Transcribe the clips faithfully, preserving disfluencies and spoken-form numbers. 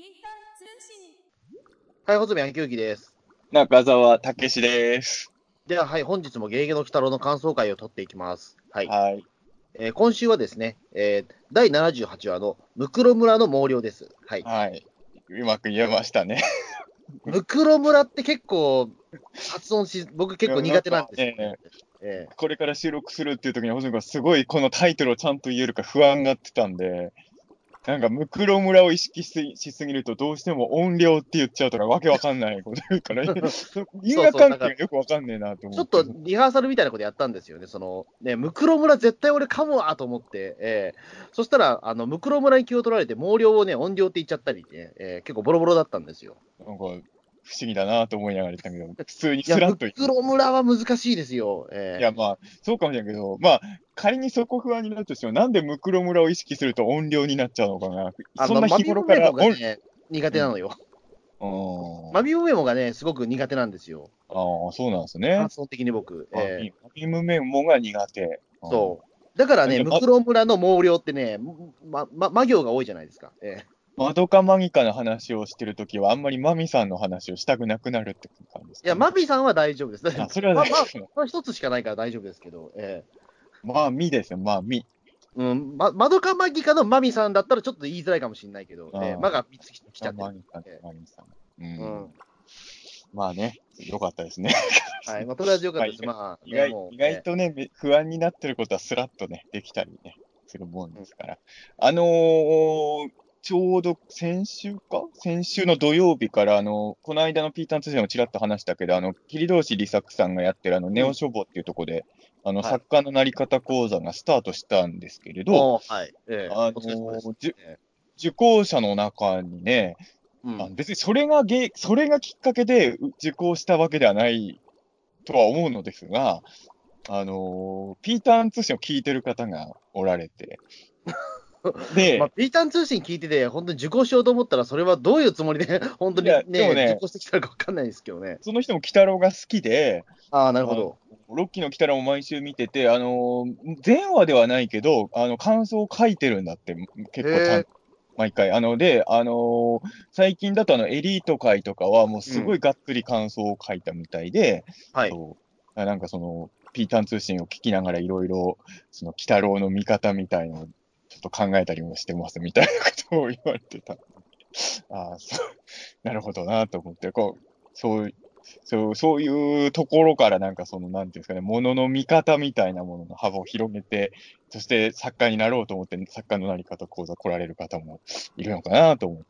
通信。 はい、穂積昭之です。 中澤武史です。 では、はい、本日もゲゲゲの鬼太郎の感想会を取っていきます。はい。 はい。 えー今週はですね、えーだいななじゅうはちわのムクロ村の毛量です。はい。 はい。うまく言えましたね。 ムクロ村って結構発音し、僕結構苦手なんですよね。 いやなんかね、 えこれから収録するっていう時に、細野がすごいこのタイトルをちゃんと言えるか不安がってたんで、なんか、ムクロ村を意識ししすぎると、どうしても音量って言っちゃうとか、わけわかんないこと言うから、因そうそう、 果関だから、 係がよくわかんねえなとちょ思って。 っとリハーサルみたいなことやったんですよね。その、ね、ムクロ村絶対俺噛むわと思って、えーそしたら、あの、ムクロ村に気を取られて、毛量をね、音量って言っちゃったりね、えー結構ボロボロだったんですよ。 なんか、不思議だなと思いながら言ったけど、普通にいや、 スラッと言う。 ムクロ村は難しいですよ。えいや、まあ、そうかもしれんけど、まあ、仮にそこ不安になるとしても、なんでムクロ村を意識すると音量になっちゃうのかな。 あの、 そんな日マビウメ頃から音、 モがね、苦うん。 手なのよ。 あーマビウメモがね、すごく苦手なんですよ。 あー、そうなんですね。 発音的に僕。えーマミ、マミムメモが苦手。あそう。だからー、 ね、 じゃあ、 ムクロ村の毛量ってね、ま、ま、魔行が多いじゃないですか。えーま、マドカマギカの話をしてるときは、あんまりマミさんの話をしたくなくなるって感じですいや、 かね。 マビさんは大丈夫です。だってあ、それはま、まあ、 大丈夫。 まあ、一つしかないから大丈夫ですけど、えまあ、ミですよ、まあ、ミ。 ーうん、ま、マドカマギカのマミさんだったらちょっと言いづらいかもしれないけど、えー、 ああ、 マがみつきマドカ来ちゃってる。 マギカのえマミさん。うーうん。 ん。 まあね、よかったですね。 はい。まあ、とりあえずよかっまあ、 たです。 意外、 まあね、 意外、 もう、 意外えとね、め不安になってることはスラッとね、できたりね、するもんーうんですから。あのーちょうど先週か先週の土曜日から、あのこの間のピーターン通信でもちらっと話したけど、あの、桐堂市利作さんがやってるあの、ネうん。 オ書房っていうところで、あの、 はい。 作家のなり方講座がスタートしたんですけれど、 おー、はい。えーあお疲れ様です。 のーじゅえ受講者の中にね、 ーうん。 あの別にそれがげ、それがきっかけでう受講したわけではないとは思うのですが、あのーピーターン通信を聞いてる方がおられて、 まあ、 で、 ピータン通信聞いてて、本当に受講しようと思ったら、それはどういうつもりで、本当いや、でもにね、受ね、 講してきたのか分かんないですけどね。 その人も鬼太郎が好きで、 ああ、なるほあの、 ど。 ロッキーの鬼太郎も毎週見てて、あのー、全話ではないけど、あの、感想を書いてるんだって、結構ちゃん、 へえ、 毎回。あの、で、あのー最近だとあの、エリート会とかは、もううん。 すごいがっつり感想を書いたみたいで、 はい。 そう、あなんかその、ピーターン通信を聞きながらいろいろ、その、鬼太郎の見方みたいのをちょっと考えたりもしてますみたいなことを言われてた。ああ、そう、なるほどなと思って、こう、そうそう、そういうところからなんかその、なんていうんですかね、ものの見方みたいなものの幅を広げて、そして作家になろうと思って、作家のなり方講座来られる方もいるのかなと思って、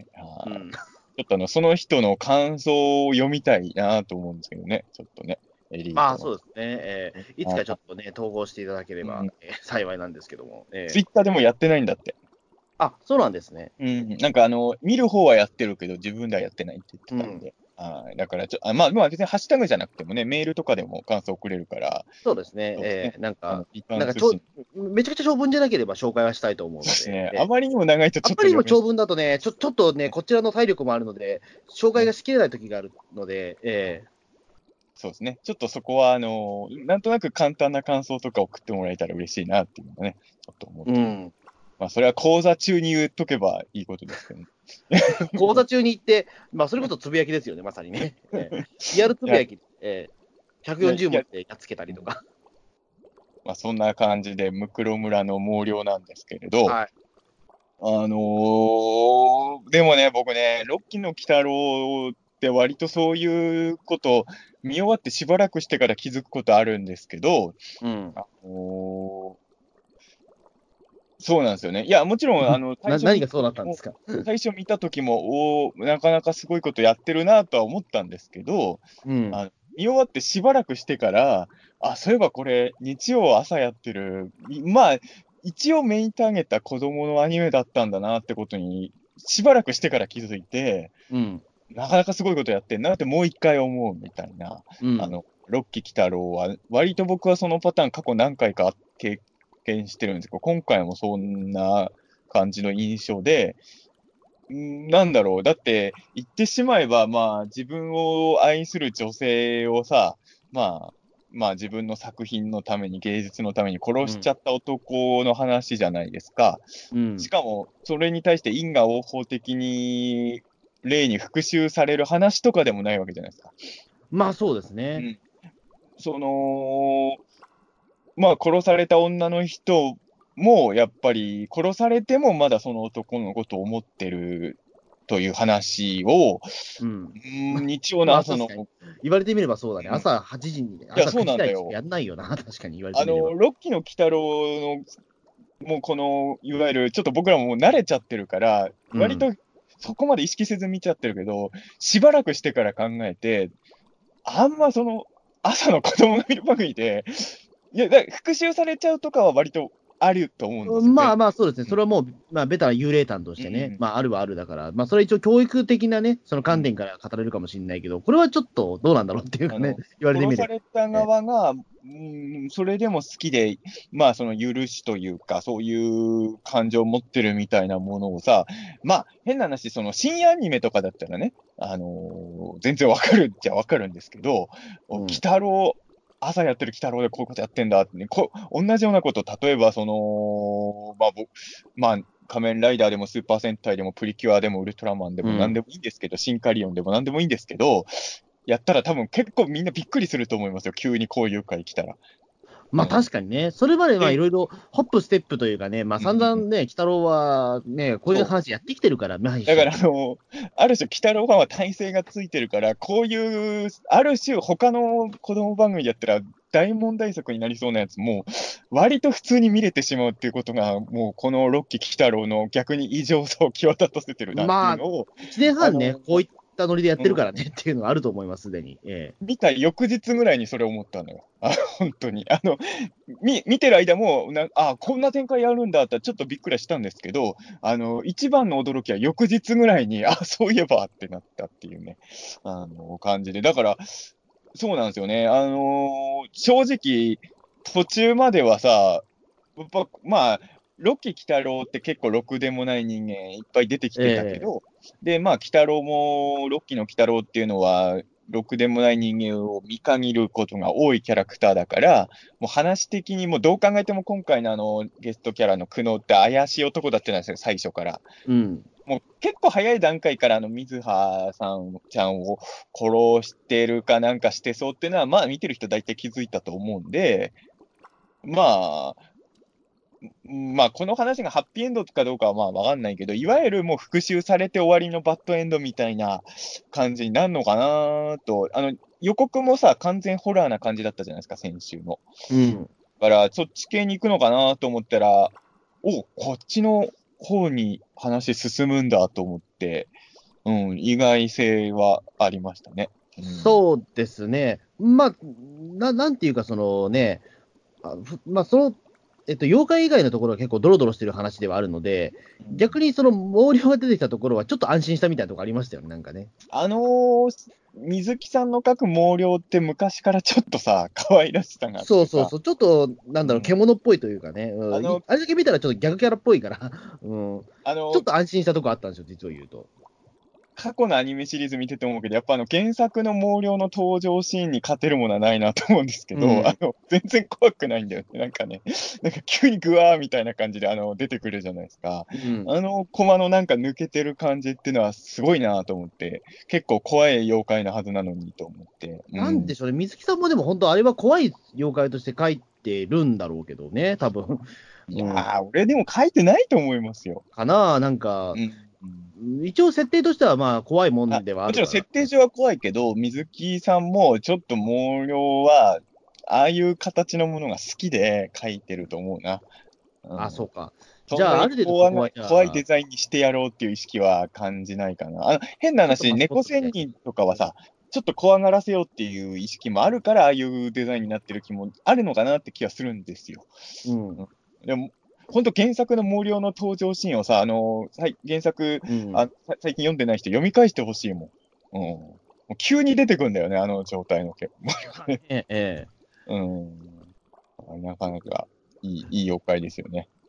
あーうん。 ちょっとあの、その人の感想を読みたいなと思うんですけどね、ちょっとね、エリーまあ、 トの。 そうですね。えーいつかちょあっとね、統合していただければ、 うん、 えー幸いなんですけども。えーツイッターでもやってないんだって。 あ、そうなんですね。 うん、なんかあの、見る方はやってるけど、自分ではやってないって言ってうん。 たんで。はい。だからちょ、あ、まあ、まあ別にハッシュタグじゃなくてもね、メールとかでも感想くれるから、 そうですね。 そうですね。 えーなんあの、 か、 ピーターなんかちょ、 ン通信。 めちゃくちゃ長文じゃなければ紹介はしたいと思うので、 そうですね。 えーあまりにも長いとあちょっと読め、 まりにも長文だとね、ちょ、ちょっとね、こちらの体力もあるので、紹介がね。 しきれない時があるので、えそうですね。ちょっとそこは、あの、なんとなく簡単な感想とか送ってもらえたら嬉しいなっていうのがね、ちょっと思っーうてる。 ん。 まあ、それは講座中に言っとけばいいことですけどね。 講座中に行って、まあ、それこそつぶやきですよね、まさにね。えーリアルついや、 ぶやき、えーいや、いひゃくよんじゅう文や、 字でやっつけたりとか。 まあ、そんな感じで、ムクロ村の毛量なんですけれど、 はい。 あのーでもね、僕ね、ロッキーの鬼太郎って割とそういうこと見終わってしばらくしてから気づくことあるんですけど、 うん。 あのーそうなんですよね。いや、もちろん、あの、最な、 初見何がそうなた時も、 ったんですか？ 最初見た時も、おー、なかなかすごいことやってるなとは思ったんですけど、 うん。 あ見終わってしばらくしてから、あ、そういえばこれ、日曜朝やってる、いまあ、一応メインターゲットは子供のアニメだったんだなってことに、しばらくしてから気づいて、 うん。 なかなかすごいことやってんなってもう一回思うみたいな。 うん。 あの、ロッキー鬼太郎は、割と僕はそのパターン過去何回か経験してるんですけど、今回もそんな感じの印象で、んなんだろう。だって、言ってしまえば、まあ、自分を愛する女性をさ、まあ、 まあ自分の作品のために、芸術のために殺しちゃった男の話じゃないですか。 うん。 しかも、それに対して因果応報的に、霊に復讐される話とかでもないわけじゃないですか。 まあそうですね。 うん。その、まあ殺された女の人も、やっぱり殺されてもまだその男のことを思ってるという話を、 うん。 うーまん、日曜の朝の、 まあ確かに。言われてみればそうだね。 うん、い朝はちじに、 や、 朝9 そう時台にしかなんだよ。 やんないよな。確かに言われてあの、 みれば。 ロッキーの鬼太郎のもうこの、いわゆるちょっと僕らももう慣れちゃってるから、 うん。 割とそこまで意識せず見ちゃってるけど、しばらくしてから考えて、あんまその、朝の子供が見る番組で、いや、だ復習されちゃうとかは割とあると思うんですよ、 まあ全まあそうですね。 然。 それはもう、まあベタな幽霊譚としてね。 うん。 まああるはあるだから。まあそれは一応教育的なね、そのうん。 観点から語れるかもしれないけど、これはちょっとどうなんだろうっていうかね、 あの、 言われて殺さみれば。 れたね。 側が、うん、それでも好きで、まあ、その許しというか、そういう感情を持ってるみたいなものをさ、まあ、変な話、その深夜アニメとかだったらね、あのー全然わかるっちゃわかるんですけど、お鬼うん。 太郎、朝やってる鬼太郎でこういうことやってんだってね、こ同じようなこと、例えば、その、まあ、ぼまあ、仮面ライダーでもスーパー戦隊でもプリキュアでもウルトラマンでうん。 も何でもいいんですけど、シンカリオンでも何でもいいんですけど、やったら多分結構みんなびっくりすると思いますよ。急にこういう回来たら。うまあん。 確かにね、それまでまあで、 いろいろホップステップというかね、まあうんうんうん。 散々ね、鬼太郎はね、こういうそう。 話やってきてるから、まあ一だか緒に。 らあの、ある種、鬼太郎ファンは耐性がついてるから、こういう、ある種、他の子供番組でやったら大問題作になりそうなやつも、割と普通に見れてしまうっていうことが、もうこのロッキー鬼太郎の逆に異常さを際立たせてるなっていまあ、 うのを、 いちねんはんね、 あの、 こういったノリでやってるうん、 からねっていうのはあると思います、すでに。ええ。 見た翌日ぐらいにそれを思ったのよ。あ、本当に。あの、み見てる間も、なあ、こんな展開やるんだってちょっとびっくりはしたんですけど、あの、一番の驚きは翌日ぐらいに、あ、そういえばってなったっていうね、あの、感じで。だから、そうなんですよね。あの、正直、途中まではさ、やっぱ、まあ、ロッキー鬼太郎って結構ろくでもない人間いっぱい出てきてたけええ。 ど、で、まあ、鬼太郎も、ロッキーの鬼太郎っていうのは、ろくでもない人間を見限ることが多いキャラクターだから、もう話的にもどう考えても今回のあのゲストキャラの久能って怪しい男だったんですよ、最初から。 うん。 もう結構早い段階からあの水葉さんちゃんを殺してるかなんかしてそうっていうのは、まあ見てる人大体気づいたと思うんで、まあ、うんまあ、この話がハッピーエンドかどうかはまあわかんないけど、いわゆるもう復讐されて終わりのバッドエンドみたいな感じになるのかなと、あの、予告もさ、完全ホラーな感じだったじゃないですか、先週の。 うん。 だから、そっち系に行くのかなと思ったら、お、こっちの方に話進むんだと思って、うん、意外性はありましたね。うん。 そうですね。まあ、ななんていうか、そのね、あふまあ、その、えっと、妖怪以外のところは結構ドロドロしてる話ではあるので、逆にその毛量が出てきたところはちょっと安心したみたいなところありましたよね、なんかね。 あのー水木さんの描く毛量って昔からちょっとさ、可愛らしさがあってさ、 そうそうそう、ちょっと、なんだろう、 うん、 獣っぽいというかね、うん、いあの、 あれだけ見たらちょっと逆キャラっぽいから、うん、 あの、 ちょっと安心したとこあったんですよ、実を言うと。 過去のアニメシリーズ見てて思うけど、やっぱあの原作の毛量の登場シーンに勝てるものはないなと思うんですけど、あうん、 の、全然怖くないんだよね。なんかね、なんか急にグワーみたいな感じであの出てくるじゃないですか。 うん。 あのコマのなんか抜けてる感じっていうのはすごいなと思って、結構怖い妖怪なはずなのにと思って。うん。 なんでしょうね、水木さんもでも本当、あれは怖い妖怪として描いてるんだろうけどね、多分。 いうん、 やー、俺でも書いてないと思いますよ。 かな、なんか、 うん。うん一応設定としてはまあ怖いもあ、 んではあもちろんるから。 設定上は怖いけど、水木さんもちょっと毛量は、ああいう形のものが好きで描いてると思うな。うあ、 ん。 そうか。じゃあ、 そんなにある程度そ怖なこは、じ怖いデゃあ、 ザインにしてやろうっていう意識は感じないかな。あの、変な話、 ちょっとマスコッ猫トでね。 仙人とかはさ、ちょっと怖がらせようっていう意識もあるから、ああいうデザインになってる気もあるのかなって気はするんですよ。 うん。 うん。でも、ほんと原作の毛量の登場シーンをさ、あの、さい原作、あ、 うん。 さ最近読んでない人読み返してほしいもん。うん。もう急に出てくんだよね、あの状態の毛。 まあね、ええ。 うん。なかなかいい、いい妖怪ですよね。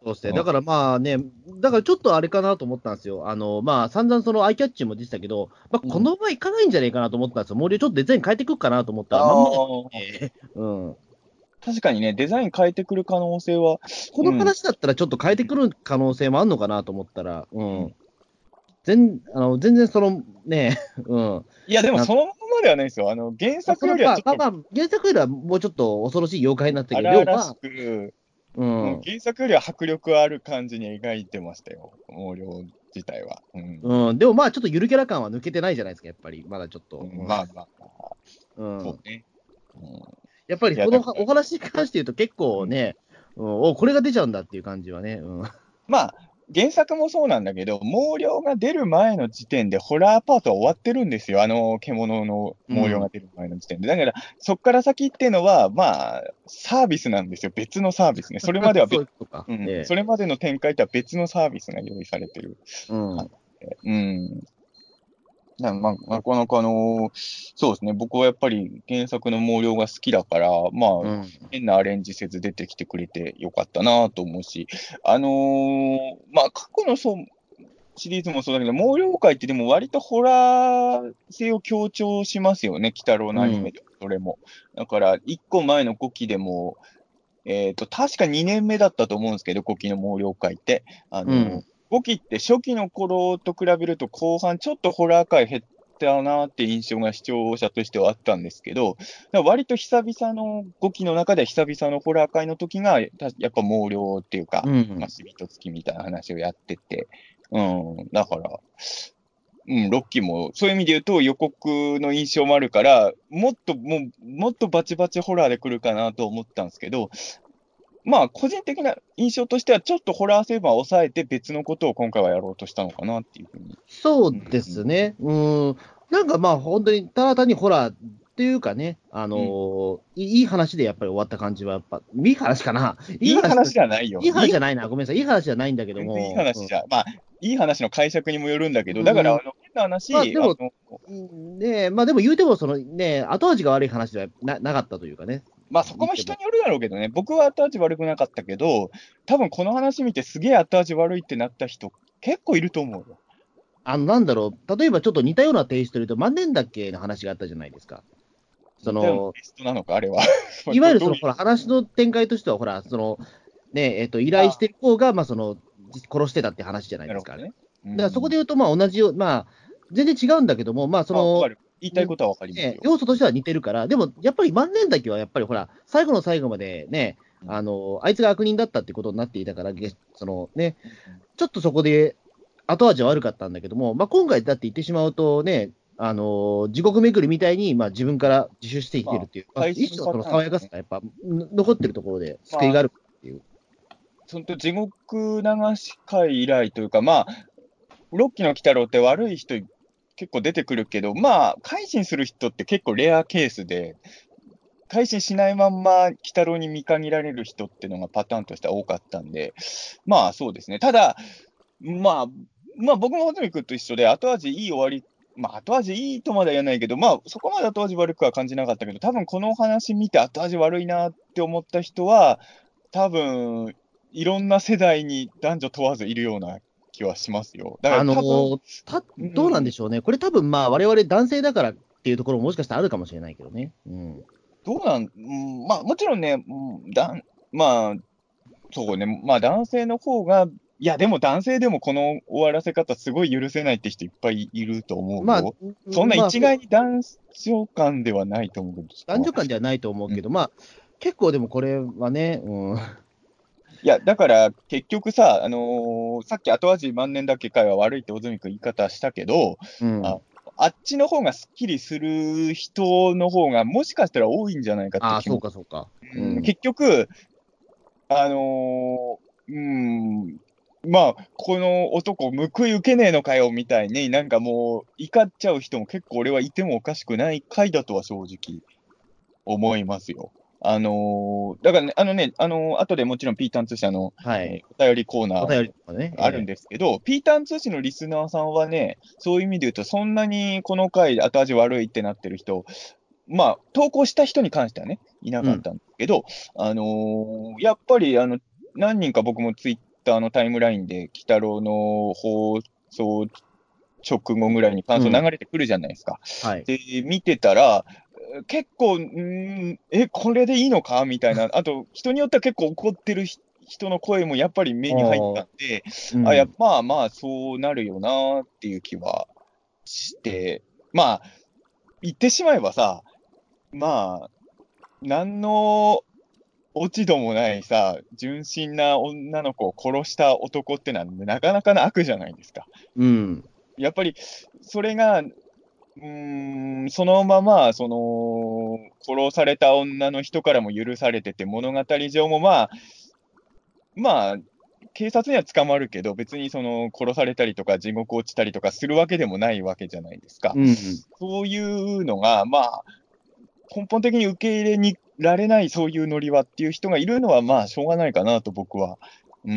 そうですね。 うんだからまあね、だからちょっとあれかなと思ったんですよ。あの、まあ、散々そのアイキャッチも出てたけど、まあ、こうんのままいかないんじゃないかなと思ったんですよ。もうちょっとデザイン変えていくかなと思ったら、まんまだったんああ、 で、うん。 確かにね、デザイン変えてくる可能性は、 このうん。 話だったらちょっと変えてくる可能性もあるのかなと思ったら、うん。全、あの、全然その、ね、うん。 いや、でもなんそのままではないですよ。あの、原まあ、 作その、まあ、 よりはちょっとまあまあ、原作よりはもうちょっと恐ろしい妖怪になったけど、で荒々しもまあ、 く、 ううん、 ん。 原作よりは迫力ある感じに描いてましたよ。毛量自体は。うん。 うん。でもまあ、ちょっとゆるキャラ感は抜けてないじゃないですか、やっぱり。まだちょっと。 うん、まあまあまあ、 うん。うんそうね。うん、 やっぱりいや、だから、 このお話に関して言うと結うん、 構ね、うん、おこれが出ちゃうんだっていう感じはね。うん。 まあ、原作もそうなんだけど、毛量が出る前の時点でホラーパートは終わってるんですよ。あの獣の毛量がうん。 出る前の時点で。だから、そっから先っていうのは、まあ、サービスなんですよ。別のサービスね。それまでは別、 そういうことか。 うん、 ええ。 それまでの展開とは別のサービスが用意されてるうん。 感じで。うん。なまあ、なかなかあのそうですね。僕はやっぱり原作の毛量が好きだから、まあ、 うん。 変なアレンジせず出てきてくれてよかったなと思うし、あのーまあ、過去のそうシリーズもそうだけど、毛量界ってでも割とホラー性を強調しますよね。鬼太郎のアニメでも、それも。だから、いっこまえのごきでも、えっと、確かにねんめだったと思うんですけど、ごきの毛量界って。あの、 うん。 ごきって初期の頃と比べると後半ちょっとホラー界減ったなって印象が視聴者としてはあったんですけど、だから割と久々のごきの中では久々のホラー界の時が、たやっぱ毛量っていうか、まあ、 うん。 死人付きみたいな話をやってて、うん、だから、うん、ロッキーも、そういう意味で言うと予告の印象もあるから、もっと、もう、もっとバチバチホラーで来るかなと思ったんですけど、まあ、個人的な印象としては、ちょっとホラー成分は抑えて別のことを今回はやろうとしたのかなっていうふうに。 そうでうん、うん、 すね。うん。なんかまあ本当にただ単にホラーっていうかね、あのうん。 ーいいい話でやっぱり終わった感じはやっぱ、いい話かな。いいいい話か、 話じゃないよ。 いいいい話、 話じゃないな。ごめんなさい。いい話じゃないんだけど全然いいも、うん。 話じゃ、まあ、いい話の解釈にもよるんだけど、だから、 うん。 あの、変な話、 まあでも、 あの、 うんね、まあでも言うても、そのね、後味が悪い話ではななかったというかね。 まあそこ言っても。 も人によるだろうけどね、僕は後味悪くなかったけど、多分この話見てすげえ後味悪いってなった人、結構いると思うよ。 あの、なんだろう、例えばちょっと似たようなテイストで言うと、万年だっけの話があったじゃないですか。そ似たようなテの、 イストなのか、あれは。まあいわゆるその、 どどういう、 ほら、話の展開としては、ほら、その、ね、えっと、依頼しあ、 てる方が、まあ、その、殺してたって話じゃないですか、あれ。 なるほどね。うだからそこん。 で言うと、まあ、同じよう、まあ、全然違うんだけども、まあ、そまあ、わかの、 る。言いたいことはわかりますね、 よ。 要素としては似てるから、でも、やっぱり万年だけは、やっぱりほら、最後の最後までね、 うん。 あの、あいつが悪人だったってことになっていたから、げそのね、 うん、 ちょっとそこで後味は悪かったんだけども、まあ、今回だって言ってしまうとね、あの地獄巡りみたいに、まあ、自分から自首して生きまあ、 てるっていう、まあ、 配信パ一種のそのターンだね。 爽やかさがやっぱん残ってるところで救いまあ、 があるっていう。 その地獄流し会以来というか、まあ、ロッキーの鬼太郎って悪い人結構出てくるけど、まあ、改心する人って結構レアケースで、改心しないまんま鬼太郎に見限られる人っていうのがパターンとしては多かったんで、まあそうですね。ただ、まあ、まあ僕も穂積君と一緒で、後味いい終わり、まあ後味いいとまでは言わないけど、まあそこまで後味悪くは感じなかったけど、多分このお話見て後味悪いなって思った人は、多分いろんな世代に男女問わずいるような気はしますよ。だからあの多分、 たうどうなんでん、 しょうね、これ多分まあ、我々男性だからっていうところももしかしたらあるかもしれないけどね。うん、 どうなん、うん、まあもちろんね、うん、だんまあそうね、まあ男性の方が、いやでも男性でもこの終わらせ方すごい許せないって人いっぱいいると思うまあ、 よ。そんなうんまあ、そう一概に男女間ではないと思うけど、そこは。 男女間ではないと思ううん。 けど、まあ、結構でもこれはね、うん、 いや、だから結局さ、あのーさっき後味万年だっけ会は悪いって小泉君言い方したけど、あ、 うん、 あっちの方がスッキリする人の方がもしかしたら多いんじゃないかってああ、そう気も。 か、そうか。ううん、 ん、 結局、あのー、うーん、まあ、この男、報い受けねえのかよ、みたいに、なんかもう、怒っちゃう人も結構俺はいてもおかしくない回だとは正直思いますよ。あのーだからね、あのね、あのー後でもちろんピータン通信、あの、 はい、 えーお便りコーナお便りーとかね、 あるんえですけど、ピータン通信のリスナーさんはね、そういう意味で言うと、そんなにこの回後味悪いってなってる人、まあ、投稿した人に関してはね、いなーうん、 かったんですけど、あのーやっぱり、あの、何人か僕もツイターのタイムラインで、鬼太郎の放送直後ぐらいに感想流れてくるじゃないですか。 はい。 で、見てたら、結構、うーん、え、これでいいのかみたいな、あと、人によっては結構怒ってるひ人の声もやっぱり目に入ったんで、あ、や、 うん。 まあまあ、そうなるよなっていう気はして、まあ、言ってしまえばさ、まあ、なんの落ち度もないさ、純真な女の子を殺した男ってのはなかなかな悪じゃないですか。 うん。 やっぱり、それが、うーん、そのまま、その、殺された女の人からも許されてて、物語上もまあ、まあ、警察には捕まるけど、別にその、殺されたりとか地獄落ちたりとかするわけでもないわけじゃないですか。 うん。 そういうのが、まあ、根本的に受け入れにられないそういうノリはっていう人がいるのは、まあ、しょうがないかなと僕は、うん、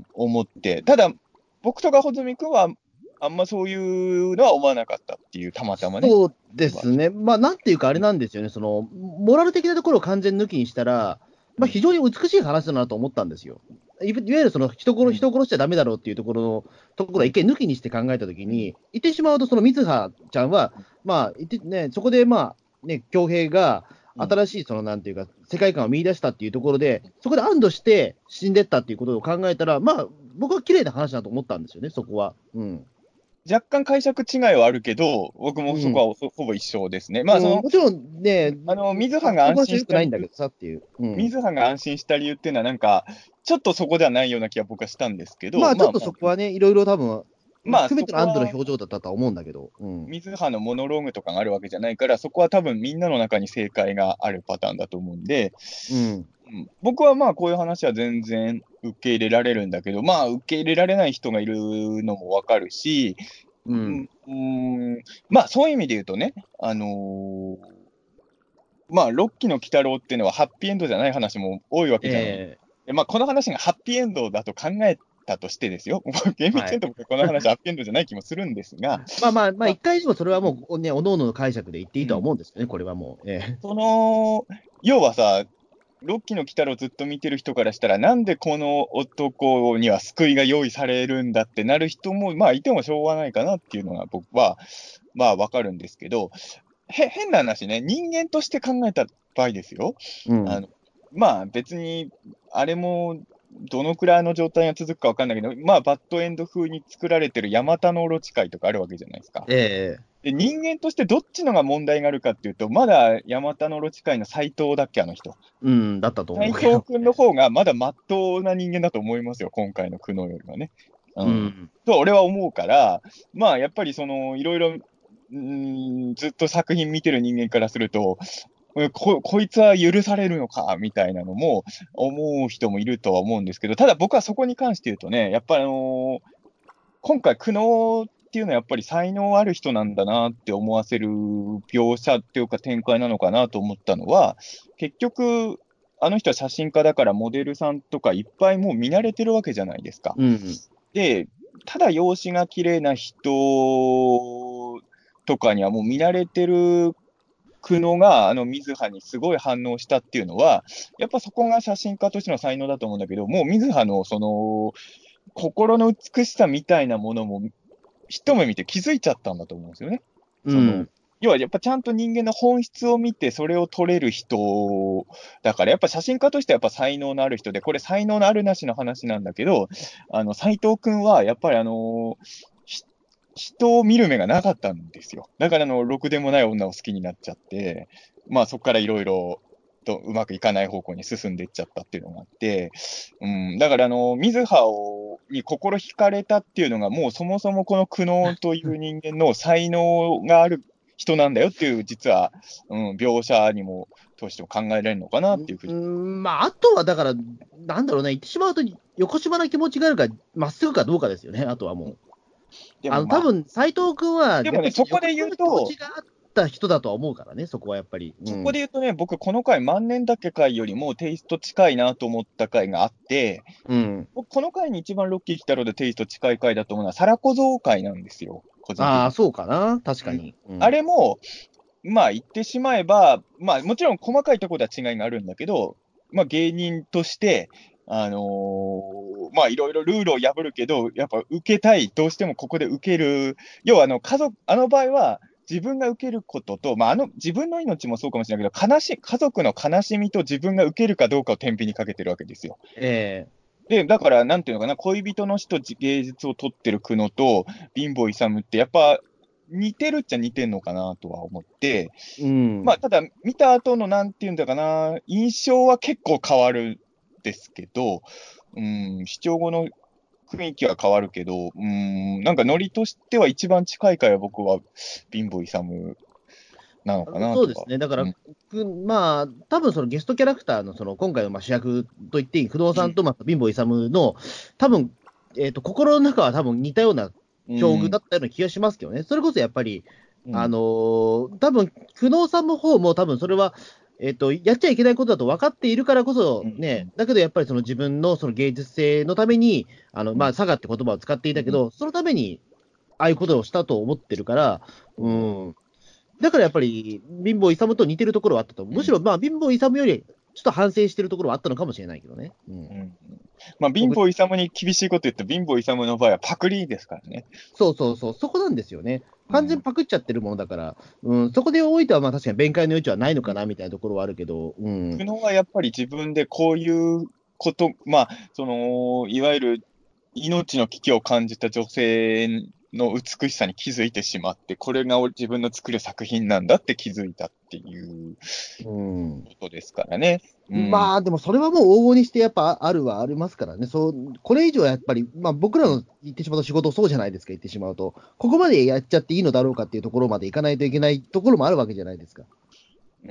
思って。ただ、僕とか穂積君は、あんまそういうのは思わなかったっていう、たまたまね。 そうですね。まあ、なんていうかあれうん、 なんですよね。その、モラル的なところを完全抜きにしたら、まあ、非常に美しい話だなと思ったんですよ。いわいわゆるその人殺、 うん、 人殺しちゃダメだろうっていうところの、ところは一うん、 回抜きにして考えたときうん、 に、言ってしまうと、その水葉ちゃんは、まあ、言ってね、そこでまあ、ね、恭平がうん。 新しいその、なんていうか、世界観を見出したっていうところで、そこで安堵して死んでったっていうことを考えたら、まあ、僕は綺麗な話だと思ったんですよね、そこは。うん。 若干解釈違いはあるけど、僕もそこうん。 はほほぼ一緒ですね。まあ、そうん、 の、 もちろんね、 あの、水まあ、 葉が安人殺しは心した理由、 良くないんだけどさっていう。うん。 水葉が安心した理由っていうのは、なんか、ちょっとそこではないような気は僕はしたんですけど、 まあ、ちょっとまあまあ、 そこはね、いろいろ多分、 まあ、 含めての安堵のそこは、 表情だったとは思うんだけど。うん。 水葉のモノローグとかがあるわけじゃないから、そこは多分みんなの中に正解があるパターンだと思うんで、 うん。 うん、僕はまあこういう話は全然受け入れられるんだけど、まあ受け入れられない人がいるのもわかるし、 うん。 うん、うーん、まあそういう意味で言うとね、あのーまあ、ロッキーの鬼太郎っていうのはハッピーエンドじゃない話も多いわけじゃない。 ええでまあ、この話がハッピーエンドだと考えたとしてですよ。厳密はい。 に言うと僕この話ハッピーエンドじゃない気もするんですが、 まあまあ、まあ、 まあ、 一回でもそれはもう、ね、おのおのの解釈で言っていいとはうん。 思うんですよね、これはもう。ええその、要はさ、ロッキーの鬼太郎ずっと見てる人からしたら、なんでこの男には救いが用意されるんだってなる人も、まあ、いてもしょうがないかなっていうのが僕は、まあ、わかるんですけど、へ、変な話ね、人間として考えた場合ですよ。 うん。 あの、まあ別に、あれも、どのくらいの状態が続くかわかんないけど、まあバッドエンド風に作られてるヤマタノオロチカイとかあるわけじゃないですか。 ええで、人間としてどっちのが問題があるかっていうと、まだヤマタノオロチカイの斎藤だっけ、あの人。 うん、だったと思斎うけど。 藤君の方がまだ真っ当な人間だと思いますよ、今回の苦悩よりはね。うん。 うん。 と、俺は思うから、まあやっぱりその、いろいろ、うーん、ずっと作品見てる人間からすると、こ、こいつは許されるのかみたいなのも思う人もいるとは思うんですけど、ただ僕はそこに関して言うとね、やっぱりあのー今回苦悩っていうのはやっぱり才能ある人なんだなって思わせる描写っていうか展開なのかなと思ったのは、結局、あの人は写真家だからモデルさんとかいっぱいもう見慣れてるわけじゃないですか。 うん。 で、ただ容姿が綺麗な人とかにはもう見慣れてる苦悩が、あの、水葉にすごい反応したっていうのは、やっぱそこが写真家としての才能だと思うんだけど、もう水葉のその、心の美しさみたいなものも、一目見て気づいちゃったんだと思うんですよね。その、 うん。 要はやっぱちゃんと人間の本質を見て、それを撮れる人だから、やっぱ写真家としてはやっぱ才能のある人で、これ才能のあるなしの話なんだけど、あの、斎藤くんはやっぱりあの、ひ人を見る目がなかったんですよ。だからあの、ろくでもない女を好きになっちゃって、まあそこからいろいろとうまくいかない方向に進んでいっちゃったっていうのがあって、うん、だからあの、水葉をに心惹かれたっていうのが、もうそもそもこの苦悩という人間の才能がある人なんだよっていう、実は、うん、描写にも、としても考えられるのかなっていうふううに。 ん、まあ、あとはだから、なんだろうね、言ってしまうと、横島な気持ちがあるか、まっすぐかどうかですよね、あとはもう。あの、 でもまあ、 多分斎藤君は、 でもね、 やっぱりそのそこで横島な気持言うと、 ちがあった人だとは思うからね、そこはやっぱり。うそこでん。 言うとね、僕この回、万年だけ回よりもテイスト近いなと思った回があって、 うん。 僕この回に一番ロッキー来たのでテイスト近い回だと思うのは、サラ小僧回なんですよ、個人的ああ、 に。 そうかな、確うん、 かに。うあん。 れも、まあ言ってしまえば、まあもちろん細かいところでは違いがあるんだけど、まあ芸人として、 あのーまあ、いろいろルールを破るけど、やっぱ受けたい、どうしてもここで受ける、要はあの家族、あの場合は、自分が受けることと、まあ、あの自分の命もそうかもしれないけど、悲し家族の悲しみと自分が受けるかどうかを天秤にかけてるわけですよ。 えで、だから、なんていうのかな、恋人の死と芸術を取ってる久野と貧乏勇って、やっぱ似てるっちゃ似てんのかなとは思って、 えうん。 まあ、ただ、見た後のなんていうんだかな、印象は結構変わるんですけど、うん、視聴後の雰囲気は変わるけど、うん、なんかノリとしては一番近い回は僕は貧乏勇なのかなとは。 そうですね。だから、 うん。 くまあ、多分そのゲストキャラクターのその今回のまあ主役と言っていい不動産とまあ貧乏勇の、多分えっ、と、心の中は多分似たようなうん。 境遇だったような気がしますけどね。それこそやっぱり、あうん。 のー多分不動産の方も多分それは、えっ、と、やっちゃいけないことだと分かっているからこそうん。 ね、だけどやっぱりその自分のその芸術性のために、あの、 うん。 まあ、佐賀って言葉を使っていうん。 たけど、そのために、ああいうことをしたと思ってるから、ううん。 ん。だからやっぱり、貧乏勇と似てるところはあったと思う。むしろ、まあ、貧乏勇より、ちょっと反省してるところはあったのかもしれないけどね。うん。 うん。まあ、貧僕乏勇に厳しいこと言って貧乏勇の場合はパクリですからね。 そうそうそう、そこなんですよね。完全にうん。 パクっちゃってるものだから、うん、そこでおいては、まあ確かに弁解の余地はないのうん。 かなみたいなところはあるけど、うん。 久野はやっぱり自分でこういうこと、まあ、その、いわゆる命の危機を感じた女性の美しさに気づいてしまって、これが自分の作る作品なんだって気づいたっていううん。 ことですからね。うん。 まあ、でもそれはもう往々にしてやっぱあるはありますからね。そう、これ以上はやっぱり、まあ僕らうん。 の言ってしまうと仕事そうじゃないですか、言ってしまうと。ここまでやっちゃっていいのだろうかっていうところまでいかないといけないところもあるわけじゃないですか。 うん、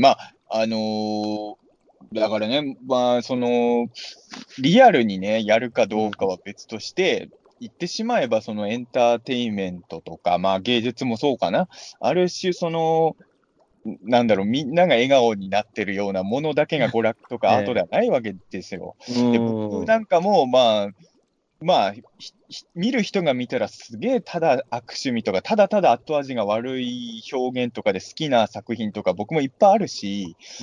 まあ、あのーだからね、まあ、その、リアルにね、やるかうん。 どうかは別として、言ってしまえば、そのエンターテインメントとか、まあ芸術もそうかな。ある種、その、なんだろう、みんなが笑顔になってるようなものだけが娯楽とかアートでえはないわけですよ。 えうで、僕ーん。 なんかも、まあ、まあ、ひひ見る人が見たらすげえただ悪趣味とか、ただただ後味が悪い表現とかで好きな作品とか僕もいっぱいあるし、 うん。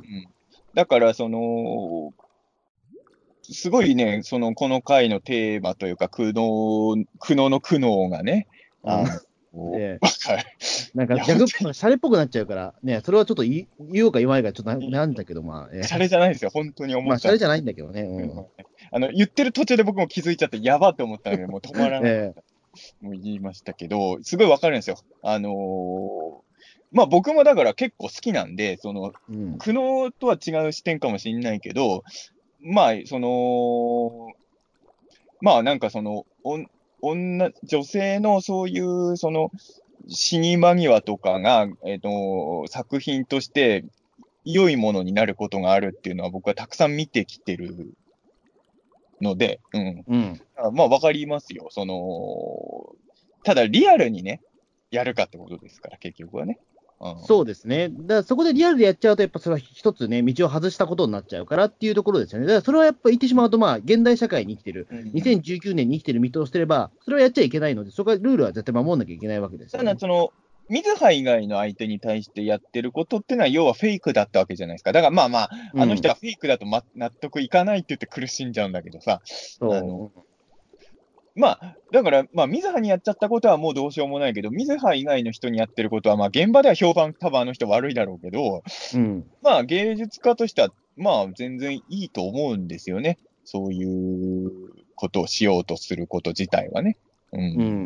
うん。だから、その、すごいね、その、この回のテーマというか、苦悩、苦悩の苦悩がね、 うん。 あの、 ええわかる。いや、本なんか逆、なんかシャレっぽくなっちゃうから、ね、それはちょっと言い言おうか言わないかちょっとな当に、 なんだけど、まあ、えシャえレじゃないですよ。本当に思まあ、 った。 シャレじゃないんだけどね、 うん。 うん。 あの、言ってる途中で僕も気づいちゃって、やばって思ったので、もう止まらなかっええた。もう言いましたけど、すごいわかるんですよ。あのーまあ僕もだから結構好きなんで、その、 うん。 苦悩とは違う視点かもしれないけど、まあ、その、まあなんかその、おん女、女性のそういうその死に間際とかが、えっと、作品として良いものになることがあるっていうのは僕はたくさん見てきてるので、うん。 うん。 あまあわかりますよ。その、ただリアルにね、やるかってことですから、結局はね。うん。 そうですね。だからそこでリアルでやっちゃうと、やっぱそれは一つね、道を外したことになっちゃうからっていうところですよね。だからそれはやっぱ言ってしまうと、まあ、現代社会に生きてる、 うん。 にせんじゅうきゅうねんに生きてる身としてれば、それはやっちゃいけないので、そこはルールは絶対守んなきゃいけないわけですただ、 よね。 その、水葉以外の相手に対してやってることってのは、要はフェイクだったわけじゃないですか。だからまあまあ、あの人うん。 はフェイクだと、ま、納得いかないって言って苦しんじゃうんだけどさ、あの、 そう。 まあ、だから、まあ、水葉にやっちゃったことはもうどうしようもないけど、水葉以外の人にやってることは、まあ、現場では評判、多分あの人悪いだろうけど、 うん。 まあ、芸術家としては、まあ、全然いいと思うんですよね。そういうことをしようとすること自体はね。うん。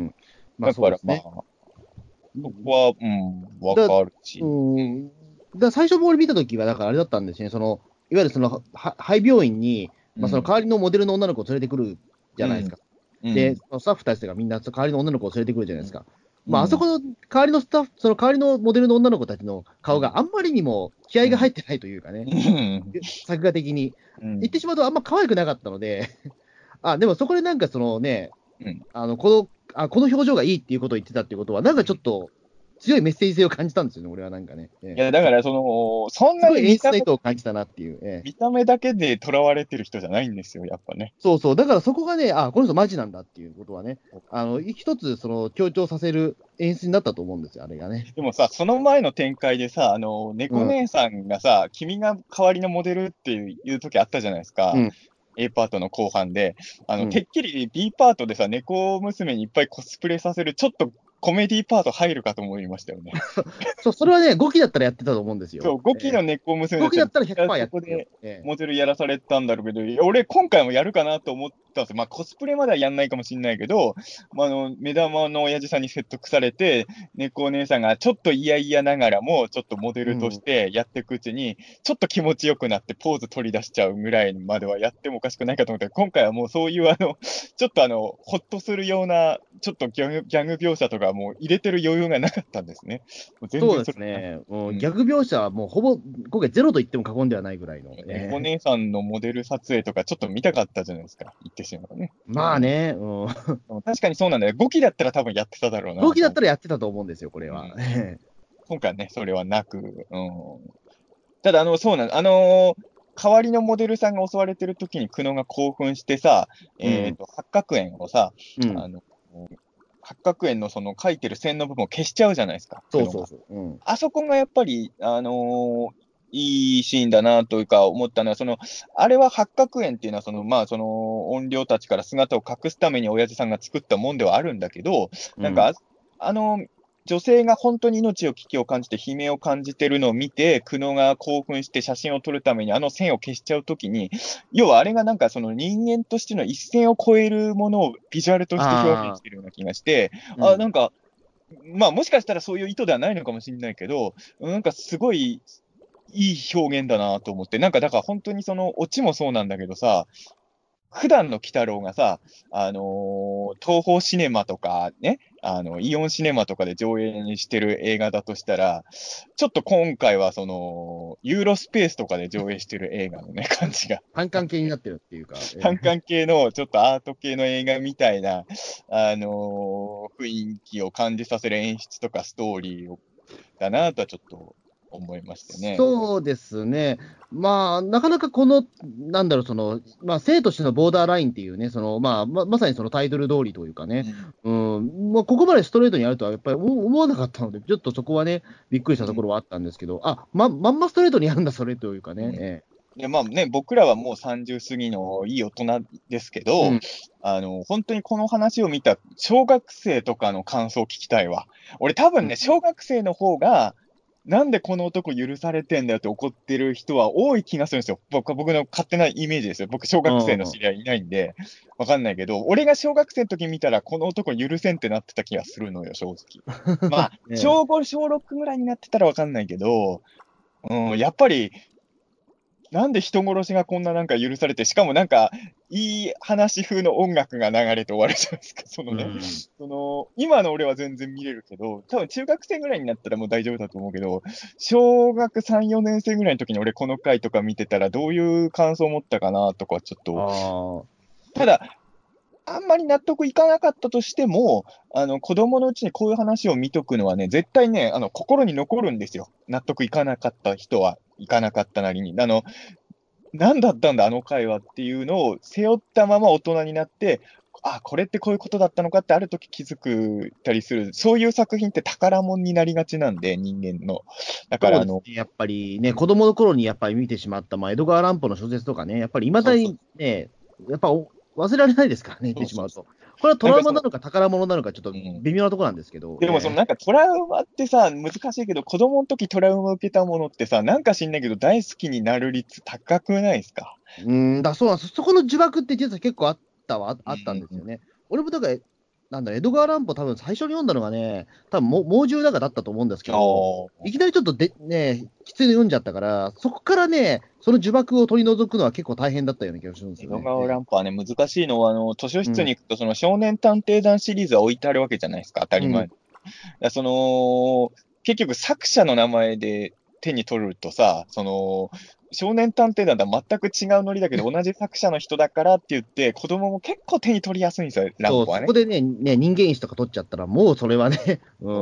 うん。まあだから、まあ、 そうですね。 そこは、うん、わだ、 かるし。 うん。だ最初ボール見たときは、だからあれだったんですね。その、いわゆるその、は廃病院に、まあ、そのうん。 代わりのモデルの女の子を連れてくるじうん。 ゃないですか。で、 うん。 そのスタッフたちがみんな、その代わりの女の子を連れてくるじゃないですか。まあ、あそうん。 この代わりのスタッフ、その代わりのモデルの女の子たちのうん。 顔があんまりにも気合が入ってないというかね、 うん。 作画的に。 うん。 言ってしまうとあんま可愛くなかったので、あ、でもそこでなんかそのね、 うん。 あの、この、あ、この表情がいいっていうことを言ってたっていうことは、なんかちょっと、 強いメッセージ性を感じたんですよね、俺はなんかね。ええ、 いや、だからその、そんすごい演出ななに見た目、 意図を感じたなっていう。ええ、 見た目だけで囚われてる人じゃないんですよ、やっぱね。 そうそう、だからそこがね、あ、この人マジなんだっていうことはね、あの一つその強調させる演出になったと思うんですよ、あれがね。 でもさ、その前の展開でさ、あの、 うん、 猫姉さんがさ、君が代わりのモデルっていう時あったじゃないですか。 うん、 A パートの後半で。あの、 うん。 てっきり B パートでさ、猫娘にいっぱいコスプレさせる、ちょっとコメディパート入るかと思いましたよね。 そう、それはね、ごきだったらやってたと思うんですよ。 そう、ごきえの猫娘え、 だったら、 ごきだったら絶対ひゃくパーセントやってたよ。 そこでええ、 モデルやらされたんだろうけど、いや俺今回もやるかなと思ったんですよ。まあコスプレまではやんないかもしんないけど、まあ、あの、目玉の親父さんに説得されて、猫お姉さんがちょっと嫌々ながらも、ちょっとモデルとしうん。 てやっていくうちに、ちょっと気持ちよくなってポーズ取り出しちゃうぐらいまではやってもおかしくないかと思ったけど、今回はもうそういうあの、ちょっとあの、ほっとするような、ちょっとギャグ、ギャグ描写とかもう入れてる余裕がなかったんですね。もう全そうで然それなく、 すね、もうん。 うギャグ描写はもうほぼ、今回ゼロと言っても過言ではないぐらいの。 猫ええ、 姉さんのモデル撮影とかちょっと見たかったじゃないですか。言ってしまうね。うん。 まあね、うん、 でも確かにそうなんだよ。ごきだったら多分やってただろうなごきだっと思たらやってたと思うんですよ、これう。うは。 ん。 ええ、 今回はね、それはなく、うん。ただ、あの、そうなんあのー代わりのモデルさんが襲われてる時に久野が興奮してさ、 うん、 えっと、八角園をさ、 うん。 あの、八角園のその書いてる線の部分を消しちゃうじゃないですか、久野が。 そうそうそう。うん。 あそこがやっぱり、あのーいいシーンだなというか思ったのは、その、あれは八角園っていうのは、その、まあ、その、怨霊たちから姿を隠すために親父さんが作ったもんではあるんだけど、なんか、 うん。 ああの、女性が本当に命を危機を感じて悲鳴を感じてるのを見て、久野が興奮して写真を撮るためにあの線を消しちゃうときに、要はあれがなんかその人間としての一線を越えるものをビジュアルとして表現ああ、 してるような気がして、あ、 うん。 なんか、まあ、もしかしたらそういう意図ではないのかもしれないけど、なんかすごいいい表現だなと思って、なんかだから本当にそのオチもそうなんだけどさ、普段の鬼太郎がさ、あのー東宝シネマとかね、あの、イオンシネマとかで上映してる映画だとしたら、ちょっと今回はその、ユーロスペースとかで上映してる映画のね、感じが単管系になってるっていうか、ええ、 単館系のちょっとアート系の映画みたいな、あのー雰囲気を感じさせる演出とかストーリーをだなとはちょっと思いましてね。 そうですね。まあ、なかなかこの、なんだろう、その、まあ、生としてのボーダーラインっていうね、その、まあ、ま、まさにそのタイトル通りというかね、 うん。 うん、まあ、ここまでストレートにやるとはやっぱり思思わなかったので、ちょっとそこはね、びっくりしたとこうん。 ろはあったんですけど、あ、ま、まんまストレートにやるんだ、それというかね、 うん。 えで、まあね、僕らはもうさんじゅう過ぎのいい大人ですけど、 え、うん。 あの、本当にこの話を見た小学生とかの感想を聞きたいわ。俺多分ね、小学生の方が、なんでこの男許されてんだよって怒ってる人は多い気がするんですよ。僕僕の勝手なイメージですよ。僕、小う学生のん。 知り合いいないんで、わかんないけど、俺が小学生の時見たら、この男許せんってなってた気がするのよ、正直。まあ、 ええ、 小ご、小ろくぐらいになってたらわかんないけど、うん、やっぱり、なんで人殺しがこんななんか許されて、しかもなんか、いい話風の音楽が流れて終わるじゃないですか。そのね、 うん。 その、今の俺は全然見れるけど、多分中学生ぐらいになったらもう大丈夫だと思うけど、小学さん、よねん生ぐらいの時に俺この回とか見てたらどういう感想を持ったかなとかちょっと、 ああ、 ただ、あんまり納得いかなかったとしても、あの、子供のうちにこういう話を見とくのはね、絶対ね、あの、心に残るんですよ。納得いかなかった人は、いかなかったなりに。あの、何だったんだ、あの会話っていうのを背負ったまま大人になって、あ、これってこういうことだったのかってある時気づくたりする。そういう作品って宝物になりがちなんで、人間の。だから、あの、 そうですね。やっぱりね、子供の頃にやっぱり見てしまった、まあ、江戸川乱歩の小説とかね、やっぱり未だそうそう、 にね、やっぱお忘れられないですからね、言っそうそうそう。 てしまうと。これはトなんかその、 ラウマなのか宝物なのか、ちょっとうん。 微妙なところなんですけど、 でもそのえなんかトラウマってさ、難しいけど、子供の時トラウマを受けたものってさ、なんか知んないけど大好きになる率高くないですか？ え、うん、だそうなんです。そこの呪縛って実は結構あったはうんあったんですうんよね。俺もだから、なんだろう、江戸川乱歩多分最初に読んだのがね、多分も猛獣だからだったと思うんですけうん。 ど、 ああ。 いきなりちょっとで、ね、きついの読んじゃったから、そこからね、その呪縛を取り除くのは結構大変だったような気がするんです江戸よね。ええ、 川乱歩はね、難しいのは、あの、図書うん、 室に行くと、その少年探偵団シリーズは置いてあるわけじゃないですか、当たり前。 うん、 だからその、結局作者の名前で手に取るとさ、その、少年探偵団とは全く違うノリだけど、同じ作者の人だからって言って、子供も結構手に取りやすいんですよ、乱そう、 歩はね。 そこでね、ね、人間石とか取っちゃったら、もうそれはね、うそうん、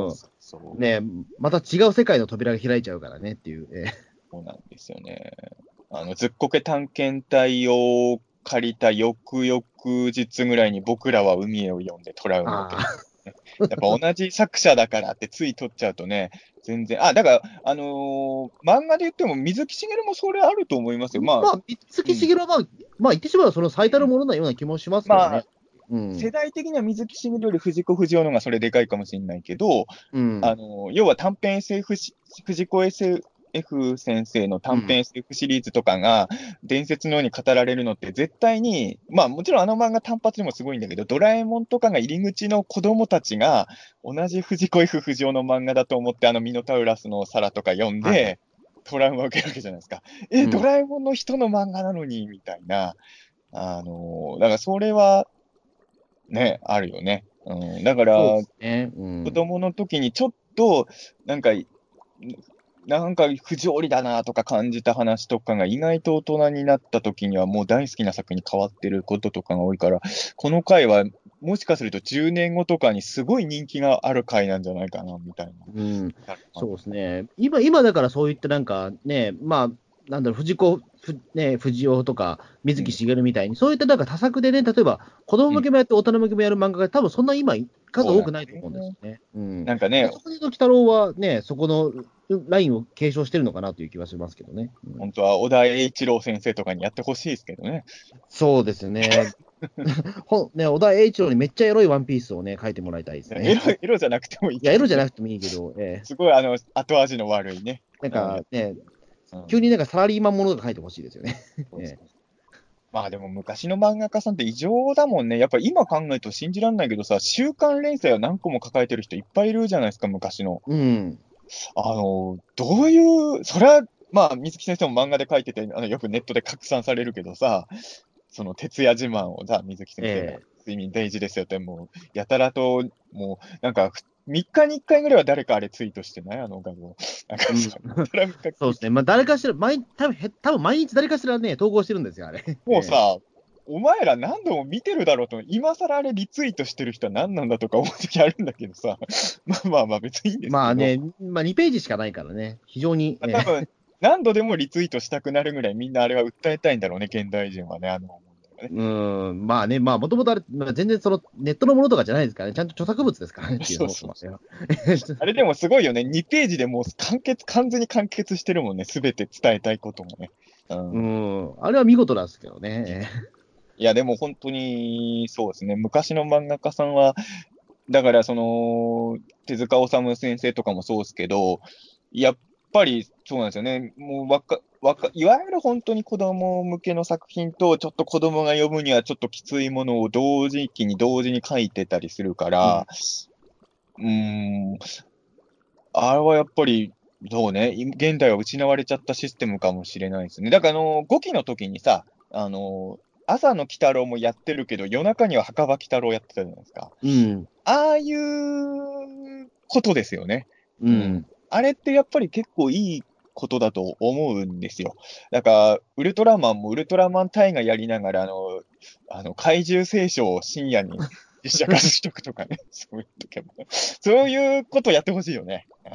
そうね、また違う世界の扉が開いちゃうからねっていう。えそうなんですよね。あの、ずっこけ探検隊を借りた翌々日ぐらいに僕らは海へを読んでトラウマを受けあて、やっぱ同じ作者だからってつい取っちゃうとね、全然、あ、だから、あのー漫画で言っても水木しげるもそれあると思いますよ。まあ、 まあ、五うん。 木しげるは、まあ、まあ、言ってしまえばその最たるものなような気もしますけどね。 まあ、 うん。 世代的には水木しげるより藤子不二雄の方がそれでかいかもしれないけど、 うん。 あの、要は短編 エスエフ し、藤子 エスエフ 先生の短編うん。 エスエフ シリーズとかが伝説のように語られるのって絶対に、まあもちろんあの漫画単発でもすごいんだけど、ドラえもんとかが入り口の子供たちが同じ藤子 F 不二雄の漫画だと思ってあのミノタウラスの皿とか読んはいはい。 で、トラウマを受けるわけじゃないですか。え、ドうん。 ラえもんの人の漫画なのに、みたいな。あの、だからそれはね、あるよね。うん。だからそうですね。う子ん。 供の時にちょっと、なんか、いなんか不条理だなとか感じた話とかが意外と大人になった時にはもう大好きな作品に変わってることとかが多いから、この回はもしかするとじゅうねんごとかにすごい人気がある回なんじゃないかな、みたいうん。 な。 そうですね。今、今だからそういったなんかね、まあ、なんだろう、藤子、ふね、藤尾とか、 うん。 水木しげるみたいに、そういったなんか多作でね、例えば子供うん。 向けもやって大人向けもやる漫画が多分そんな今、数そうなんだ多くないと思うんですよね。 ね。うん。 なんかね、 そこで、鬼太郎はね、そこのラインを継承してるのかなという気はしますけどね。うん、 本当は小田栄一郎先生とかにやってほしいですけどね。 そうですね。ほね、小田栄一郎にめっちゃエロいワンピースをね、書いてもらいたいですね。 エロ、エロじゃなくてもいいいや、エけどね。 ロじゃなくてもいいけど、えーすごいあの、後味の悪いね。 なんうん。 かね、 うん。 急になんかサラリーマンものが書いてほしいですよね。 そうえそうまあでも昔の漫画家さんって異常だもんね。やっぱ今考えると信じられないけどさ、週刊連載を何個も抱えてる人いっぱいいるじゃないですか、昔の。 うん。 あの、どういう、それは、まあ、水木先生も漫画で書いてて、あの、よくネットで拡散されるけどさ、その徹夜自慢をさ、水木先生がええ、 睡眠大事ですよって、もう、やたらと、もう、なんか、みっかにいっかいぐらいは誰かあれツイートしてないあの画像。なんかうん。 さ、やたら見かけそうですね。まあ、誰かしら、毎、多分へ多分毎日誰かしらね、投稿してるんですよ、あれ。ええ、 もうさ、お前ら何度も見てるだろうと、今更あれリツイートしてる人は何なんだとか思う時あるんだけどさ、まあまあまあ別にいいんですけど、 まあね、まあにページしかないからね、非常に、ええ、 まあ多分何度でもリツイートしたくなるぐらいみんなあれは訴えたいんだろうね、現代人はね、あの問題はね。 うん、まあね、まあもともとあれ、まあ、全然そのネットのものとかじゃないですからね、ちゃんと著作物ですからねっていうそうのもそうそう。 まよ。 あれでもすごいよね、にページでもう完結、完全に完結してるもんね、すべて伝えたいこともね。ううん。 ん、あれは見事なんですけどね。 いや、でも本当に、そうですね、昔の漫画家さんは、だからその、手塚治虫先生とかもそうですけど、やっぱりそうなんですよね。もうわか、わか、いわゆる本当に子供向けの作品と、ちょっと子供が読むにはちょっときついものを同時期に同時に書いてたりするかうん、 ら、うーん、あれはやっぱり、そうね、い現代は失われちゃったシステムかもしれないですね。だからあの、ごきの時にさ、あの、朝の鬼太郎もやってるけど、夜中には墓場鬼太郎やってたじゃないですか。 うん、 ああいうことですよね。うん。 うん。 あれってやっぱり結構いいことだと思うんですよ。だから、ウルトラマンもウルトラマンタイガやりながら、あの、あの怪獣聖書を深夜に実写化しとくとかね。そういう時はそういうことやってほしいよね。うん。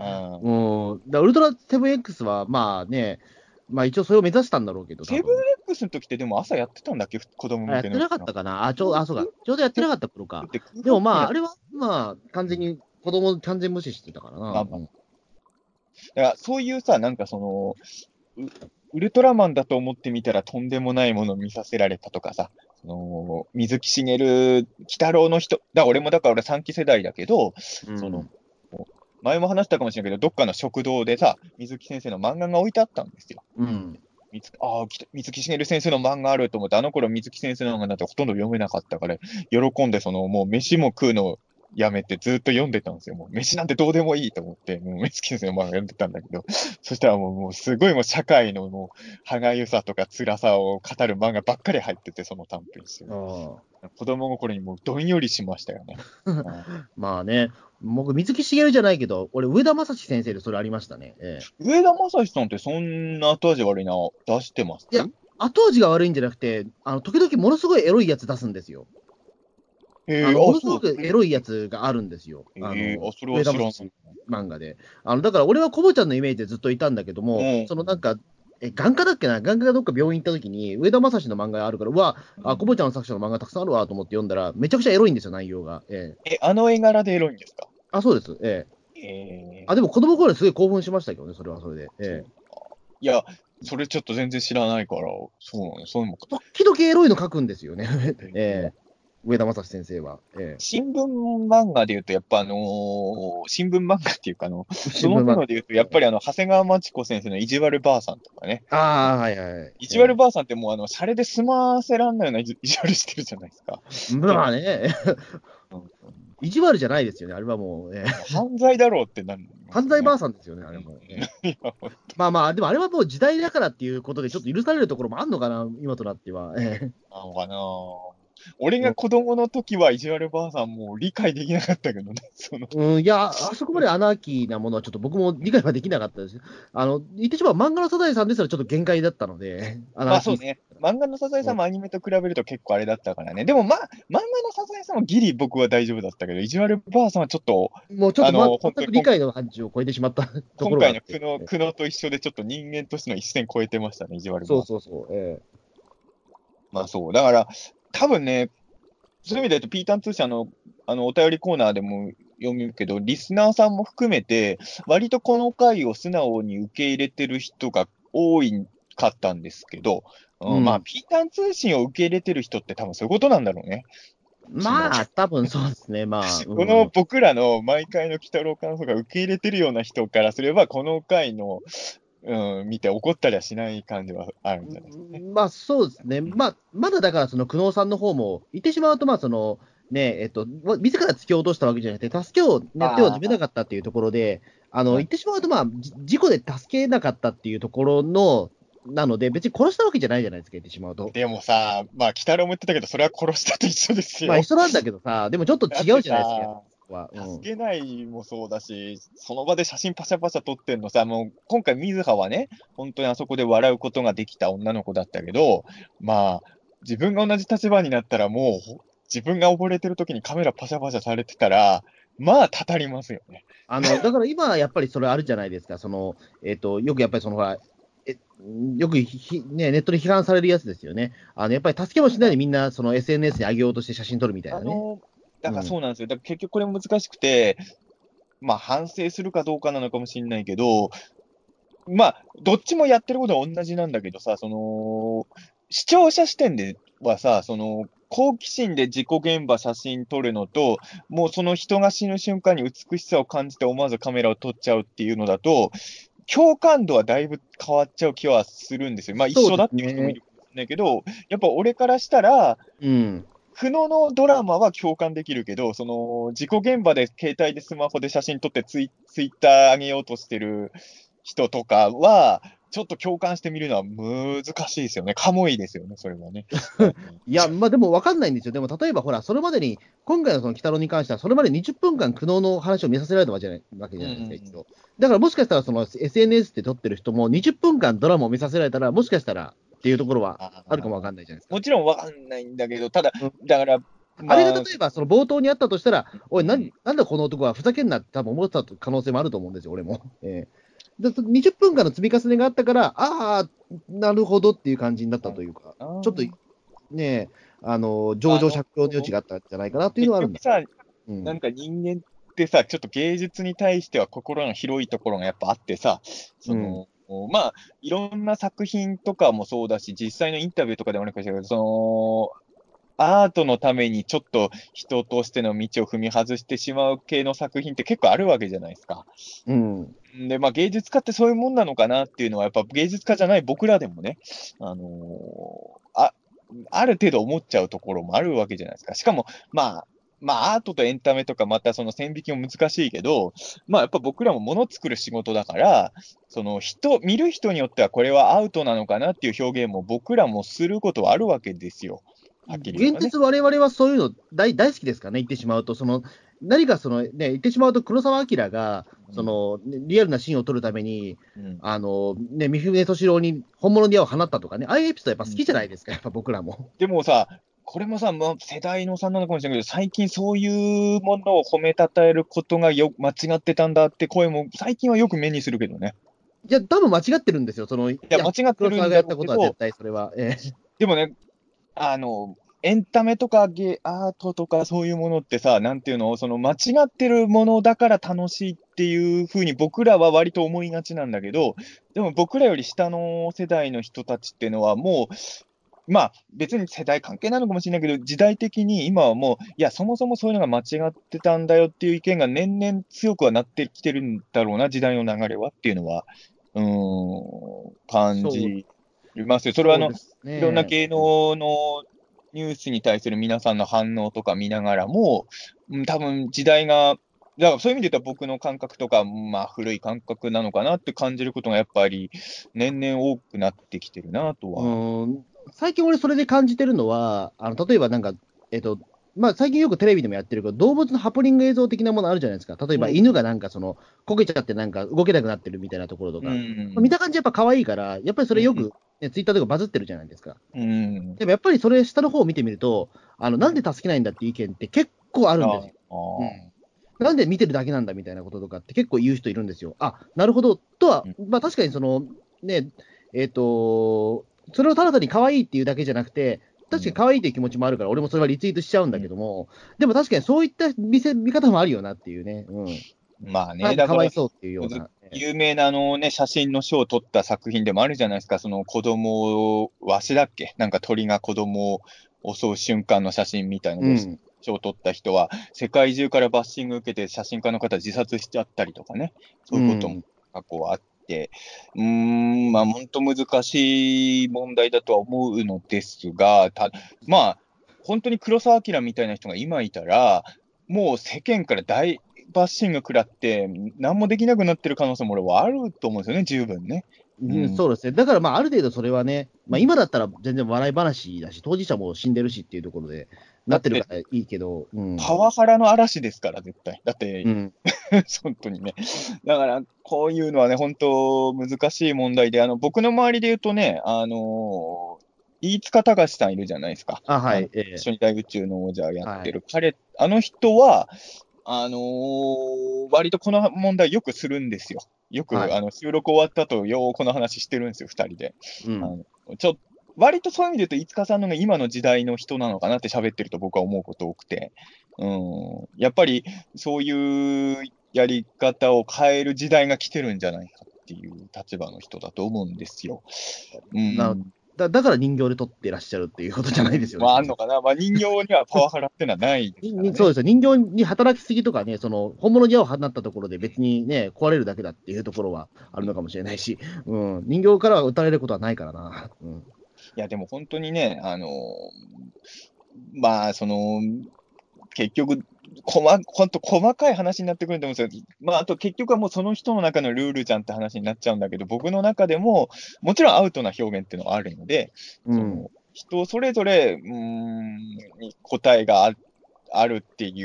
もう、だウルトラセブン X は、まあね、まあ一応それを目指したんだろうけど、多セブン分。 X の時ってでも朝やってたんだっけ子供あ、や向けの。 ってなかったかなあ、ちょうど、あ、そうか。ちょうどやってなかった頃か。 って空でもまあ、 白期だ。 あれは、まあ、完全に子供完全無視してたからな。 まあまあ。 うん。 だからそういうさ、なんかその、ウウルトラマンだと思ってみたらとんでもないものを見させられたとかさ、その水木しげる、鬼太郎の人、だ俺もだから俺さんき世代だけど、その、 うん。 前も話したかもしれないけど、どっかの食堂でさ、水木先生の漫画が置いてあったんですよ。 うん。 水ああ、き水木しげる先生の漫画あると思って、あの頃水木先生の漫画なんてほとんど読めなかったから、喜んで、その、もう飯も食うのをやめてずっと読んでたんですよ。もう飯なんてどうでもいいと思って、もう水木先生の漫画読んでたんだけど、そしたらもう、もうすごいもう社会のもう、歯がゆさとか辛さを語る漫画ばっかり入ってて、その短編集。 あ子供心にもうどんよりしましたよね。 あ。 あまあね、僕、水木しげるじゃないけど、俺、上田正史先生でそれありましたね。え上田正史さんってそんな後味悪いな、出してますえ、いや、後味が悪いんじゃなくて、あの、時々ものすごいエロいやつ出すんですよ。あへえ、 の、もあ、 のすごそう。 くエロいやつがあるんですよ。あの、 ええあ、それは上田知らない。 正史。 漫画で。あのだから俺はコボちゃんのイメージでずっといたんだけども、 うん、 そのなんか、え、眼科だっけな、眼科がどっか病院行った時に、上田正史の漫画があるから、うわ、あ、コボちゃんの作者の漫画たくさんあるわと思って読んだら、めちゃくちゃエロいんですよ、内容が。ええ、 え、あの絵柄でエロいんですか？ あ、そうです。ええ。あ、 えー、 でも子供頃すごい興奮しましたけどね、それはそれで。ええ。 いや、それちょっと全然知らないから、そうなの、そういうのも。 時々エロいの書くんですよね、ええーえ。上田正史先生は。え新聞漫画で言うと、やっぱあのー新聞漫画っていうか、あの、 え。 その新聞漫画。 手ので言うと、やっぱりあの、長谷川町子先生の意地悪ばあさんとかね。 ああ、はいはいはい。 意地悪えばあさんってもうあの、シャレで済ませらんないような意地意地悪してるじゃないですか。 え。 でも、 まあね、 うん、 意地悪じゃないですよね、あれはもう、ええ。 犯罪だろうってなります犯罪ばよね。 あさんですよね、あれも。ええ。 うん、いや、 まあまあ、でもあれはもう時代だからっていうことで、ちょっと許されるところもあんのかな、今となっては。ええ。 なのかな。俺が子供の時は意地悪ばあさんもう理解できなかったけどね、その、 うん、いや、あそこまでアナーキーなものはちょっと僕も理解はできなかったです。あの、言ってしまう漫画のサザエさんですらちょっと限界だったので、アナーキー。 まあそうね。漫画のサザエうん、 さんもアニメと比べると結構あれだったからね。でもまあ、漫画のサザエさんもギリ僕は大丈夫だったけど、意地悪ばあさんはちょっと、 もうちょっと、ま、 あの、本当にこん全く理解の範疇を超えてしまったとこ今ろがあって。 回の苦悩、苦悩と一緒でちょっと人間としての一線超えてましたね、意地悪そばあさん。 うそうそう。えまあそう。だから、多分ね、そういう意味で言うと、ピータン通社の、あの、お便りコーナーでも読むけど、リスナーさんも含めて、割とこの回を素直に受け入れてる人が多いかったんですけど、 え。ううん、まあ、 ん。 ピータン通信を受け入れてる人って多分そういうことなんだろうね。その、 まあ、多分そうですね。まあ、 このうん。 僕らの毎回の鬼太郎感想が受け入れてるような人からすれば、この回の、うん、見て怒ったりはしない感じはあるんじゃないですかね。 まあ、そうですね。 うん、 まあ、まだだから、その久能さんの方も、言ってしまうと、まあ、その、ね、えっと、わ自ら突き落としたわけじゃなくて、助けを、ね、手をあ止めなかったっていうところで、あの、 あ、 言ってしまうと、まあ、じ事故で助けなかったっていうところの、なので、別に殺したわけじゃないじゃないですか、言ってしまうと。 でもさ、まあ、鬼太郎も言ってたけど、それは殺したと一緒ですまあ、 よ。 一緒なんだけどさ、でもちょっとだって違うじゃないですか、やっぱさ、 そこは。うん。 助けないもそうだし、その場で写真パシャパシャ撮ってんのさ、もう今回、水葉はね、本当にあそこで笑うことができた女の子だったけど、まあ、自分が同じ立場になったら、もうほ自分が溺れてる時にカメラパシャパシャされてたら、まあ、たたりますよね。 あの、だから今、やっぱりそれあるじゃないですか、その、えっと、よくやっぱりその、ほら、え、よくひひね、ネットで批判されるやつですよね。あの、やっぱり助けもしないでみんな、その エスエヌエス に上げようとして写真撮るみたいなね。 あの、だからうん。 そうなんですよ。だから結局これも難しくて、まあ、反省するかどうかなのかもしれないけど、まあ、どっちもやってることは同じなんだけどさ、その、視聴者視点ではさ、その、好奇心で事故現場写真撮るのと、もうその人が死ぬ瞬間に美しさを感じて思わずカメラを撮っちゃうっていうのだと、共感度はだいぶ変わっちゃう気はするんですよ。まあ一そうで緒だっていう人もいすね。 るかもしれないけど、やっぱ俺からしたら、 うん。 苦悩のドラマは共感できるけど、その、事故現場で携帯でスマホで写真撮ってツイツイッター上げようとしてる人とかは、ちょっと共感してみるのは難しいですよね。かもいですよね、それはね。うん、 いや、まあでも分かんないんですよ。でも例えばほら、それまでに、今回のその鬼太郎に関しては、それまでにじゅっぷんかん苦悩の話を見させられたわけじゃないわけうん、 じゃないですか、 うん。 一度。だからもしかしたら、その エスエヌエス で撮ってる人もにじゅっぷんかんドラマを見させられたら、もしかしたらっていうところはああるかも分ー、 かんないじゃないですか。 もちろんわかんないんだけど、ただ、 うん、 だから、 あれがまあ、 例えば、その冒頭にあったとしたら、おい、なうん、 んなんだこの男はふざけんなって多分思ってた可能性もあると思うんですよ、俺も。えー、でにじゅっぷんかんの積み重ねがあったから、ああ、なるほどっていう感じになったというか、 あちょっとー、 ね、あの、情あの、 状酌量の余地があったんじゃないかなというのはあるんだ。 結局さ、 うん。 なんか人間ってさ、ちょっと芸術に対しては心の広いところがやっぱあってさ、 うん。 その、まあ、いろんな作品とかもそうだし、実際のインタビューとかでもあるかもしれないけど、その、アートのためにちょっと人としての道を踏み外してしまう系の作品って結構あるわけじゃないですか。 うん。 で、まあ芸術家ってそういうもんなのかなっていうのは、やっぱ芸術家じゃない僕らでもね、あのーあ、ある程度思っちゃうところもあるわけじゃないですか。しかも、まあ、まあアートとエンタメとかまたその線引きも難しいけど、まあやっぱ僕らも物作る仕事だから、その人、見る人によってはこれはアウトなのかなっていう表現も僕らもすることはあるわけですよ。はっきり言えばね。 現実、我々はそういうの大大好きですからね、言ってしまうと、その何かその、ね、言ってしまうと、黒澤明がその、ねリアルなシーンを撮るために、 うん。 あのね、三船敏郎に本物の矢を放ったとかね、ああいうエピソードやっぱ好うん。 きじゃないですか、やっぱ僕らも。 でもさ、 これもさ、まあ、世代の差なのかもしれないけど、最近そういうものを褒めたたえることがよ間違ってたんだって声も、最近はよく目にするけどね。 いや、多分間違ってるんですよ。その、いいや、間や、 違って黒るんだ沢がやったことは絶ろうけど、 対それは。ええ。 でもね、あの、エンタメとかゲアートとかそういうものってさ、なんていうの、その間違ってるものだから楽しいっていうふうに僕らは割と思いがちなんだけど、でも僕らより下の世代の人たちっていうのはもう、まあ別に世代関係なのかもしれないけど、時代的に今はもう、いや、そもそもそういうのが間違ってたんだよっていう意見が年々強くはなってきてるんだろうな、時代の流れはっていうのは、うーん、感そう、 じますよ。それはあの、 そうですいろんなね。 芸能のニュースに対する皆さんの反応とか見ながらも、うん、多分時代が、だからそういう意味で言うと僕の感覚とか、まあ古い感覚なのかなって感じることがやっぱり年々多くなってきてるなとうは。 ーん、最近俺それで感じてるのは、あの、例えばなんか、えっと、まあ、最近よくテレビでもやってるけど、動物のハプニング映像的なものあるじゃないですか。例えば犬うん。 がなんかその、こけちゃってなんか動けなくなってるみたいなところとうか。まあ見ん。 た感じやっぱ可愛いから、やっぱりそうん。 れよく、ね、ツイッターとかバズってるじゃないですか。 うん。 でもやっぱりそれ下の方を見てみると、あの、なんで助けないんだっていう意見って結構あるんですあよ。うん。 あ。 なんで見てるだけなんだみたいなこととかって結構言う人いるんですよ。あ、なるほど。とは、 うん。 まあ確かにその、ね、えっ、と、それをただ単に可愛いっていうだけじゃなくて、確かに可愛いという気持ちもあるから、俺もそれはリツイートしちゃうんだけども、でも確かにそういった見せ見方もあるよなっていうね。うん。 まあね、 なんかだから、 かわいそうっていうよむずうな。え有名なあのね、写真の賞を取った作品でもあるじゃないですか。その子供を、わしだっけなんか鳥が子供を襲う瞬間の写真みたいので、 うん。 賞を取った人は、世界中からバッシング受けて写真家の方自殺しちゃったりとかね。そういうこともうん。 過去あって、うーん、まあ本当難しい問題だとは思うのですが、た、まあ、本当に黒澤明みたいな人が今いたら、もう世間から大バッシング食らって、何もできなくなってる可能性も俺はあると思うんですよね、十分ね。ううん、 ん。 そうですね。だからまあ、ある程度それはね、まあ今だったら全然笑い話だし、当事者も死んでるしっていうところで、なだって、 ってるからいいけど、うん。 パワハラの嵐ですから、絶対。だって、 うん。 本当にね。だから、こういうのはね、本当難しい問題で、あの、僕の周りで言うとね、あのー飯塚隆さんいるじゃないですか。 あ、はあの、 い、ええ、 一緒に大宇宙の王者やっはい。 てる。彼、あの人は、あのー割とこの問題よくするんですよ。よく、あはい。 の、収録終わった後、ようこの話してるんですよ、二人で。 うん。 あの、ちょ、割とそういう意味で言うと、飯塚さんのが今の時代の人なのかなって喋ってると僕は思うこと多くて。うん。やっぱり、そういうやり方を変える時代が来てるんじゃないかっていう立場の人だと思うんですよ。うなん。 だだから人形で撮ってらっしゃるっていうことじゃないですよね、 まあ、あ別に。 んのかな。まあ、人形にはパワハラってのはないですからね。 ににそうですよ。人形に働きすぎとかね、その、本物に矢を放ったところで別にね、壊れるだけだっていうところはあるのかもしれないし、うん。人形からは撃たれることはないからな。うん。 いや、でも本当にね、あの、まあ、その、結局、こま、ほんと細かい話になってくると思うんですよ。まあ、あと結局はもうその人の中のルールじゃんって話になっちゃうんだけど、僕の中でも、もちろんアウトな表現っていうのはあるので、 うん。 その、人それぞれ、うーん、に答えがああるっていう、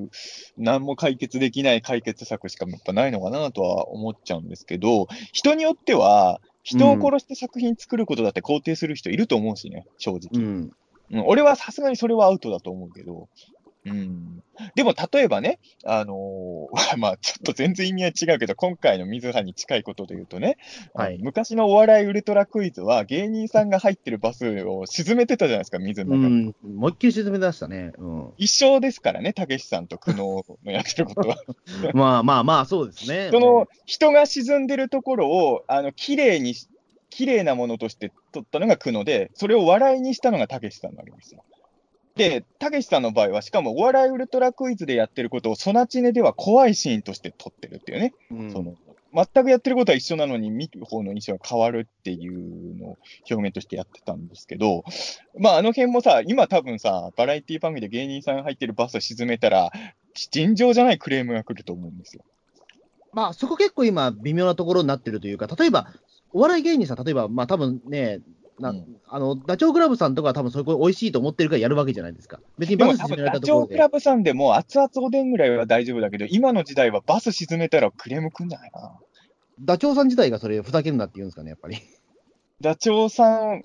何も解決できない解決策しかやっぱないのかなとは思っちゃうんですけど、人によっては、人をうん。 殺して作品作ることだって肯定する人いると思うしね、正直。 うん。 うん、俺はさすがにそれはアウトだと思うけど、うん。でも例えばね、あのーまあちょっと全然意味は違うけど、今回の水葉に近いことで言うとね、あのはい。 昔のお笑いウルトラクイズは芸人さんが入ってるバスを沈めてたじゃないですか、水の中に。 うん。思いっきり沈め出したね。うん。 一緒ですからね、たけしさんと久能のやってることは。 まあまあまあ、そうですね。 そのうん。 人が沈んでるところを、あの、綺麗にし、綺麗なものとして撮ったのが久能で、それを笑いにしたのがたけしさんなわけですよ。で、たけしさんの場合は、しかもお笑いウルトラクイズでやってることを、ソナチネでは怖いシーンとして撮ってるっていうね。 うん。 その、全くやってることは一緒なのに、見る方の印象が変わるっていうのを表現としてやってたんですけど、まあ、あの辺もさ、今多分さ、バラエティ番組で芸人さんが入ってるバスを沈めたら、尋常じゃないクレームが来ると思うんですよ。 まあ、そこ結構今、微妙なところになってるというか、例えば、お笑い芸人さん、例えば、まあ多分ね、なうん。 あのダチョウ倶楽部さんとかは多分それこれ美味しいと思ってるからやるわけじゃないですか。別にでも多分、 バス沈められダたところで。 チョウ倶楽部さんでも熱々おでんぐらいは大丈夫だけど、今の時代はバス沈めたらクレーム来んじゃないかな。 ダチョウさん自体がそれふざけるなって言うんですかね、やっぱり。 ダチョウさん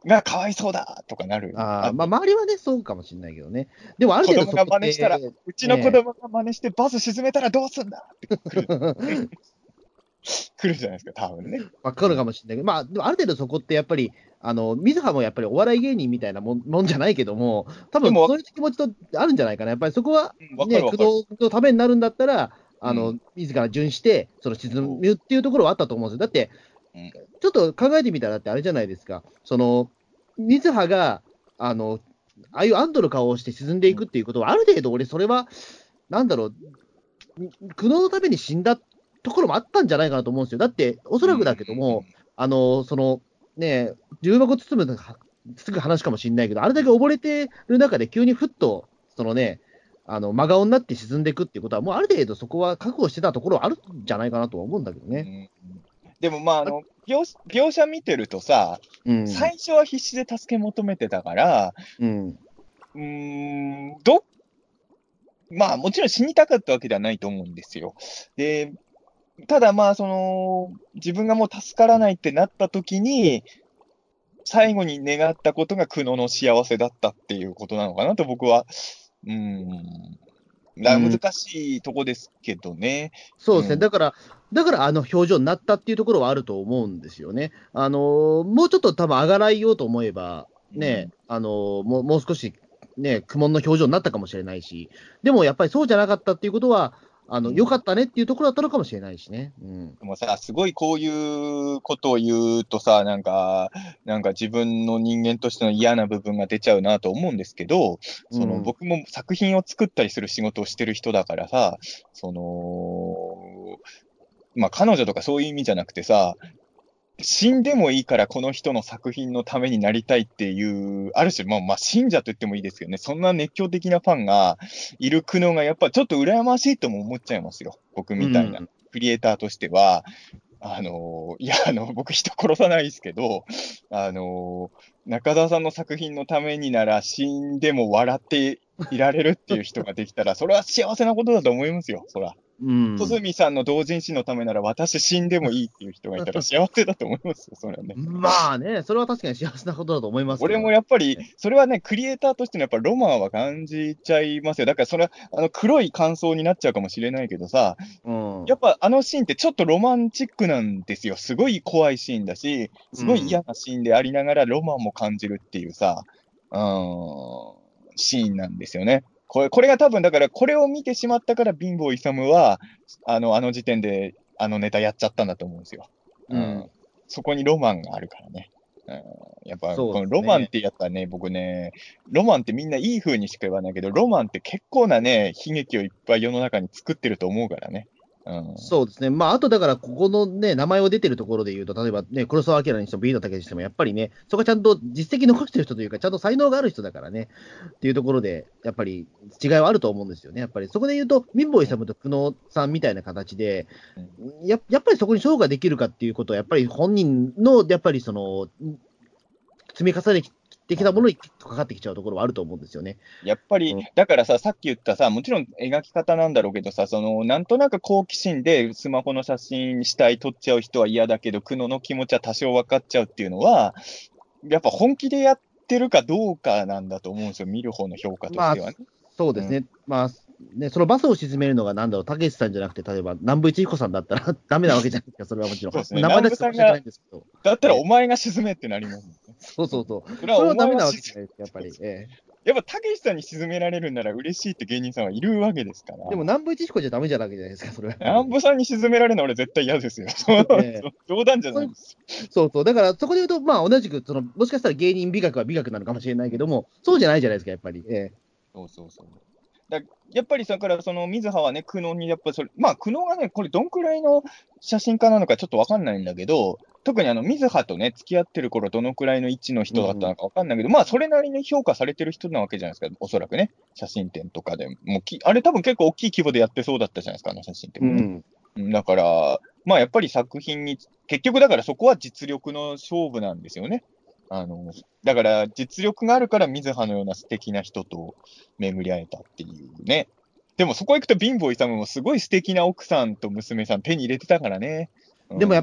がかわいそうだとかなる。 ああ、まあ、周りはね、そうかもしれないけどね。でも、ある子供が程度そこっ真似したら、 て、 うちの子ね、 供が真似してバス沈めたらどうすんだって来る、来るじゃないですか、多分ね。 わかるかもしれないけど、まあ、でもある程度そこってやっぱり、あの、水葉もやっぱりお笑い芸人みたいなもん、もんじゃないけども、多でも、 分そういう気持ちとあるんじゃないかな。やっぱりそこは、 うん、わかね、 るわかる。 工藤のためになるんだったら、あの、 うん。 自ら順して、その沈むっていうところはあったと思うんですよ。だって、 うん。 ちょっと考えてみたら、だってあれじゃないですか。その、水葉が、あの、ああいう安堵の顔をして沈んでいくっていうことは、ある程度俺、それは、なんだろう、苦悩のために死んだところもあったんじゃないかなと思うんですよ。だって、おそらくだけども、あの、その、ね、重箱包むのがすぐ話かもしれないけど、あれだけ溺れてる中で急にふっと、そのね、あの、真顔になって沈んでいくっていうことは、もうある程度そこは覚悟してたところはあるんじゃないかなとは思うんだけどね。 うん。でもまあ、あの、描描写見てるとさ、 うん。 最初は必死で助け求めてたから、 うん。 うーん、ど、まあもちろん死にたかったわけではないと思うんですよ。で、ただまあ、その、自分がもう助からないってなった時に、最後に願ったことが苦悩の幸せだったっていうことなのかなと僕は、うーん、だからうん。 難しいとこですけどね。 そうですね。 うん。 だから、だからあの表情になったっていうところはあると思うんですよね。あのーもうちょっと多分上がらいようと思えば、ね、 うん。 あのーもうもう少し、ね、苦悶の表情になったかもしれないし、でもやっぱりそうじゃなかったっていうことは、あの、良うん。 かったねっていうところだったのかもしれないしね。うん。 でもさ、すごいこういうことを言うとさ、なんか、なんか自分の人間としての嫌な部分が出ちゃうなと思うんですけど、そのうん。 僕も作品を作ったりする仕事をしてる人だからさ、その、まあ彼女とかそういう意味じゃなくてさ、死んでもいいからこの人の作品のためになりたいっていう、ある種、まあ、まあ、信者と言ってもいいですけどね、そんな熱狂的なファンがいる苦悩がやっぱちょっと羨ましいとも思っちゃいますよ。僕みたいなうん。 クリエイターとしては。あの、いや、あの、僕人殺さないですけど、あの、中澤さんの作品のためになら死んでも笑っていられるっていう人ができたら、それは幸せなことだと思いますよ、そら。 うん。 穂積さんの同人誌のためなら私死んでもいいっていう人がいたら幸せだと思いますよ、それはね。 まあね、それは確かに幸せなことだと思いますけ俺ど。 もやっぱり、それはね、クリエイターとしてのやっぱロマンは感じちゃいますよ。だからそれは、あの、黒い感想になっちゃうかもしれないけどさ、 うん。 やっぱあのシーンってちょっとロマンチックなんですよ。すごい怖いシーンだし、すごいうん。 嫌なシーンでありながらロマンも感じるっていうさ、うーん、シーンなんですよね。これ、これが多分だからこれを見てしまったから貧乏勇は、あの、あの時点であのネタやっちゃったんだと思うんですよ。うん。 うん。 そこにロマンがあるからね。うん、やっぱそうこのですね。 ロマンってやったらね、僕ね、ロマンってみんないい風にしか言わないけど、ロマンって結構なね、悲劇をいっぱい世の中に作ってると思うからね。うん。 そうですね。まあ、あとだから、ここのね、名前を出てるところで言うと、例えばね、黒澤明にしても、ビートたけしにしても、やっぱりね、そこはちゃんと実績残してる人というか、ちゃんと才能がある人だからね、っていうところで、やっぱり違いはあると思うんですよね。やっぱりそこで言うと、貧乏うん。 勇と久能さんみたいな形で、 うん。 ややっぱりそこに勝負ができるかっていうことは、やっぱり本人の、やっぱりその、積み重ねてきたものにかかってきちゃうところはあると思うんですよね。 やっぱり、 うん、 だからさ、さっき言ったさ、もちろん描き方なんだろうけどさ、その、なんとなく好奇心でスマホの写真したい撮っちゃう人は嫌だけど、久野の気持ちは多少分かっちゃうっていうのは、やっぱ本気でやってるかどうかなんだと思うんですよ、見る方の評価としまあ、 てはね。うん。 そうですね。まあ、ね、そのバスを沈めるのがなんだろう、たけしさんじゃなくて、例えば南部一彦さんだったらダメなわけじゃないですか、それはもちろん。 そうですね。 名前南出して申し訳な部さんが、 いんですけど。 だったらええ、 お前が沈めってなりますもんね。 そうそう。 そうそう。 それはそれお前ははダメなわけじゃ沈め、 ないですか、やっぱり。ええ、 やっぱたけしさんに沈められるなら嬉しいって芸人さんはいるわけですから。 でも南部一彦じゃダメじゃないわけじゃないですか、それはやっぱり。 南部さんに沈められるのは俺絶対嫌ですよ。そうええ、 そう、冗談じゃそうないです。 そうそう。だから、そこで言うと、まあ、同じく、その、もしかしたら芸人美学は美学なのかもしれないけども、そうじゃないじゃないですか、やっぱり。ええ、 そうそうそう。だやっぱりだから、その水葉はね、苦悩に、やっぱりそれ、まあ苦悩がね、これどんくらいの写真家なのかちょっとわかんないんだけど、特にあの水葉とね、付き合ってる頃、どのくらいの位置の人だったうん、 のかわかんないけど、まあそれなりに評価されてる人なわけじゃないですか、おそらくね。写真展とかでもうき、あれ多分結構大きい規模でやってそうだったじゃないですか、あの写真展もね。 うん、 うんだから、まあやっぱり作品に、結局だからそこは実力の勝負なんですよね。あの、だから実力があるから水葉のような素敵な人と巡り会えたっていうね。でもそこ行くと貧乏勇もすごい素敵な奥さんと娘さん手に入れてたからね。うでもやっぱ、 ん。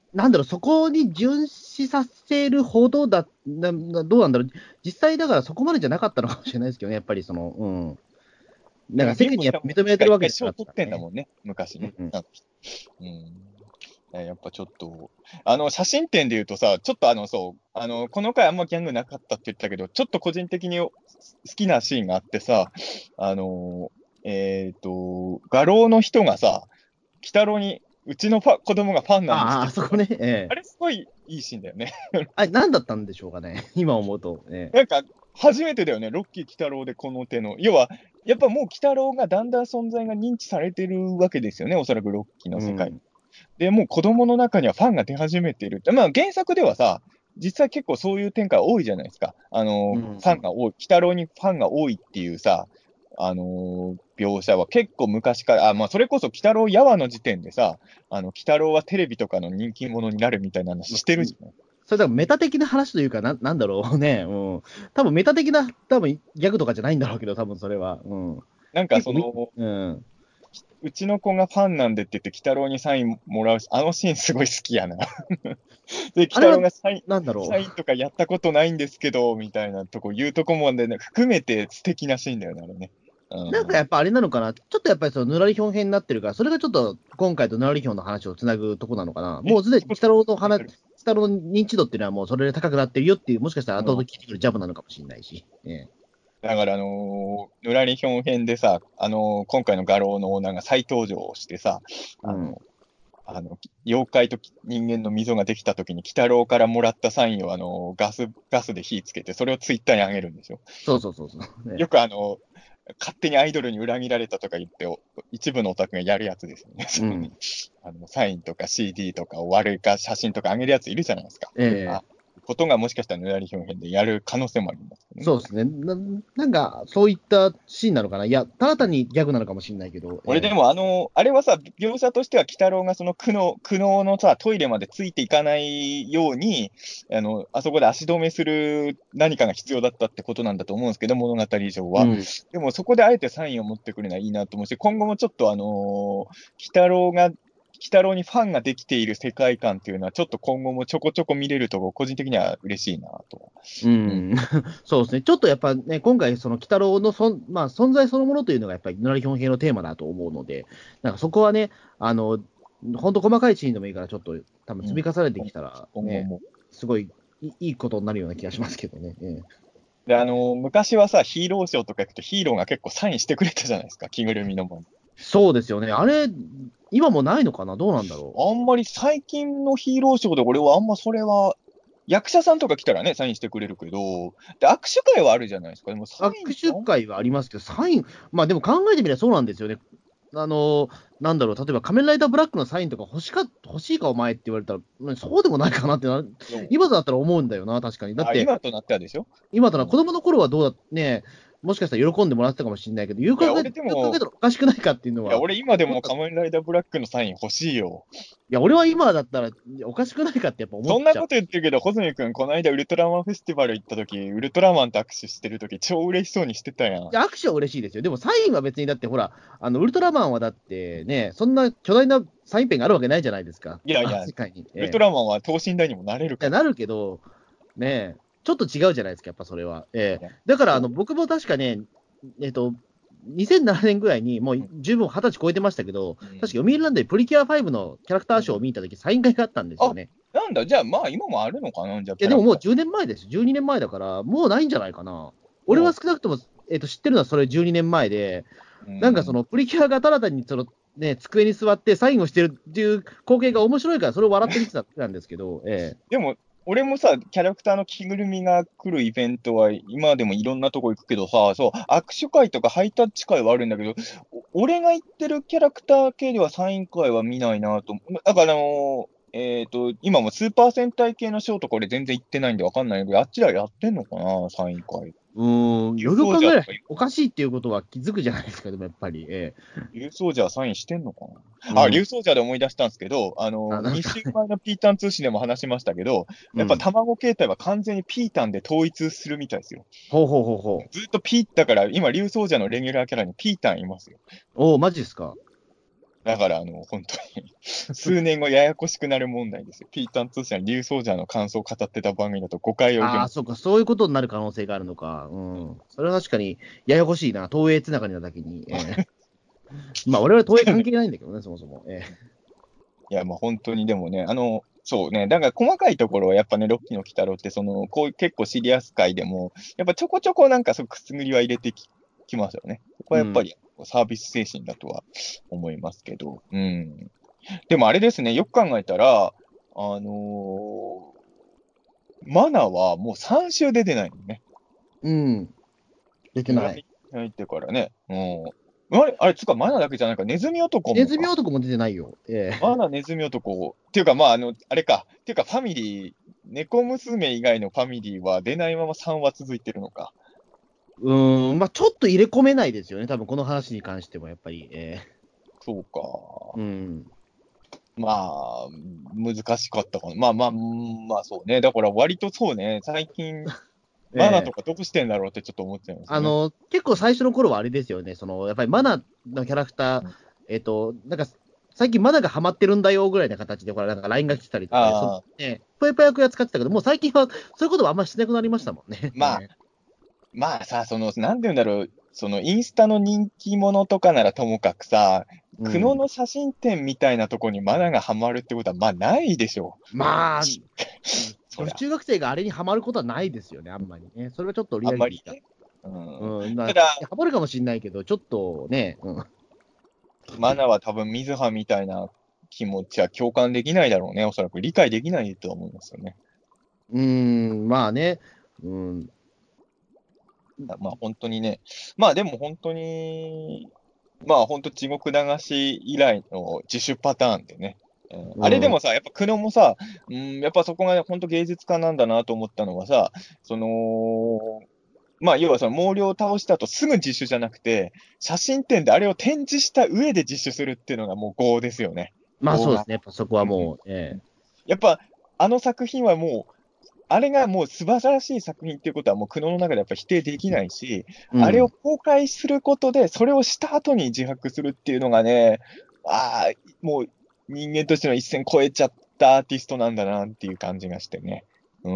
なんだろう、そこに殉死させるほどだな、などうなんだろう、実際だからそこまでじゃなかったのかもしれないですけどね、やっぱりその、うん。なんか世間にやっぱ認められてるわけ一回じゃなか賞取ってんだったからね。 もんね、昔ね。 うんうん。 うんえやっぱちょっと、あの、写真展で言うとさ、ちょっとあの、そう、あの、この回あんまギャングなかったって言ったけど、ちょっと個人的に好きなシーンがあってさ、あの、えっと、画廊の人がさ、鬼太郎に、うちのファ子供がファンなんですああ、 って言って、 あそこね、ええ。 あれすごいいいシーンだよね。 あれ、何だったんでしょうかね、今思うと。ええ。 なんか、初めてだよね、ロッキー鬼太郎でこの手の。要は、やっぱもう鬼太郎がだんだん存在が認知されてるわけですよね、おそらくロッキーの世界。 うん。 で、もう子供の中にはファンが出始めている。まあ原作ではさ、実際結構そういう展開多いじゃないですか。あの、 うファンがん。 多い、鬼太郎にファンが多いっていうさ、あの描写は結構昔から、あ、まあそれこそ鬼太郎やわの時点でさ、あの、鬼太郎はテレビとかの人気者になるみたいな話してるじゃない。 それ多分メタ的な話というか、ななんだろうね、うん。多分メタ的な、多分ギャグとかじゃないんだろうけど、多分それは。うん。 なんか結構み、 その、 うん。 うちの子がファンなんでって言って、鬼太郎にサインもらうし、あのシーンすごい好きやな。で、鬼太あれは、 郎がサイン、 なんだろサインとかやったことないんですけど、みたいなとこ言うとこもね、含めて素敵なシーンだよね、あれね。うう。なんかやん。 っぱあれなのかな、ちょっとやっぱりそのぬらりひょん編になってるから、それがちょっと今回とぬらりひょんの話をつなぐとこなのかな。もえ、 うすでに、鬼太郎の話、 そういうこと鬼太郎の認知度っていうのはもうそれで高くなってるよっていう、もしかしたら後々 うん。 聞いてくるジャブなのかもしれないし。ええ。 だから、あのー、ぬらりひょん編でさ、あのー今回の画廊のオーナーが再登場してさ、 うん。 あの、あの、妖怪と人間の溝ができた時に、鬼太郎からもらったサインを、あのーガス、ガスで火つけて、それをツイッターに上げるんですよ。 そうそうそうそう。ね。 よくあの、勝手にアイドルに裏切られたとか言って、お一部のオタクがやるやつですよね。そのうん。 あのサインとか シーディー とかを悪いか写真とか上げるやついるじゃないですか。あ、 ええ。 ことがもしかしたらぬらり表現でやる可能性もありますけどね。 そうですね。な、なんか、そういったシーンなのかな。いや、ただ単にギャグなのかもしれないけど、ええ。 俺でもあの、あれはさ、描写としては鬼太郎がその苦悩、苦悩のさ、トイレまでついていかないように、あの、あそこで足止めする何かが必要だったってことなんだと思うんですけど、物語上は。 うん。 でもそこであえてサインを持ってくるのはいいなと思うし、今後もちょっとあのー、鬼太郎が、鬼太郎にファンができている世界観っていうのは、ちょっと今後もちょこちょこ見れると、個人的には嬉しいなと。 ううん。 ん、そうですね。ちょっとやっぱね、今回、その鬼太郎のそん、まあ、存在そのものというのが、やっぱり、ぬらりひょん系のテーマだと思うので、なんかそこはね、あの、本当細かいシーンでもいいから、ちょっと多分うん。 積み重ねてきたら、ね、 今後も。 すごいいいいいことになるような気がしますけどね。ええ。 で、あのー、昔はさ、ヒーローショーとか行くとヒーローが結構サインしてくれたじゃないですか、着ぐるみのもの。 そうですよね。あれ、今もないのかな、どうなんだろあんまり最近のヒーローショーで俺はあんまそれは、役者さんとか来たらね、サインしてくれるけど、で、握手会はあるじゃないですか。でもサう。 インってあん握手会はありますけど、サイン、まあでも考えてみればそうなんですよね。あの、なんだろう、例えば仮面ライダーブラックのサインとか欲しか、欲しいかお前って言われたら、うんそうでもないかなってな、 の今だったら思うんだよな、確かに。だっあ、 て、 今となってはでしょ。 今とな、 うん。 子供の頃はどうだ、ね、もしかしたら喜んでもらってたかもしれないけど、よくいや、 考え、よ俺でも、 く考えたらおかしくないかっていうのいや、 は、 俺今で思ったいも仮面ライダーブラックのサイン欲しいよ。 や、俺は今だったらおかしくないかってやっぱ思っちゃう。 そんなこと言ってるけど、穂積君、この間ウルトラマンフェスティバル行った時、ウルトラマンと握手してる時、超嬉しそうにしてたやん。 いや、握手は嬉しいですよ。でもサインは別にだって、ほら、あの、ウルトラマンはだってね、そんな巨大なサインペンがあるわけないじゃないですか。あ、 いやいや、 世界に。 ウルトええ。 ラマンは等身大にもなれるいや、 から。 なるけど、ねえ、ちょっと違うじゃないですか、やっぱそれは。えいや、 え。だから、あの、 そう。 僕も確かね、えっと、にせんななねんぐらいに、もううん。 十分はたち超えてましたけど、 うん。 確か読売ランドでプリキュアファイブのキャラクターショーをうん。 見たとき、サイン会があったんですよあ、 ね。 なんだ、じゃあまあ今もあるのかな、じゃあいや、でももうキャラクター。 じゅうねんまえです。じゅうにねんまえだから、もうないんじゃないかな。俺はも少なくとも、えっと、知ってるのはそれじゅうにねんまえで、 う、うなんかそん。 のプリキュアがただ単にその、ね、机に座ってサインをしてるっていう光景が面白いから、それを笑って見てただけなんですけど、ええ。 でも、俺もさ、キャラクターの着ぐるみが来るイベントは、今でもいろんなとこ行くけどさ、そう、握手会とかハイタッチ会はあるんだけど、お俺が行ってるキャラクター系ではサイン会は見ないなと思う。だから、あのえっと、今もスーパー戦隊系のショーとか俺全然行ってないんでわかんないけど、あっちらやってんのかな、サイン会。 うーん、 ユーよく考えればソージャーとか、 おかしいっていうことは気づくじゃないですか、でもやっぱり。えリュウソージャーサインしてんのかえ。うなあ、リュウん。 ソージャーで思い出したんですけど、ああ、 の、 なんですかね。 に週前のピータン通信でも話しましたけど、やっぱうん。 卵形態は完全にピータンで統一するみたいですよ。 ほうほうほうほう。 ずっとピー、だから今、リュウソージャーのレギュラーキャラにピータンいますよ。 おお、マジですか。 だから、あの、本当に、数年後ややこしくなる問題ですよ。ピータン通信は竜奏者の感想を語ってた番組だと誤解を受けああ、 ます。 そうか、そういうことになる可能性があるのか。うん。それは確かに、ややこしいな。東映つながりなだけに。えーまあ、我々東映関係ないんだけどね、そもそも。えいや、まあ本当にでもね、あの、そうね、だから細かいところはやっぱね、ロッキーの鬼太郎って、その、こう結構シリアス回でも、やっぱちょこちょこなんかそうくすぐりは入れてき、きますよね。そこーうん。 はやっぱりサービス精神だとは思いますけど。うん。でもあれですね、よく考えたら、あのーマナはもうさん週出てないのね。 うん。出てない。 村に入ってからね。うん。あれ、あれ、つうかマナだけじゃないか、ネズミ男ネもか。 ズミ男も出てないよ。ええマナネズミ男。っていうか、まあ、あの、あれか。っていうか、ファミリー、猫娘以外のファミリーは出ないままさんわ続いてるのか。 うーん、まあちょっと入れ込めないですよね、多分この話に関しても、やっぱり。えそうか。 ーうん。 まあ、難しかったかな。まあまあ、うんまあそうね。だから割とそうね。最近、マナええとかどうしてんだろうってちょっと思っちゃいますよね。 あの、結構最初の頃はあれですよね、その、やっぱりマナのキャラクター、 うんえっと、なんか、最近マナがハマってるんだよぐらいな形で、ほら、なんか ライン が来てたりとかで、そのああ、 ね、ぽやぽや役や使ってたけど、もう最近はそういうことはあんまりしなくなりましたもんね。 まあ、まあさ、その、なんて言うんだろう。そのインスタの人気者とかならともかくさ、久野うん。 の写真展みたいなとこにマナがハマるってことは、まあないでしょまあ、 う。そりゃ。 女子中学生があれにハマることはないですよね、あんまりね。それはちょっとリあアリティが。 んまりね。うん。 うん、なただ、 ハマるかもしれないけど、ちょっとね、うん。 マナは多分、水葉みたいな気持ちは共感できないだろうね。おそらく理解できないとは思いますよね。 うーん、まあね、うん、 まあ本当にね。まあでも本当に、まあ本当地獄流し以来の自主パターンでね。うんあれうん、 でもさ、やっぱ久野もさ、うん、やっぱそこが本当芸術家なんだなと思ったのはさ、その、まあ要はその毛量を倒した後すぐ自首じゃなくて、写真展であれを展示した上で自首するっていうのがもう業ですよね。業が。 まあそうですね、やっぱそこはうん。 もう、えやっぱあの作品はもう、あれがもう素晴らしい作品っていうことはもう久野の中でやっぱ否定できないし、 え、うあれをん、 公開することで、それをした後に自白するっていうのがね、ああ、もう人間としての一線超えちゃったアーティストなんだなっていう感じがしてね。うん。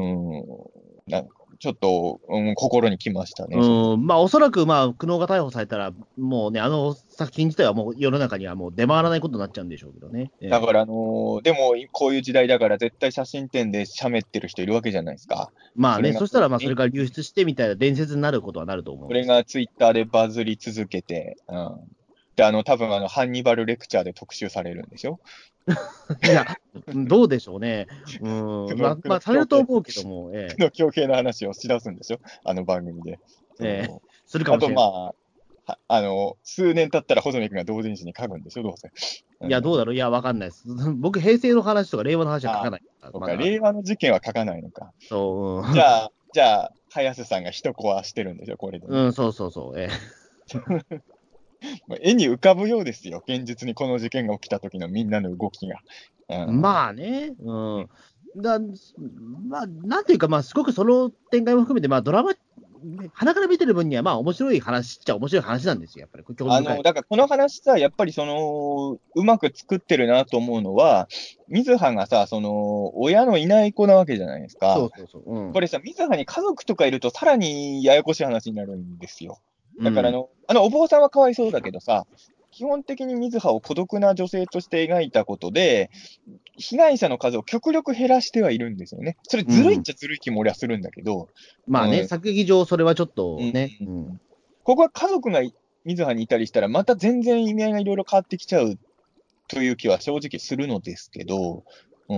なんかちょっと、うん、心にきましたね、そこ。 うん、まあおそらく、まあ、久能が逮捕されたら、もうね、あの作品自体はもう世の中にはもう出回らないことになっちゃうんでしょうけどね。ええ、 だから、あのーでも、こういう時代だから絶対写真展で写メってる人いるわけじゃないですか。 まあね、 それが、 そしたらまあそれねから流出してみたいな伝説になることはなると思うそれんですけど。 がツイッターでバズり続けて、うん。で、あの、多分あの、ハンニバルレクチャーで特集されるんでしょ。 いや、どうでしょうね。うん、ま久野、 あ、 久まあ、されると野京平、 思うけども、え久野京平の話をしだすんでしょあの番組で。 え、ええ、 そう。あと、 するかもしれない。 まあ、はあの、数年経ったら、穂積君が同人誌に書くんでしょどうせ。ういや、どうん。 だろういや、わかんないです。僕、平成の話とか令和の話は書ああ、 かないから、 そうか、 まだ。 令和の事件は書かないのか。 そう、 じゃあ、じゃあ、早瀬さんが一コアしてるんでしょこれでね。 うん、うん、そうそうそう。えまあ絵に浮かぶようですよ。現実にこの事件が起きた時のみんなの動きが。うえ、 ん。 まあね、うん。だ、まあ、なんていうか、まあ、すごくその展開も含めて、まあ、ドラマ、鼻から見てる分には、まあ、面白い話っちゃ面白い話なんですよ、やっぱり。興味あの、 深い。 だからこの話さ、やっぱりその、うまく作ってるなと思うのは、水葉がさ、その、親のいない子なわけじゃないですか。 そうそうそう。うん。 これさ、水葉に家族とかいるとさらにややこしい話になるんですよ。 うん。 だからあの、あのお坊さんはかわいそうだけどさ、基本的に水葉を孤独な女性として描いたことで、被害者の数を極力減らしてはいるんですよね。それうん。 ずるいっちゃずるい気も俺はするんだけど、 まあね、 うん。 作劇上、それはちょっうん。 とね、うん。 ここは家族が水葉にいたりしたら、また全然意味合いがいろいろ変わってきちゃうという気は正直するのですけど、うん、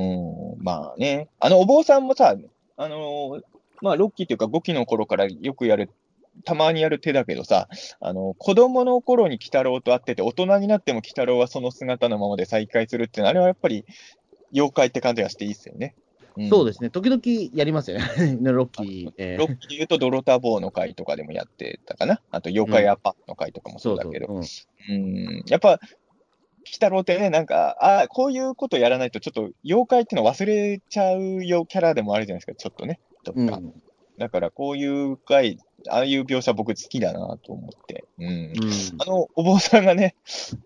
まあね。あのお坊さんもさ、あのーまあ、ろっきというかごきの頃からよくやる、たまにやる手だけどさ、あの、子供の頃に鬼太郎と会ってて、大人になっても鬼太郎はその姿のままで再会するっていうのは、あれはやっぱり妖怪って感じがしていいっすよね。うん。 そうですね、時々やりますよね、ロッあキー。えロッキーで言うと、ドロタボーの回とかでもやってたかな。あと、妖ーうん、 怪アパの回とかもそそうそう、 うだけど。 うん。 うん、やっぱ、鬼太郎ってね、なんか、ああ、こういうことやらないと、ちょっと妖怪っていうの忘れちゃうよキャラでもあるじゃないですか、ちょっとね、どっか。 うん。 だから、こういう回、ああいう描写僕好きだなと思って。うん。 うん。 あの、お坊さんがね、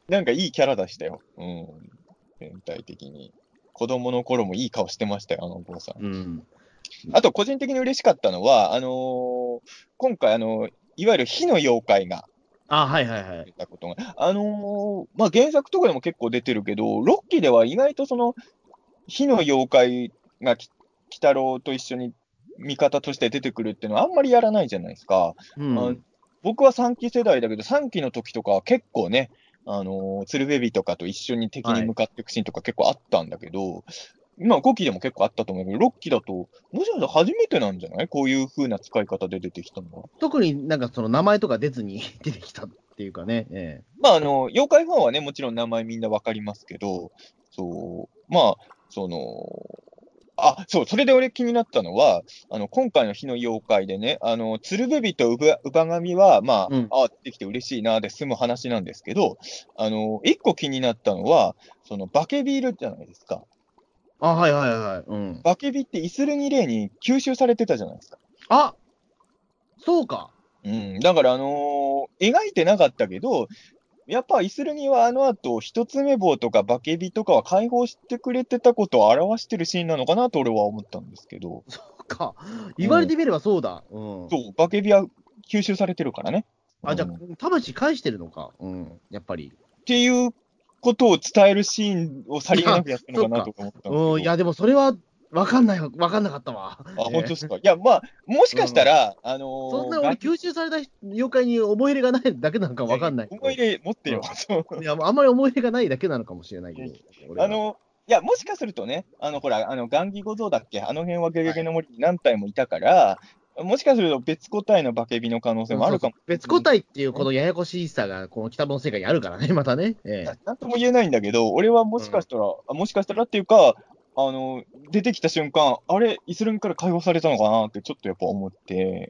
なんかいいキャラ出したよ。うん。全体的に。子供の頃もいい顔してましたよ、あのお坊さん。 うん。 あと、個人的に嬉しかったのは、あのー今回、あのいわゆる火の妖怪があ、はいはいはい。 出たことが、あのーまあ、原作とかでも結構出てるけど、ロッキーでは意外とその火の妖怪がき鬼太郎と一緒に味方として出てくるっていうのはあんまりやらないじゃないですか。あうん。 僕はさんき世代だけど、さんきの時とかは結構ね、あのー鶴瓶とかと一緒に敵にはい。 向かっていくシーンとか結構あったんだけど、今ごきでも結構あったと思うけど、ろっきだと、もしかしたら初めてなんじゃないこういう風な使い方で出てきたのは。 特になんかその名前とか出ずに出てきたっていうかね。えまあ、あの、妖怪ファンはね、もちろん名前みんなわかりますけど、そう、まあ、その、あ、そう、それで俺気になったのは、あの、今回の火の妖怪でね、あの、鶴瓶と乳母乳母神は、まえ。うん。 あ、あ、できて嬉しいな、で済む話なんですけど、あの、一個気になったのは、その、バケビいるじゃないですか。 あ、はいはいはい。うん。 バケビってイスルギレイに吸収されてたじゃないですか。 あ、そうか。 うん、だから、あのー描いてなかったけど、やっぱイスルギはあの後、一つ目棒とかバケビとかは解放してくれてたことを表してるシーンなのかなと俺は思ったんですけど、 そうか。言わうん、 れてみればそうだ。うん。 そう、バケビは吸収されてるからね。うあ、じゃん、っあ、魂返してるのか。うん。やっぱり。 ていうことを伝えるシーンをさいや、 りげなくやったのそっか。 かなとか思ったんですけうん。いど、 や、でもそれはわかんないわ。わかんなかったわ。 あ、本当ええ。 ですか。いや、まあ、もしかしたうん。 ら、あのそんな俺、 ーガン吸収された妖怪に思い入れがないだけなのかいやいや、 わかんないけ思いど。 入れ持ってよ。 うん。 そういや、あんまり思い入れがないだけなのかもしれないけど、俺が。 あの、いや、もしかするとね、あの、ほら、あの、ガンギ小僧だっけあの辺はゲゲはい。 ゲの森に何体もいたから、もしかすると別個体のバケビの可能性うん、そうそう。 もあるかもし別個れないんです体っていうこね。 のややこしさが、この北の世界にあるからね、またね。えななんとも言えないんだけど、俺はもえ。うん。 しかしたら、あもしかしたらっていうか、あの、出てきた瞬間、あれ、イスルミから解放されたのかなってちょっとやっぱ思って、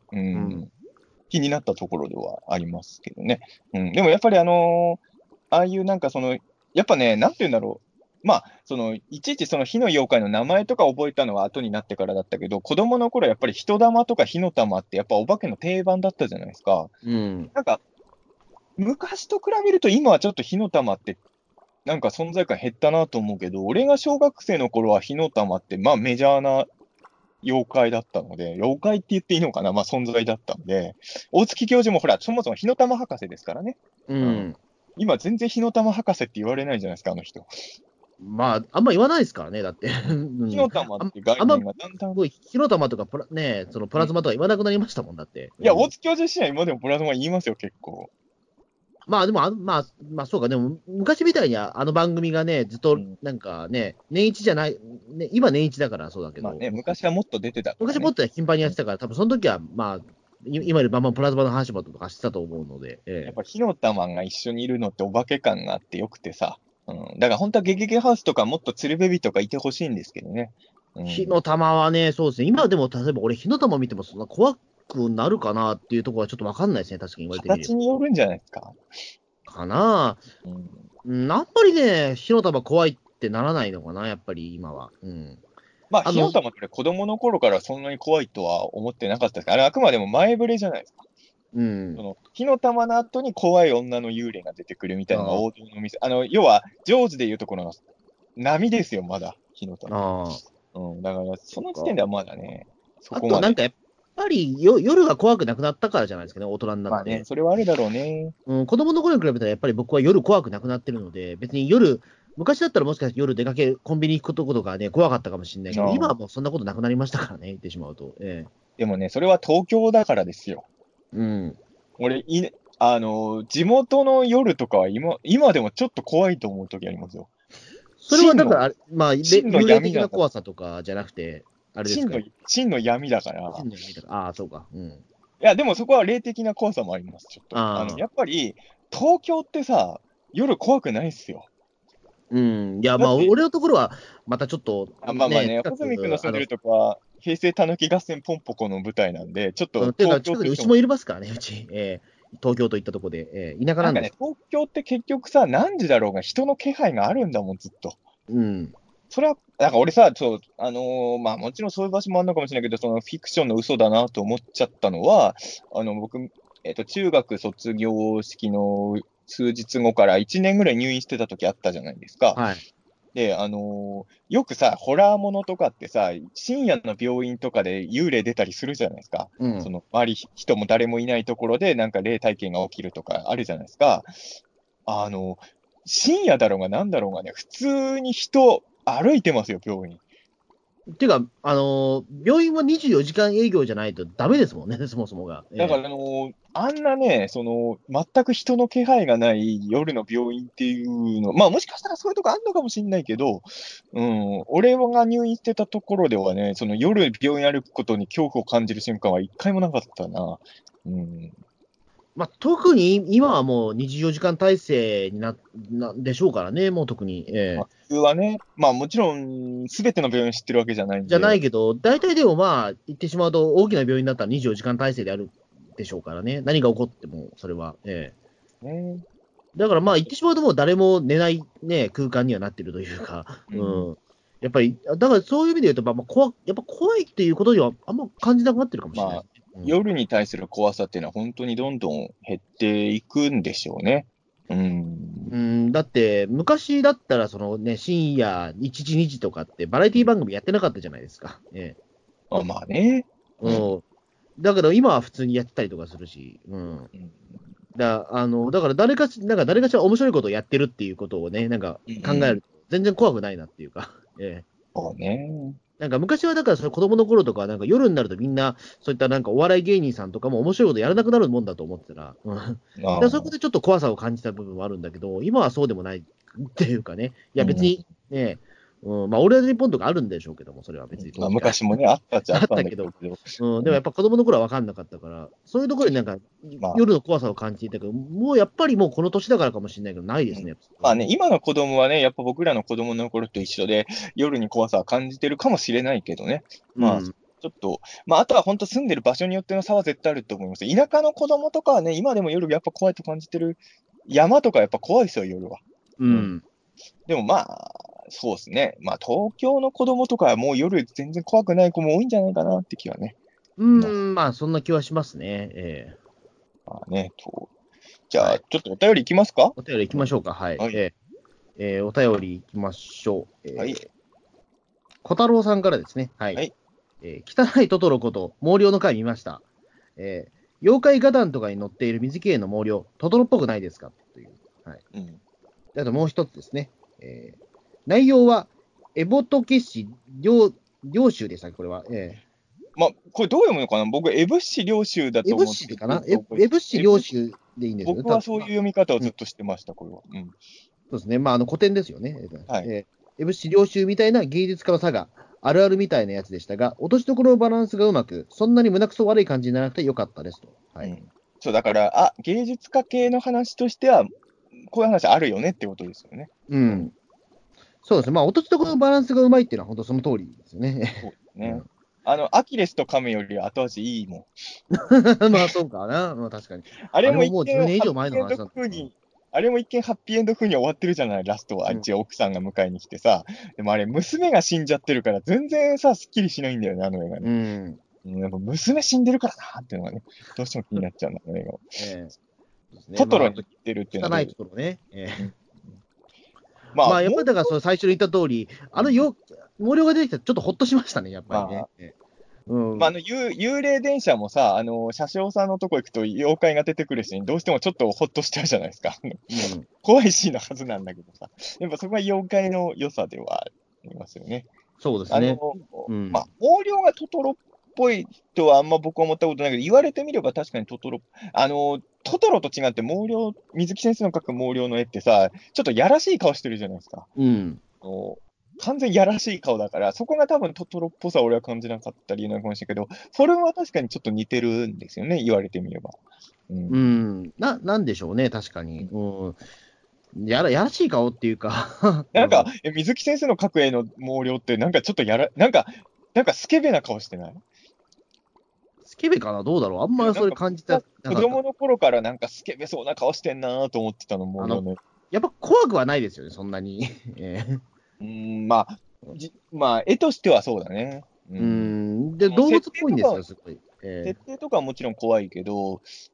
ううん。 ん、気になったところではありますけどね。うん、でもやっぱりあのーああいうなんかその、やっぱね、なんて言うんだろう。まあ、その、いちいちその火の妖怪の名前とか覚えたのは後になってからだったけど、子供の頃やっぱり人玉とか火の玉ってやっぱお化けの定番だったじゃないですか。 うん。 なんか、昔と比べると今はちょっと火の玉ってなんか存在感減ったなと思うけど、俺が小学生の頃は火の玉ってまあメジャーな妖怪だったので、妖怪って言っていいのかなまあ存在だったんで、大月教授もほら、そもそも火の玉博士ですからね。うん。 うん。 今全然火の玉博士って言われないじゃないですか、あの人。 まあ、あんま言わないですからね、だって。う火ん。 の玉っあん、 て概あんま、す念がだんだん、 ごい、火の玉とかプラ、ね、そのプうん。 ラズマとか言わなくなりましたもんだって。 いや、 うん。 大月教授自身は今でもプラズマ言いますよ、結構。 まあでも、あまあ、まあそうか、でも昔みたいにああの番組がね、ずっとうん。 なんかね、年一じゃない、ね、今年一だからそうだけど、 まあね、昔はもっと出てたからね。 昔もっと頻繁にやうん。 ってたから、多分その時は、まあ、い今よりバンバンプラズマの話もとかしてたと思うので、ええ。 やっぱ火の玉が一緒にいるのってお化け感があってよくてさ。うん。だから本当はゲゲゲハウスとかもっと鶴瓶とかいてほしいんですけどね。うん。 火の玉はね、そうですね、今でも例えば俺、火の玉見てもそんな怖くなるかなっていうところはちょっとわかんないですね、確かに言われてみれば。 形によるんじゃないですか。 かなうん。 うん、あんまりね、火の玉怖いってならないのかな、やっぱり今は。うん。 まあ、 あの、 火の玉って子供の頃からそんなに怖いとは思ってなかったですけど、あれあくまでも前触れじゃないですか。 うん。 その、火の玉の後に怖い女の幽霊が出てくるみたいなのがあ王道の店。あの、要は、ジョーズでいうところの波ですよ、まだ、火のあ、 玉。 ああ、 うん。だから、そそっか。 の時点ではまだね、そあこまで。 となんかやっぱりよ夜が怖くなくなったからじゃないですかね、大人になっまあね、 て。 それはあるだろうね。 うん、子供の頃に比べたらやっぱり僕は夜怖くなくなってるので、別に夜、昔だったらもしかして夜出かけ、コンビニ行くこととかね、怖かったかもしれないけど、今はもうそんなことなくなりましたからね、言ってしまうと。ええ。 でもね、それは東京だからですよ。 うん。 俺、いね、あの、地元の夜とかは今、今でもちょっと怖いと思う時ありますよ。 それは真の、 だから、あれまあ、れ真の幽霊的な闇なんだ。 怖さとかじゃなくて、あれですか。 真の、真の闇だから。 真の闇とか。ああ、そうか。うん。 いや、でもそこは霊的な怖さもあります、ちょっと。あの、 ああ。 やっぱり、東京ってさ、夜怖くないっすよ。 うん。いや、まあ、 だって、 俺のところは、またちょっと、 あ、まあまあね、 ね、 近穂積君のく、あの、 住んでるとこは、平成たぬき合戦ポンポコの舞台なんで、ちょっとうん、ていうか、 東京としても、 近くにうちもいますからね、うち。えー東京といったところで、えー田舎なんかね、 なんです。 東京って結局さ、何時だろうが人の気配があるんだもん、ずっと。 うん。 それは、なんか俺さ、そう、あのーまあもちろんそういう場所もあるのかもしれないけど、そのフィクションの嘘だなと思っちゃったのは、あの、僕、えっと、中学卒業式の数日後からいちねんぐらい入院してた時あったじゃないですか。 はい。 で、あのーよくさ、ホラーものとかってさ、深夜の病院とかで幽霊出たりするじゃないですか。 うん。 その、周り人も誰もいないところで、なんか霊体験が起きるとかあるじゃないですか。あの、深夜だろうがなんだろうがね、普通に人歩いてますよ、病院。 っていうか、あのー病院はにじゅうよじかん営業じゃないとダメですもんね、そもそもが。えだから、あのーあんなね、その、全く人の気配がない夜の病院っていうの、まあもしかしたらそういうとこあんのかもしれないけど、うん、俺が入院してたところではね、その夜病院歩くことに恐怖を感じる瞬間は一回もなかったな。うん。 まあ、特に今はもうにじゅうよじかん体制にな、なでしょうからね、もう特に。えまあ、 え普通はね、まあもちろん、すべての病院を知ってるわけじゃないんじゃないで、 けど、大体でもまあ、言ってしまうと、大きな病院だったらにじゅうよじかん体制であるでしょうからね、何が起こっても、それは。ええね。 だからまあ、 まあ、 言ってしまうと、もう誰も寝ない、ね、空間にはなってるというか、 うん。 うん。やっぱり、だからそういう意味で言うと、まあ、まあ怖やっぱ怖いっていうことには、あんま感じなくなってるかもしれないまあ、 ですね。うん夜に対する怖さっていうのは本当にどんどん減っていくんでしょうね。うん。 うん、だって、昔だったら、そのね、深夜いちじ、にじとかって、バラエティ番組やってなかったじゃないですか。ええあ、まあね。うん。 うん。だけど、今は普通にやってたりとかするし、うん。 うんだあのだから誰かし、なんか誰かしら面白いことをやってるっていうことをね、なんかうんうん。 考えると、全然怖くないなっていうか、ええそうね。 なんか昔はだからその子供の頃とか、なんか夜になるとみんな、そういったなんかお笑い芸人さんとかも面白いことやらなくなるもんだと思ってたら、うん、だかあらそういうことあ。 でちょっと怖さを感じた部分はあるんだけど、今はそうでもないっていうかね、いや別うん。 にね、うん、まあ、俺は日本とかあるんでしょうけども、それは別にまあ、 当時から。 昔もね、あったっちゃあったんあったけど、 でしょうけど。 うん、でもうん、 やっぱ子供の頃は分かんなかったから、そういうところになんかまあ、 夜の怖さを感じていたけど、もうやっぱりもうこの年だからかもしれないけど、ないですね、 うん。 やっぱそこはね。 まあね、今の子供はね、やっぱ僕らの子供の頃と一緒で、夜に怖さは感じてるかもしれないけどね。まあ、ちうん。 ょっと、まあ、あとは本当住んでる場所によっての差は絶対あると思います。田舎の子供とかはね、今でも夜やっぱ怖いと感じてる。山とかやっぱ怖いですよ、夜は。うん。 うん。 でもまあ、そうですね。まあ、東京の子供とかはもう夜全然怖くない子も多いんじゃないかなって気はね。 うまあ、 ん、まあそんな気はしますね。ええまあね、と。じゃあ、 はい。 ちょっとお便りいきますか？ お便り行きましょうか。はい。 はい。 えええーお便り行きましょう。 はい。 えー、小太郎さんからですね。はい。 はい。 えー汚いトトロこと毛量の回見ました。えー妖怪画談とかに載っている水系の毛量、トトロっぽくないですかという。はい。 うん。 であともう一つですね。えー内容は、エボトケシ領領州でしたっけ、これは。えまあ、これどう読むのかな？僕、エブッシ領州だー、エブと思ってシかなエずっと覚えて、 エブシエブ、 領州でいいんですよね。た僕はそういう読み方をずっとしてました、これは。うん。 そうですね。まあ、あの古典ですよね。 はい。 えー、エブシ領州みたいな芸術家の差があるあるみたいなやつでしたが、落としどころのバランスがうまく、そんなに胸くそ悪い感じにならなくてよかったですと。はい。 うん。そう、だから、あ、芸術家系の話としては、こういう話あるよねってことですよね。うん。 うん。そうですね。まあ、落としどころのバランスがうまいっていうのは本当その通りですよね。 そうですね。 うん。 あの、アキレスとカメより後味いいもん。 まあ、そうかな。まあ、確かに。 あれもあれももう10 一見ハッ年以上前ピーエンドの話なんだ。うん。 風に、あれも一見ハッピーエンド風に終わってるじゃない、ラストは。あうん。 っち奥さんが迎えに来てさ。でもあれ、娘が死んじゃってるから、全然さ、すっきりしないんだよね、あの映画ね。 うん。 うん、やっぱ娘死んでるからなっていうのがね、どうしても気になっちゃうんだ、あの映画は。 ええそうですね。まあ、 トトロに似てるっていうのはど汚いうですか？ ところね。ええうん。まあ、 まあ、やっもう、 ぱりだから、その最初に言った通り、あうん、 のよ、毛量が出てきたらちょっとほっとしましたね、やっぱりね。 まあ、 ええうん。 まあ、 うん。 あの、幽幽霊電車もさ、あの、車掌さんのとこ行くと妖怪が出てくるシーン、どうしてもちょっとほっとしちゃうじゃないですか。あのうん怖いシーンのはずなんだけどさ。やっぱそこが妖怪の良さではありますよね。あの、 そうですね。うん。 まあ、毛量がトトロっぽいとはあんま僕は思ったことないけど、言われてみれば確かにトトロ、あの、トトロと違って毛量、水木先生の描く毛量の絵ってさ、ちょっとやらしい顔してるじゃないですか。 うん。 あの完全やらしい顔だから、そこが多分トトロっぽさを俺は感じなかったりなんかもしれないけど、それは確かにちょっと似てるんですよね、言われてみれば。ううん。 ん。な、なんでしょうね、確かに。うん。やら、やらしい顔っていうかうなんか、 ん。 え水木先生の描く絵の毛量ってなんかちょっとやら、なんか、なんかスケベな顔してない？ スケベかなどうだろうあんいや、 まりそれなんか感じた、 僕は子なかった。 供の頃からなんかスケベそうな顔してんなーと思ってたの、 あの、 毛量の。 やっぱ怖くはないですよね、そんなに。ええうーん、まあ、じ、まあ、絵としてはそうだね。ううん。 ん。で、 その設動物っ定とかは、 ぽいんですよ、すごい。ええ設定とかはもちろん怖いけど、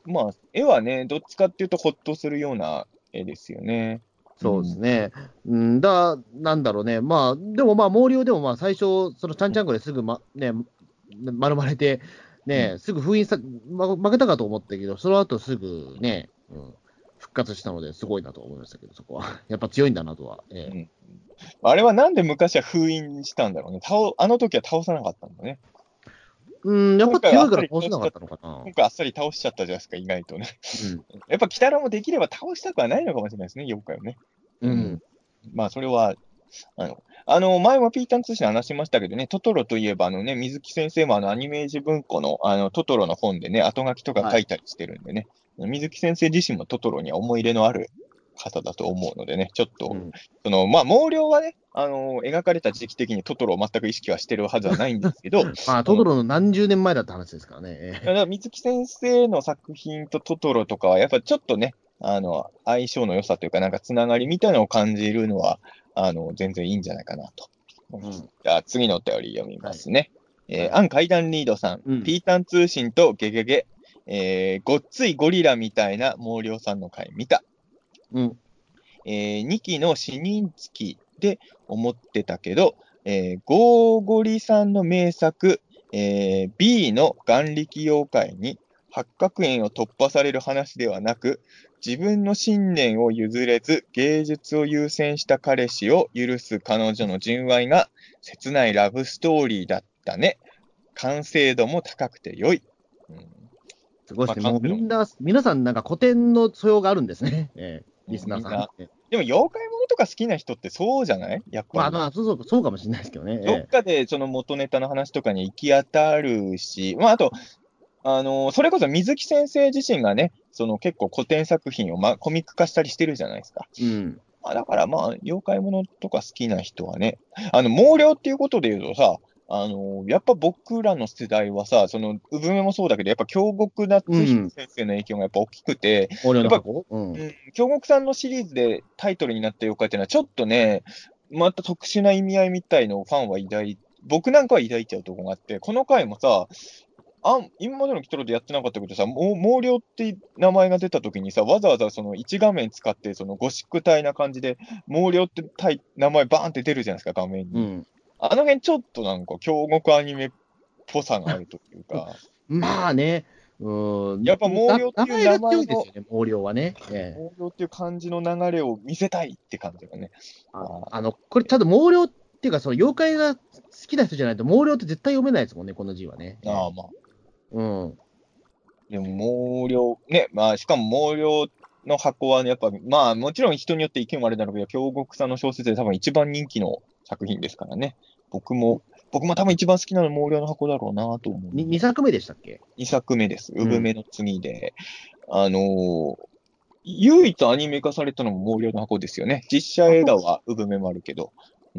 まあ、絵はね、どっちかっていうと、ほっとするような絵ですよね。 そうですね。うん、だ、なんだろうね。まあ、でもまあ、毛量でもまあ、最初、そのちゃんちゃんこですぐ、ま、ね、丸まれて、 うん。 ね、すぐ封印さ、ま、負けたかと思ったけど、その後すぐね、うん、復活したのですごいなと思いましたけど、そこは。やっぱ強いんだなとは。ええ、 うん。あれはなんで昔は封印したんだろうね。倒あの時は倒さなかったんだね。 うん、やっぱ今回はあ強いからっさり倒しちゃっ倒せなかったのかな。 今回あっさり倒しちゃったじゃないですか、意外とね。 うん。 やっぱ鬼太郎もできれば倒したくはないのかもしれないですね、妖怪をね。 うん。 うん。まあ、それは、あの、あの、前もピータン通信で話しましたけどね、トトロといえば、あのね、水木先生もあの、アニメージュ文庫の、あの、トトロの本でね、後書きとかはい。 書いたりしてるんでね、水木先生自身もトトロには思い入れのある方だと思うのでね、ちょっと、 うん。 その、まあ、毛量はね、あの、描かれた時期的にトトロを全く意識はしてるはずはないんですけど、 まあ、 あの、 トトロの何十年前だった話ですからね。えだから水木先生の作品とトトロとかは、やっぱちょっとね、あの、相性の良さというか、なんかつながりみたいなのを感じるのは、あの、全然いいんじゃないかなと思いえ、うます。 ん。 じゃあ、次のお便り読みまはい。 すね。えー、 はい。 アン階段リードさん、 うん。 ピータン通信とゲゲゲ、えー、ごっついゴリラみたいな毛量さんの回見た。 うん。 えー、にきの死人月で思ってたけど、えー、ゴーゴリさんの名作、えー、B の眼力妖怪に八角園を突破される話ではなく、自分の信念を譲れず芸術を優先した彼氏を許す彼女の純愛が切ないラブストーリーだったね。完成度も高くて良い。うん、まあ、 すごいですね。もう完成度も、 みんな、皆さんなんか古典の素養があるんですね。ええ、リスナーさん。 うんみんな。 ええ、 でも、妖怪ものとか好きな人ってそうじゃないやっぱり。 まあまあ、そうそう、そうかもしれないですけどね。えどっかでその元ネタの話とかに行き当たるし、まあ、あと、あのそれこそ水木先生自身がね、その結構古典作品を、ま、コミック化したりしてるじゃないですか。 え、うん。 まあ、だからまあ、妖怪ものとか好きな人はね、あの、毛量っていうことで言うとさ、あのやっぱ僕らの世代はさ、その、産めもそうだけど、やっぱ京極夏彦うん。 先生の影響がやっぱ大きくて、 横領やっぱ、 の箱、うん。 うん、京極さんのシリーズでタイトルになった妖怪っていうのはちょっとね、また特殊な意味合いみたいのをファンは抱い、僕なんかは抱いちゃうところがあって、この回もさ、あん今までのキトロでやってなかったけどさ、もう毛量って名前が出たときにさ、わざわざその一画面使って、そのゴシック体な感じで、毛量ってタイ名前バーンって出るじゃないですか、画面に。 うん。 あの辺ちょっとなんか京極アニメっぽさがあるというか、 まあね、うん。 やっぱ毛な、 量っていう名前が名前の、 強いですよね、毛量はね。ええ、 毛量っていう漢字の流れを見せたいって感じがね。 あ、 ああの、これ、ちゃんと毛量っていうか、その妖怪が好きな人じゃないと、毛量って絶対読めないですもんね、この字はね。 ーあー、 ええ、 まあ。 うん。 でも毛量、ね、まあしかも毛量の箱はね、やっぱ、まあもちろん人によって意見もあるだろうけど、京極さんの小説で多分一番人気の作品ですからね。僕も、僕も多分一番好きなの毛量の箱だろうなと思うに、 んで。 にさくめでしたっけ？ にさくめです。 うん。 産めの次で。あのー唯一アニメ化されたのも毛量の箱ですよね。実写あ、 映画そう。 は産めもあるけど。うん。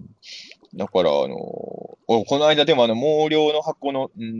だから、あのーおこの間でもあの、毛量の箱の、うん、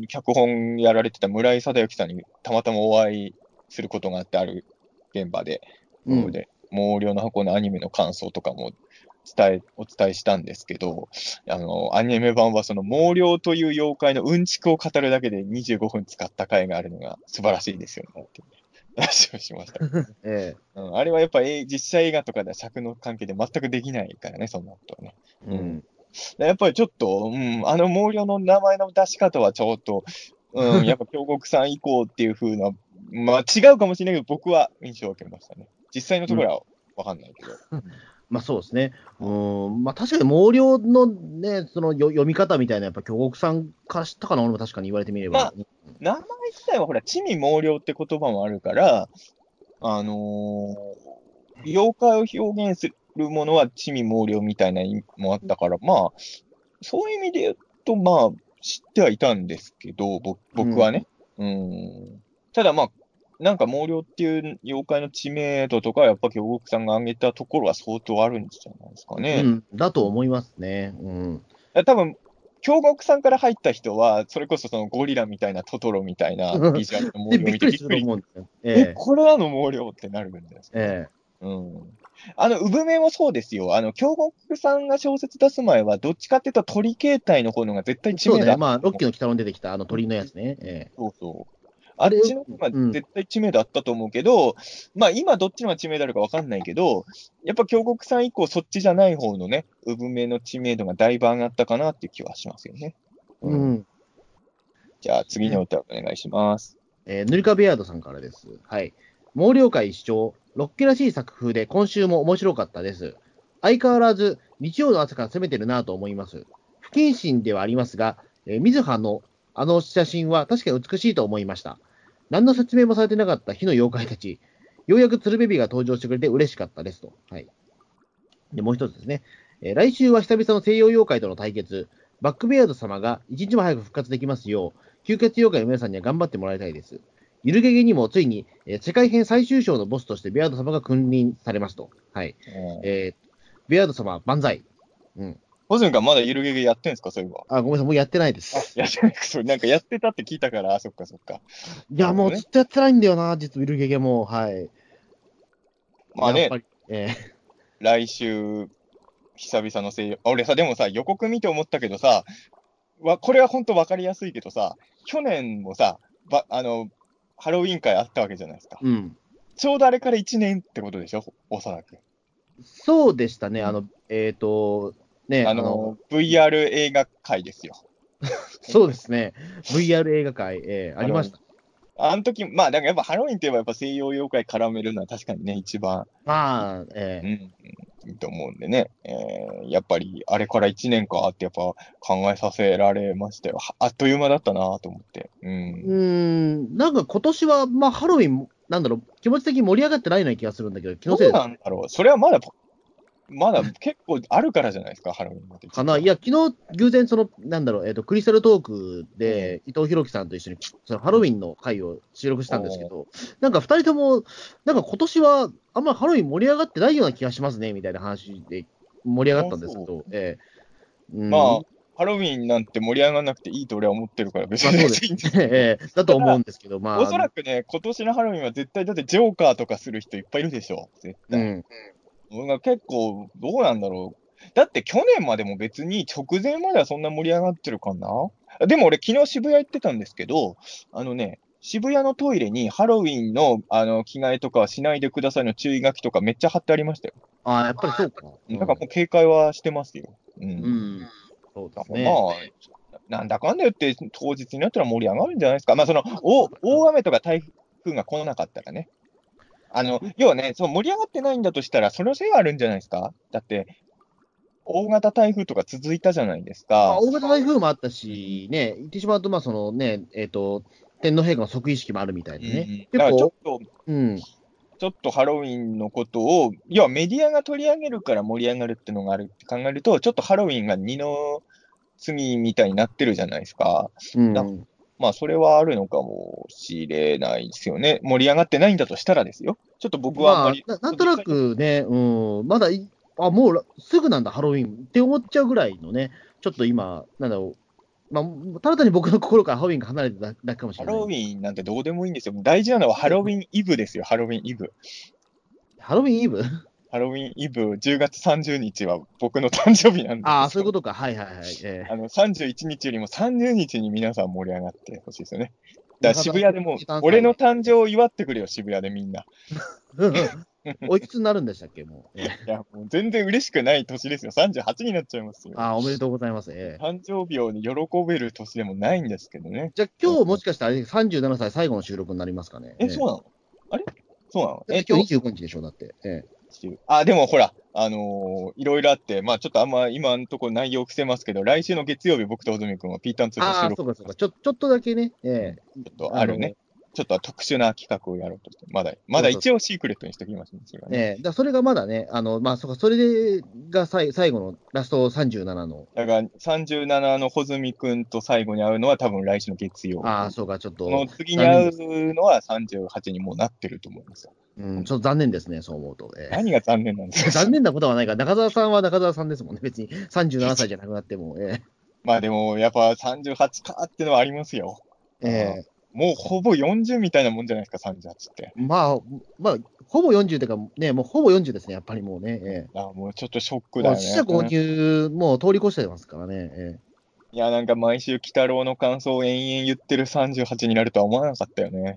脚本やられてた村井貞之さんにたまたまお会いすることがあって、ある現場で。 うん。 で、毛量の箱のアニメの感想とかも伝え、お伝えしたんですけど、あの、アニメ版はその毛量という妖怪のうんちくを語るだけでにじゅうごふん使った回があるのが素晴らしいですよね。って話をしましたけどね。 ええ、 うん、あれはやっぱり実写映画とかでは尺の関係で全くできないからね、そんなことはね。うん。 うん。 やっぱりちょっと、うん、あの毛量の名前の出し方はちょっと、うん、やっぱ京極さん以降っていう風な、まあ違うかもしれないけど、僕は印象を受けましたね。実際のとうん。 ころはわかんないけど。うん、 まあそうですね。うはい、 ん。まあ確かに毛量のね、そのよ読み方みたいな、やっぱ京極さんから知ったかな、俺も確かに言われてみれば。 まあ、名前自体はほら、地味毛量って言葉もあるから、あのー妖怪を表現するものは地味毛量みたいな意味もあったから、まあ、そういう意味で言うと、まあ、知ってはいたんですけど、ぼうん。 僕はね。うん。ただまあ、なんか毛量っていう妖怪の知名度とか、やっぱ京極さんが挙げたところは相当あるんじゃないですかね。 うん。だと思いますね。うん。 多分、京極さんから入った人は、それこそそのゴリラみたいなトトロみたいなビジュアルので、 毛量を見てびっくりするとびっくりする。 思うんですよ。 え、 えこれなの毛量ってなるんじゃないですかね。 え、えうん。あの、産めもそうですよ。あの、京極さんが小説出す前は、どっちかっていうと鳥形態の方のが絶対え。そうね。 知名度あったまあ、ロッと思う。 キーの鬼太郎に出てきたあの鳥のやつね。えそうそう。 あっちの方がうん、 絶対知名度あったと思うけど、まあ今どっちの方が知名度あるかわかんないけど、やっぱ京極さん以降そっちじゃない方のね、産めの知名度がだいぶ上がったかなっていう気はしますよね。うん。 うん。 じゃあ次のね歌お願いします。 えー、ヌリカベアードさんからです。はい。毛量会視聴、ロッケらしい作風で今週も面白かったです。相変わらず日曜の朝から攻めてるなと思います。不謹慎ではありますが、えー、水葉のあの写真は確かに美しいと思いました。何の説明もされてなかった火の妖怪たち。ようやく鶴瓶が登場してくれて嬉しかったですと。はい。で、もう一つですね。えー来週は久々の西洋妖怪との対決。バックベアード様が一日も早く復活できますよう、吸血妖怪の皆さんには頑張ってもらいたいです。ゆるゲゲにもついに、えー世界編最終章のボスとしてベアード様が君臨されますと。はい。 うんえー、ベアード様、万歳。うん。 ホズミ君まだゆるゲゲやってんすか、そういえば。 あ、ごめんなさい、もうやってないであ、 す。 やってないか、そう、なんかやってたって聞いたから、あ、そっかそっか。 いや、 なるほどね。 もうずっとやってないんだよな、実はゆるゲゲも。はい。 まあね、 やっぱり、えー来週、久々の声優、俺さ、でもさ、予告見て思ったけどさ、わ、これは本当わかりやすいけどさ、去年もさ、ば、あの、ハロウィン会あったわけじゃないですか。 うん。 ちょうどあれからいちねんってことでしょ、おそらく。 そうでしたね。 うん。 あの、えっ、と、ね、あの、 あの、ブイアール 映画会ですよ。 そうですね。ブイアール 映画界、えーあハロウィン。 りました。 あの時、まあ、だからやっぱハロウィンといえばやっぱ西洋妖怪絡めるのは確かにね、一番、 まあ、えうん、いいと思うんでね。えーやっぱり、あれからいちねんかってやっぱ考えさせられましたよ。はあっという間だったなと思って。うー、うーん。 ん、なんか今年は、まあ、ハロウィン、なんだろう、気持ち的に盛り上がってないような気がするんだけど、気どうのせいですなんだろう。それはまだ、まだ結構あるからじゃないですか、ハロウィンまでかな。い実は。 や、昨日、偶然、その、なんだろう、えっ、と、クリスタルトークうん。 で、伊藤博樹さんと一緒に、そのハロウィンの回を収録したんですけおーど、なんか二人とも、なんか今年は、あんまりハロウィン盛り上がってないような気がしますね、みたいな話で盛り上がっあ、 たんですけそう。 ど、えーうまあ、 ん、 ハロウィンなんて盛り上がらなくていいと俺は思ってるから別まあにそうですね、 いいんですけど。 えーだと思うただ、 んですけど、 おまあ、 そらくね、今年のハロウィンは絶対、だってジョーカーとかする人いっぱいいるでしょ、絶対。 うん。 俺が結構、どうなんだろう。だって去年までも別に直前まではそんな盛り上がってるかな。でも俺昨日渋谷行ってたんですけど、あのね、渋谷のトイレにハロウィンの、あの着替えとかはしないでくださいの注意書きとかめっちゃ貼ってありましたよ。 ああ、やっぱりそうか。うん。 だからもう警戒はしてますよ。うん。 うん。そうでだからますね。 あ、なんだかんだ言って当日になったら盛り上がるんじゃないですか。まあその、大大雨とか台風が来なかったらね。あの、要はね、その盛り上がってないんだとしたら、そのせいがあるんじゃないですか。だって、大型台風とか続いたじゃないですまあ、 か。 大型台風もあったうん。 し、ね、言ってしまうと、まあ、そのね、えっ、と、天皇陛下の即位式もあるみたいでね。 うん。だからちょっ結構、 と、 うん。 ちょっとハロウィンのことを、要はメディアが取り上げるから盛り上がるってのがあるって考えると、ちょっとハロウィンが二の次みたいになってるじゃないですか。だうん。 まあ、それはあるのかもしれないですよね。盛り上がってないんだとしたらですよ。ちょっと僕はあんままあ、 り、 な、なんとな実際に、 くね、うん、まだい、あ、もうらすぐなんだ、ハロウィンって思っちゃうぐらいのね、ちょっと今、なんだろう、まあ、ただ単に僕の心からハロウィンが離れてただけかもしハロウれないんです。 ィンなんてどうでもいいんですよ。大事なのはハロウィンイブですよ、ハロウィンイブ。 ハロウィンイブハロウィンイブ、じゅうがつさんじゅうにちは僕の誕生日なんで、 ああ、そういうそうことか。はいはいはい。えあの、さんじゅういちにちよりもさんじゅうにちに皆さん盛り上がってほしいですよね。 ー、 だから中澤さん、 渋谷でも、 生誕祭で。 俺の誕生を祝ってくれよ、渋谷でみんな。 うんうんおいくつになるんでしたっけ、もう。えーいや、もう全然嬉しくない年ですよ。さんじゅうはちになっちゃいますよ。 ああ、おめでとうございます。えー誕生日を喜べる年でもないんですけどね。 じゃあ、 うん、 今日もしかしたらあれさんじゅうななさい最後の収録になりますかね。 え、 ええそうなの？あれそうなの？ だって今日えっと、 にじゅうごにちでしょ、だって。ええあ、でもほら、あのーいろいろあって、まあちょっとあんま今のところ内容伏せますけど、来週の月曜日、僕と穂積君はピーターン通信ああ、 収録、 そうかそうか。ちょ、ちょっとだけね、 うん、ちええょっとあの、 あるね。ちょっと特殊な企画をやろうとして、まだ、まそうそうだ一応シークレットにしておきますね、それはね。 ええだからそれがまだね、あの、まあ、そうか、それでがさい最後のラストさんじゅうななの、 だからさんじゅうななの穂積君と最後に会うのは多分来週の月曜ああ、 日。 そうか、ちょっとその次に会残念です。 うのはさんじゅうはちにもうなってると思いますよ。 うん、ちうん、 ょっと残念ですね、そう思うと。え何が残念なんでえ残すか。 念なことはないから、中澤さんは中澤さんですもんね、別にさんじゅうななさいじゃなくなっても。えまあでも、やっぱさんじゅうはちかってのはありますよ。 えあーええもうほぼよんじゅうみたいなもんじゃないですか、さんじゅうはちって。 まあ、まあ、ほぼよんじゅうというか、ね、もうほぼよんじゅうですね、やっぱりもうね。ええあーもうちょっとショックもうだよね。 四捨五入、もう通り越してますからね。ええいや、なんか毎週、鬼太郎の感想を延々言ってるさんじゅうはちになるとは思わなかったよね。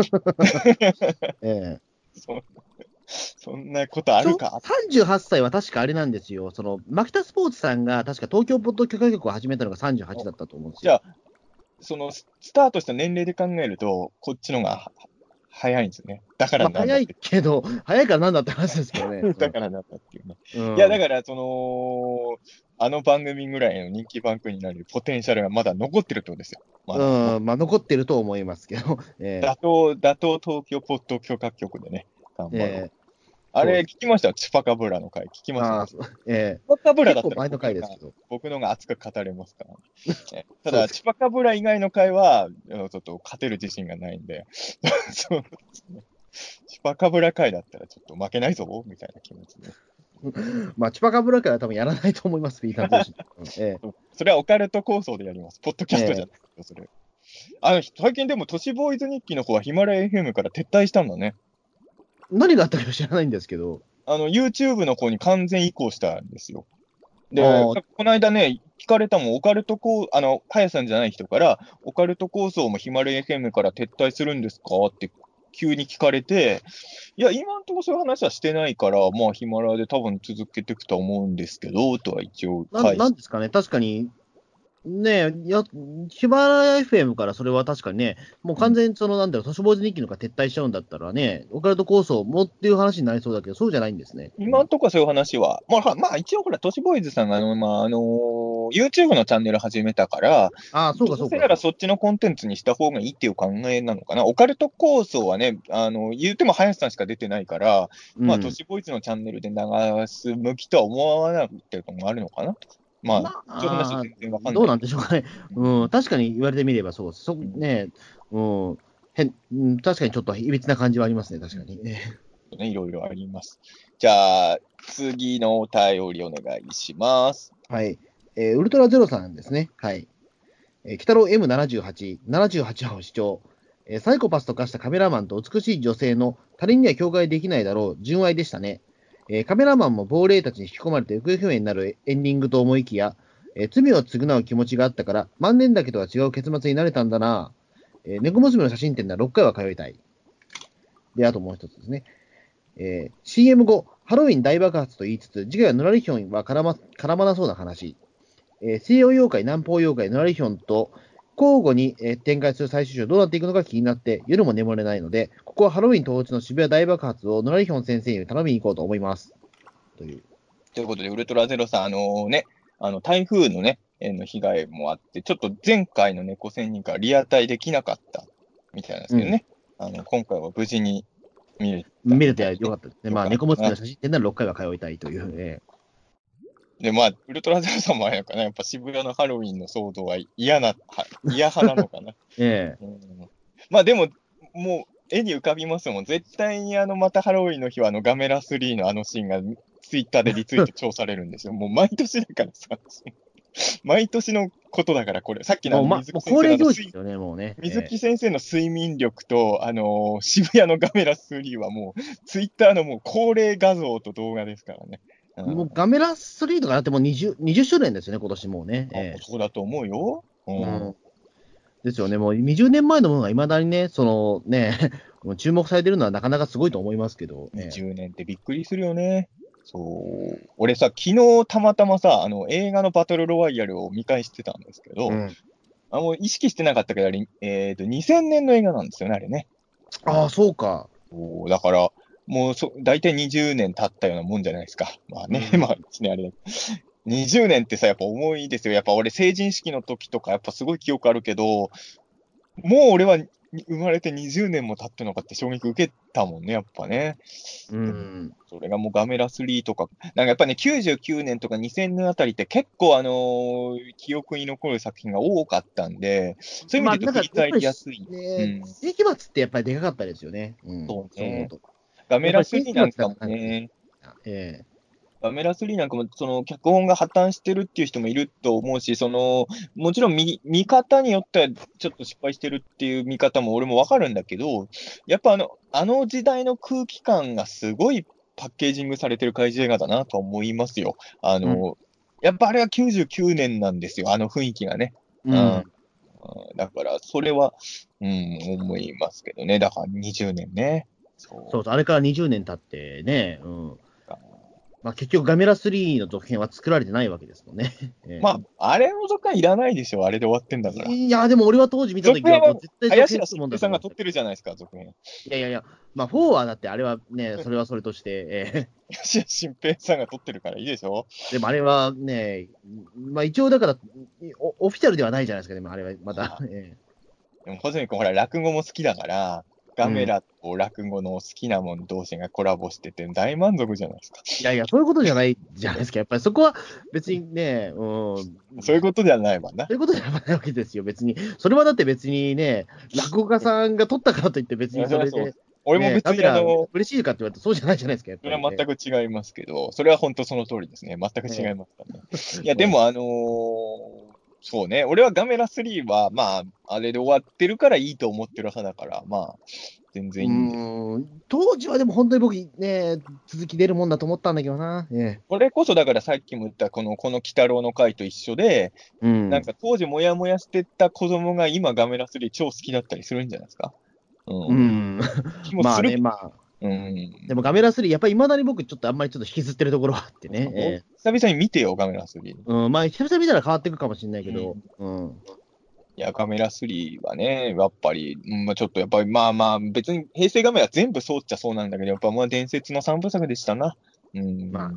ええ。 そ、そんなことあちょ、 るか。 さんじゅうはっさいは確かあれなんですよ。その、マキタスポーツさんが確か東京ポッド許可局を始めたのがさんじゅうはちだったと思うんですよ。 じゃあ、そのススタートした年齢で考えると、こっちのがは早いんですよね。だからまあ、早いなんだって。 けど、早いからなんだって話ですけどね。 だからなんだっていうね。 ういや、 ん。うん。 だから、その、あの番組ぐらいの人気番組になるポテンシャルがまだ残ってるってことですよ。まだ。もううん、まあ、残ってると思いますけど、え打倒、打倒東京ポッド許可局でね、頑え、 張ろう。 ええ、 あれ、 そうです。 聞きましたチュパカブラの回。聞きましたああ、 ね。 そうええ、 チュパカブラだったら結構前の僕のが、 回ですけど、 僕のが熱く語れますからね。えただ、 そうです。 チュパカブラ以外の回は、あのちょっと勝てる自信がないんで、そうですね。チュパカブラ回だったらちょっと負けないぞ、みたいな気持ちで。 まあ、チュパカブラ会は多分やらないと思います、ピーター通信。うんえそれはオカルト構想でやります。ポッドキえ、 ャストじゃええ、 ないですよ、それ。あの、最近でも都市ボーイズ日記の方はヒマラヤ エフエム から撤退したんだね。 何があったか知らないんですけど、 あの、YouTube の方に完全移行したんですよ。で、 ああ、 この間ね、聞かれたもん、オカルト構、あの、ハヤさんじゃない人から、オカルト構想もヒマラヤ エフエム から撤退するんですかって急に聞かれて、いや、今んとこそういう話はしてないから、まあ、ヒマラヤで多分続けていくとは思うんですけど、とは一応なん、 返しなんですかね、確かに、ねえ、や、ヒマラヤ エフエム からそれは確かにね、もううん。 完全にその、なんだろう、都市ボーイズ日記のが撤退しちゃうんだったらね、オカルト構想もっていう話になりそうだけど、そうじゃないんですね。うん、 今んとこはそういう話は、まあ、はまあ、一応ほら、都市ボーイズさんが、あの、まあ、あのー YouTube のチャンネル始めたから、 ああ、そうか、そうか。 どうせならそっちのコンテンツにした方がいいっていう考えなのかな。オカルト構想はね、あの、言うても林さんしか出てないから、まあ、都うん。 市ボーイズのチャンネルで流す向きとは思わなくてもあるのかな。まあ、 まそういう話はあ、 全然わかんどうなんないけど。 でしょうかね。 うん。 うん、確かに言われてみればそうです。そ、 うん。 ね、うん、変、うん、確かにちょっといびつな感じはありますね、確うん。 かに。えね、いろいろあります。じゃあ、次のお便りお願いします。 はい。えーウルトラゼロさんですね。はい。えー、鬼太郎 エムななじゅうはち、ななじゅうはち話を視聴。えーサイコパスと化したカメラマンと美しい女性の他人には境界できないだろう、純愛でしたね。えーカメラマンも亡霊たちに引き込まれて行方不明になるエンディングと思いきや、えー罪を償う気持ちがあったから、万年だけとは違う結末になれたんだな。えー猫娘の写真展ならろっかいは通いたい。で、あともう一つですね。えー シーエム 後、ハロウィン大爆発と言いつつ、次回はヌラリヒョンは絡ま絡まなそうな話。えー西洋妖怪、南方妖怪、ヌラリヒョンと交互に、えー展開する最終章どうなっていくのか気になって、夜も眠れないので、ここはハロウィン当日の渋谷大爆発をヌラリヒョン先生に頼みに行こうと思います。という。 ということで、ウルトラゼロさん、あのね、あの、台風のね、えーの被害もあって、ちょっと前回の猫仙人からリアタイできなかったみたいなんですうん。 けどね。あの、今回は無事に見れた見れてみたいでね。 よかったですね。 よまあ、 かったな。 猫娘の写真展ならろっかいは通いたいという。えで、まあ、ウルトラゼロさんもあれなのかな、やっぱ渋谷のハロウィンの騒動は嫌な、は嫌派なのかな。 ーえうん、まあでも、もう絵に浮かびますもん。絶対にあの、またハロウィンの日はあのガメラスリーのあのシーンがツイッターでリツイート調されるんですよ。もう毎年だからさ、毎年のことだからこれ。さっきえ。もう、 のあのま、 水木先もう恒例生のあの睡行事ですよね、もうね。 水え木先生の睡眠力と、あのー渋谷のガメラスリーはもう、ツイッターのもう恒例画像と動画ですからね。うん。 ーもうガメラスリーとかなってもうにじゅう、にじゅっしゅうねんですよね、今年もうね。 あ、もえうそうだと思うよ。うえ。うん。 ん。ですよね。もうにじゅうねんまえのものがいまだにね、そのね、もう注目されてるのはなかなかすごいと思いますけど、えにじゅうねんってびっくりするよね。そう。俺さ、昨日たまたまさ、あの、映画のバトルロワイヤルを見返してたんですけえ。うど、 ん。 あ、もう意識してなかったけど、あれ、えっと、にせんねんの映画なんですよね、あれね。 ああ、そうか。 そうだから、もうそ、大体にじゅうねん経ったようなもんじゃないですか。まあね、まうん。 あ、いちねんあれだけど。にじゅうねんってさ、やっぱ重いですよ。やっぱ俺、成人式の時とか、やっぱすごい記憶あるけど、もう俺はに生まれてにじゅうねんも経ってるのかって衝撃受けたもんね、やっぱね。 うでも、 ん。 それがもうガメラスリーとか、なんかやっぱね、きゅうじゅうきゅうねんとかにせんねんあたりって結構あのー記憶に残る作品が多かったんで、そういう意まあ、 味で言うと振なんか、 り返りやっぱりし、 やすい。うね、 ん、 世紀末ってやっぱりでかかったですよね。うん。 そうね。 そう思うと。 ガメラスやっぱり世リーなんかも紀末だからなんか、 ね、 ええ。 ガメラスリーなんかも、その、脚本が破綻してるっていう人もいると思うし、その、もちろん見、見方によってはちょっと失敗してるっていう見方も俺もわかるんだけど、やっぱあの、あの時代の空気感がすごいパッケージングされてる怪獣映画だなとは思いますよ。あうん。 の、 やっぱあれはきゅうじゅうきゅうねんなんですよ、あの雰囲気がね。 うん。 うんだから、それは、うん、思いますけどね。だからにじゅうねんね。そそうそう、あれからにじゅうねん経ってね、うん。 うか。 まあ結局ガメラスリーの続編は作られてないわけですもんね。えまあ、あれの続編いらないでしょ。あれで終わってんだえから。 いや、でも俺は当時見たときは、 続編は、 もう絶対続林編するもん家新平さんだと思いました。 が撮ってるじゃないですか、続編。 いやいやいや、まあ、フォーはだってあれはね、それはそれとして、えー林家新平さんが撮ってるからいいでしょ。 でもあれはね、まあ一応だから、オオフィシャルではないじゃないですか、でもあれはまだ。えでも、穂積君、ほら、落語も好きだから、ガメーうん。 ラと落語の好きなもん同士がコラボしてて大満足じゃないですか。 いやいや、そういうことじゃないじゃないですか。やっぱりそこは別にね、うん、 そういうことではないわな。 そういうことじゃないわけですよ、別に。それはだって別にね、落語家さんが撮ったからといって別いやそれはそう。 にそれで、ね、 俺も別カメラにあの、 嬉しいかって言われてそうじゃないじゃないですか、やっそれはぱりね。 全く違いますけど、それは本当その通りですね。全く違いねますからね。いや、でねもあのーそうね、俺はガメラスリーは、まあ、あれで終わってるからいいと思ってる派だから、まあ、全然ういいんで。 ーん、当時はでも本当に僕ね、続き出るもんだと思ったんだけどな。ね、 これこそだからさっきも言ったこの、この鬼太郎の回と一緒で、 うん。 なんか当時モヤモヤしてた子供が今ガメラスリー超好きだったりするんじゃないですか。うん。 うん。 気もまあね、 するけど。 まあ。 うん。 でもガメラスリー、やっぱり未だに僕ちょっとあんまりちょっと引きずってるところがあってね。 もうえ久々に見てよ、ガメラスリー。 ーうん、まあ久々見たら変わっていくかもしれないけど、 うん。 うん。 いや、ガメラスリーはね、やっぱり、うんまあ、ちょっとやっぱり、まあまあ、別に平成ガメラ全部そうっちゃそうなんだけど、やっぱまあ伝説の三部作でしたな。うん。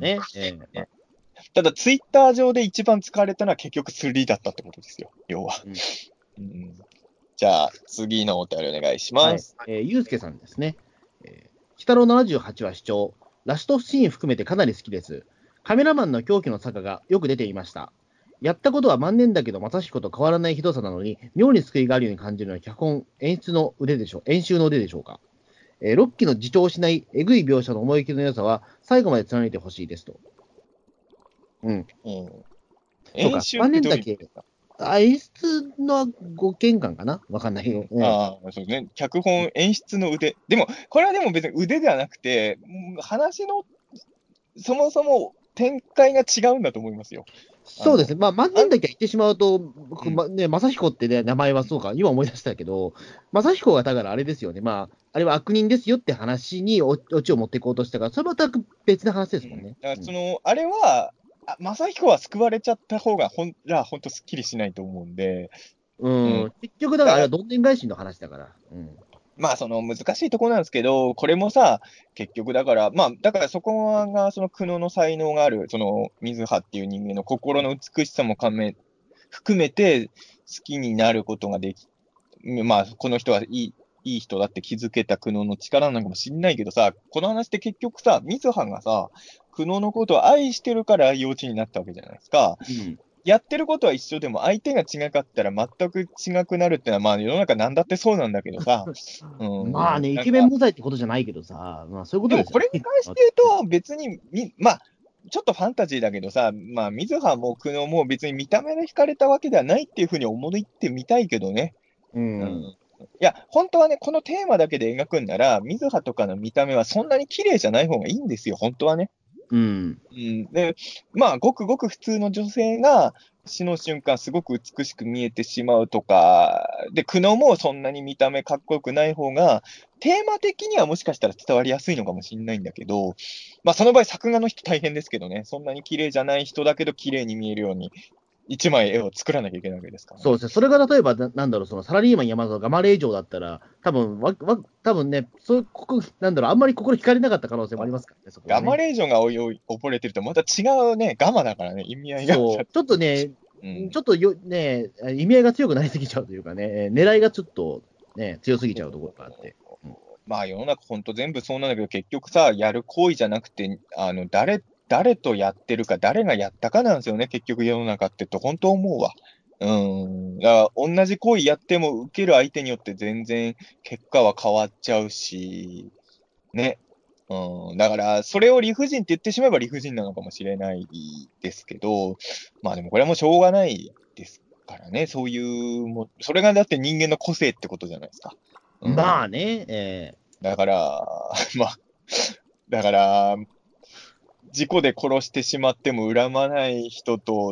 まあね、えーまあ、 ただ、ツイッター上で一番使われたのは結局スリーだったってことですよ、要は。 うん。 うん、じゃあ、次のお便りお願いしはい。 ます。 えー、ゆうすけさんですね。えー、鬼太郎ななじゅうはち話視聴。ラストシーン含めてかなり好きです。カメラマンの狂気の坂がよく出ていました。やったことは万年だけど、正彦と変わらないひどさなのに、妙に救いがあるように感じるのは脚本、演出の腕でしょう、演習の腕でしょうか。えー、ロッキーの自重しないえぐい描写の思い切りの良さは、最後まで貫いてほしいですと。うん。 うん。 そうか、 演習っ万てどういう意味年だけ、 ですか？ あ演出のご見感かなわかんないけど。ね、 ああ、そうですね。脚本、演出の腕。でも、これはでも別に腕ではなくて、うん話の、そもそも展開が違うんだと思いますよ。あの、 そうですね。まあ、万あん、 年だけ言ってしまうと、僕、 うん、 まね、正彦ってね、名前はそうか、今思い出したけど、正彦がだからあれですよね。まあ、あれは悪人ですよって話にオオチを持っていこうとしたから、それまた別の話でうん。 すもんね。 だからうん。 その、あれは、あ、正彦は救われちゃった方が、ほん、ら、ほんとすっきりしないと思うんで、うん。 うん、結局、だからあれはだから、 どんでん返しの話だから。うん。 まあ、その難しいところなんですけど、これもさ、結局だから、まあ、だからそこが、その苦悩の才能がある、その水葉っていう人間の心の美しさもかめ含めて、好きになることができ、まあ、この人はいい、いい人だって気づけた苦悩の力なのかもしんないけどさ、この話って結局さ、水葉がさ、苦悩のことを愛してるから幼稚になったわけじゃないですか。 うん。 やってることは一緒でも、相手が違かったら全く違くなるってのは、まあ世の中なんだってそうなんだけどさ、うーん、 まあね、イケメンなんか、 無罪ってことじゃないけどさ、まあそういうことでもですよね。 これに関して言うと、別にみ、まあ、ちょっとファンタジーだけどさ、まあ、水葉も久野も別に見た目で惹かれたわけではないっていうふうに思ってみたいけどね。 ううん。 ん。 いや、本当はね、このテーマだけで描くんなら、水葉とかの見た目はそんなに綺麗じゃない方がいいんですよ、本当はね。 うん。 うん、で、まあ、ごくごく普通の女性が死の瞬間、すごく美しく見えてしまうとか、で、苦悩もそんなに見た目かっこよくない方が、テーマ的にはもしかしたら伝わりやすいのかもしれないんだけど、まあ、その場合、作画の人大変ですけどね、そんなに綺麗じゃない人だけど、綺麗に見えるように、一枚絵を作らなきゃいけないわけですからね。 そうですね。それが例えば、ななんだろう、そのサラリーマン山田ガマレー城だったら、多分わわ多分ね、そういうここ、なんだろう、あんまり心惹かれなかった可能性もありますからね、そこはガマね。 レージョンがおいおい溺れてると、また違うね、ガマだからね、意味合いが。 そう、ちょっとね、 うん。 ちょっとよ、ね、意味合いが強くなりすぎちゃうというかね、狙いがちょっとね、強すぎちゃうところがあって。うん、 まあ世の中ほんと全部そうなんだけど、結局さ、やる行為じゃなくて、あの、誰、誰とやってるか、誰がやったかなんですよね、結局世の中ってと、本当思うわ。うん。だから同じ行為やっても受ける相手によって全然結果は変わっちゃうし、ね。うん。だから、それを理不尽って言ってしまえば理不尽なのかもしれないですけど、まあでもこれはもうしょうがないですからね、そういうも、それがだって人間の個性ってことじゃないですか。うん。 まあね、えだから、まあ、だから、 事故で殺してしまっても恨まない人と、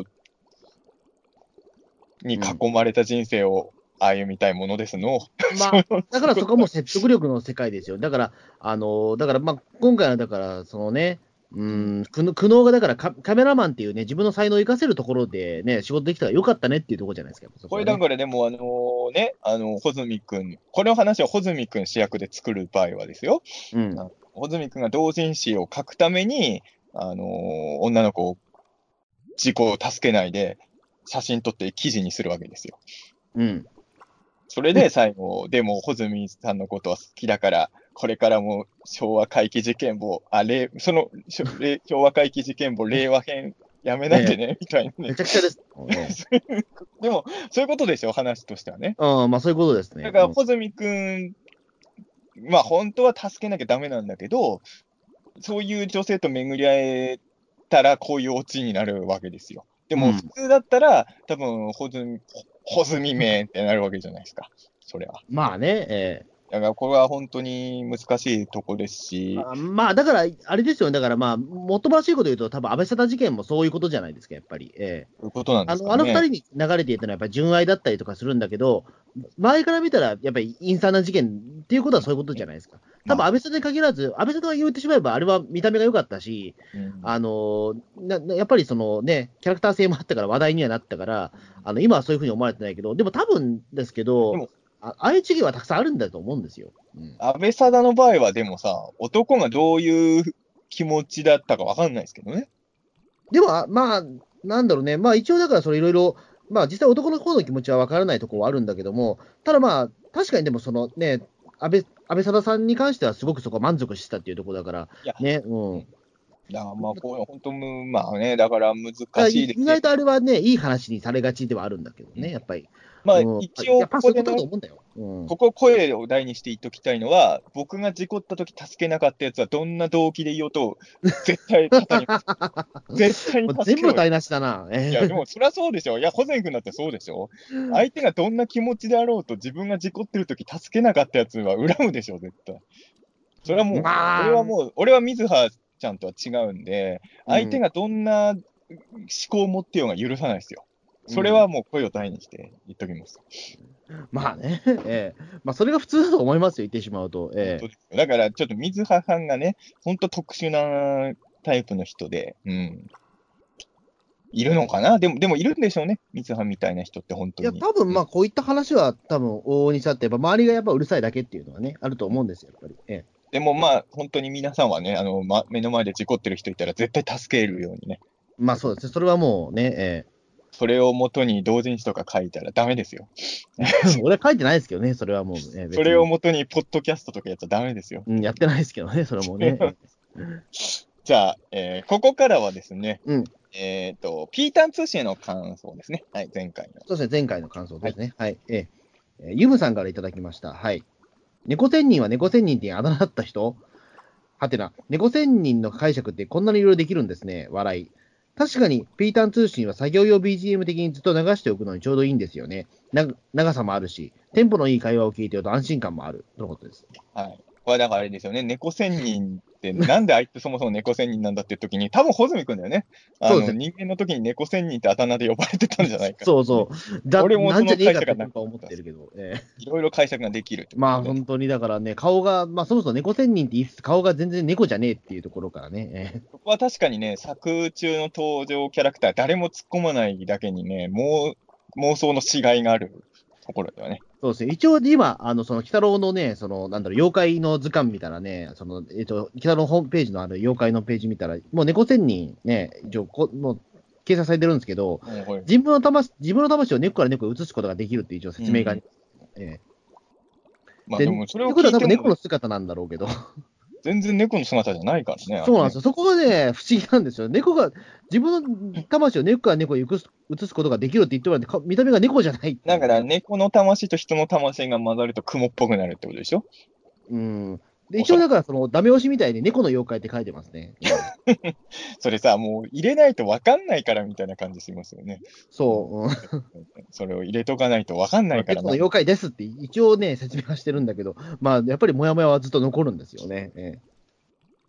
に囲まれた人生を歩みたいものですの。 まあ、だからそこも説得力の世界ですよ。だから、あの、だから、まあ、今回はだから、そのね、うん、苦悩苦悩がだからカ、カメラマンっていうね、自分の才能を生かせるところでね、仕事できたらよかったねっていうところじゃないですか。そこはね、 これだからでも、あのね、あの、穂積君、この話は穂積君主役で作る場合はですよ、 うんあ穂積君が同人誌を書くために、あの女の子を事故を助けないで、写真撮って記事にするわけですよ。 うん。 それで最後、でも、穂積さんのことは好きだから、これからも昭和回帰事件簿、あ、れそのしょれ昭和回帰事件簿、令和編、やめないでね、みたいなね。 めちゃくちゃです。ね、 でも、そういうことでしょ、話としてはね。 あまあ、そういうことですね。 だから、 うん穂積君、まあ、本当は助けなきゃダメなんだけど、そういう女性と巡り会えたら、こういうオチになるわけですよ。でも、 うん普通だったら、多分、穂積、穂積めってなるわけじゃないですか。それは。 まあね、ええだから、これは本当に難しいとこですし、 あまあ、だから、あれですよね、だからまあ、もっともらしいこと言うと、多分安倍貞事件もそういうことじゃないですか、やっぱり。ええそういうことなんであの、あの二すかね。 人に流れていたのは、やっぱり純愛だったりとかするんだけど、周りから見たら、やっぱり陰惨な事件っていうことはそういうことじゃないですか。多分まあ、 安倍貞に限らず、安倍貞が言ってしまえば、あれは見た目が良かったし、 うんあのななやっぱりそのね、キャラクター性もあったから話題にはなったから、あの今はそういうふうに思われてないけど、でも多分ですけど、 でも、 あああいう事件はたくさんあるんだと思うんですよ。うん安倍貞の場合は、でもさ、男がどういう気持ちだったかわかんないですけどね。 でも、あまあ、なんだろうね、まあ一応だからそれいろいろ、まあ実際男の方の気持ちは分からないところはあるんだけども、ただまあ、確かにでもそのね、安倍、安倍貞さんに関してはすごくそこ満足してたっていうところだから、 いや、 ね、うん。 だからまあ、こう、本当、まあね、だから難だからいしいですし、 意外とあれはね、いい話にされがちではあるんだけどね、やっぱり。 まあ、 うん、 一応やっぱそういうことだとここでね、 思うんだよ。うん。 ここ声を大にして言っときたいのは、僕が事故った時助けなかったやつはどんな動機で言おうと、絶対語ります。絶対にもう助けろよ。 全部台無しだな。 いや、 えでもそりゃそうでしょ。いや、保全君だってそうでしょ。相手がどんな気持ちであろうと、自分が事故ってる時助けなかったやつは恨むでしょ、絶対。それはもう、俺まあ、 はもう、俺は水葉ちゃんとは違うんで、相手うん、 がどんな思考を持ってようが許さないですよ。それうん。 はもう声を大にして言っときます。 まあね、ええまあそれが普通だと思いますよ、言ってしまうと。 本ええ当ですよ。だから、ちょっと水葉さんがね、本当特殊なタイプの人で、うん。いるのかなでも、でもいるんでしょうね。水葉みたいな人って本当いや、 に。 多分うんまあこういった話は、多分往々にしてあって、やっぱ周りがやっぱうるさいだけっていうのはね、あると思うんですよ、やっぱり。ええでもまあ、本当に皆さんはね、あの、ま、目の前で事故ってる人いたら絶対助けるようにね。 まあそうですね、それはもうね、えそれをもとに同人誌とか書いたらダメですよ。 え俺は書いてないですけどね、それはもう、ええ別それをに、 もとにポッドキャストとかやっちゃダメですよ。 うん、やってないですけどね、それもね。ええじゃあ、えーここからはですね、 うん、 えっ、と、ピータン通信の感想ですね。はい、前回の。 そうですね、前回の感想ですね。はい。えええーユムさんからいただきました。はい。猫仙人は猫仙人ってあだ名だった人はてな、猫仙人の解釈ってこんなにいろいろできるんですね。笑い。確かに、ピータン通信は作業用 ビージーエム 的にずっと流しておくのにちょうどいいんですよね。な長さもあるし、テンポのいい会話を聞いてると安心感もある。とのことです。 はい。これだからあれですよね、猫仙人って、なんであいつそもそも猫仙人なんだっていう時に、多分穂積君だよね。あの、 そうですね。 人間の時に猫仙人ってあだ名で呼ばれてたんじゃないか。 そうそう。だ、 俺もそのなんじゃねえかって解釈がな僕は思ってるけど。ええいろいろ解釈ができるってことまあですね。 本当にだからね、顔が、まあそもそも猫仙人って言いつつ顔が全然猫じゃねえっていうところからね。ええここは確かにね、作中の登場キャラクター、誰も突っ込まないだけにね、もう妄想のしがいがあるところだよね。 そうですね。一応今、あの、その、鬼太郎のね、その、なんだろう、妖怪の図鑑見たらね、その、えっと、鬼太郎のホームページのある妖怪のページ見たら、もう猫仙人ね、一応こ、もう、掲載されてるんですけど、 うんはい自分の魂、自分の魂を猫から猫に移すことができるっていう一応説明があります。ええで、 まあでも、それをってことは多分聞いても、 猫の姿なんだろうけど、 全然猫の姿じゃないからね、あれね。 そうなんですよ。そこがね、不思議なんですよ。猫が、自分の魂を猫から猫に移す移すことができるって言ってもらって、か見た目が猫じゃないっていう。 だから、猫の魂と人の魂が混ざると雲っぽくなるってことでしょ。 うん。で、一応だから、その、ダメ押しみたいに猫の妖怪って書いてますね。うんそれさ、もう入れないと分かんないからみたいな感じしますよね。 そう。うんそれを入れとかないと分かんないからな。 猫の妖怪ですって一応ね、説明はしてるんだけど、まあ、やっぱりモヤモヤはずっと残るんですよね。え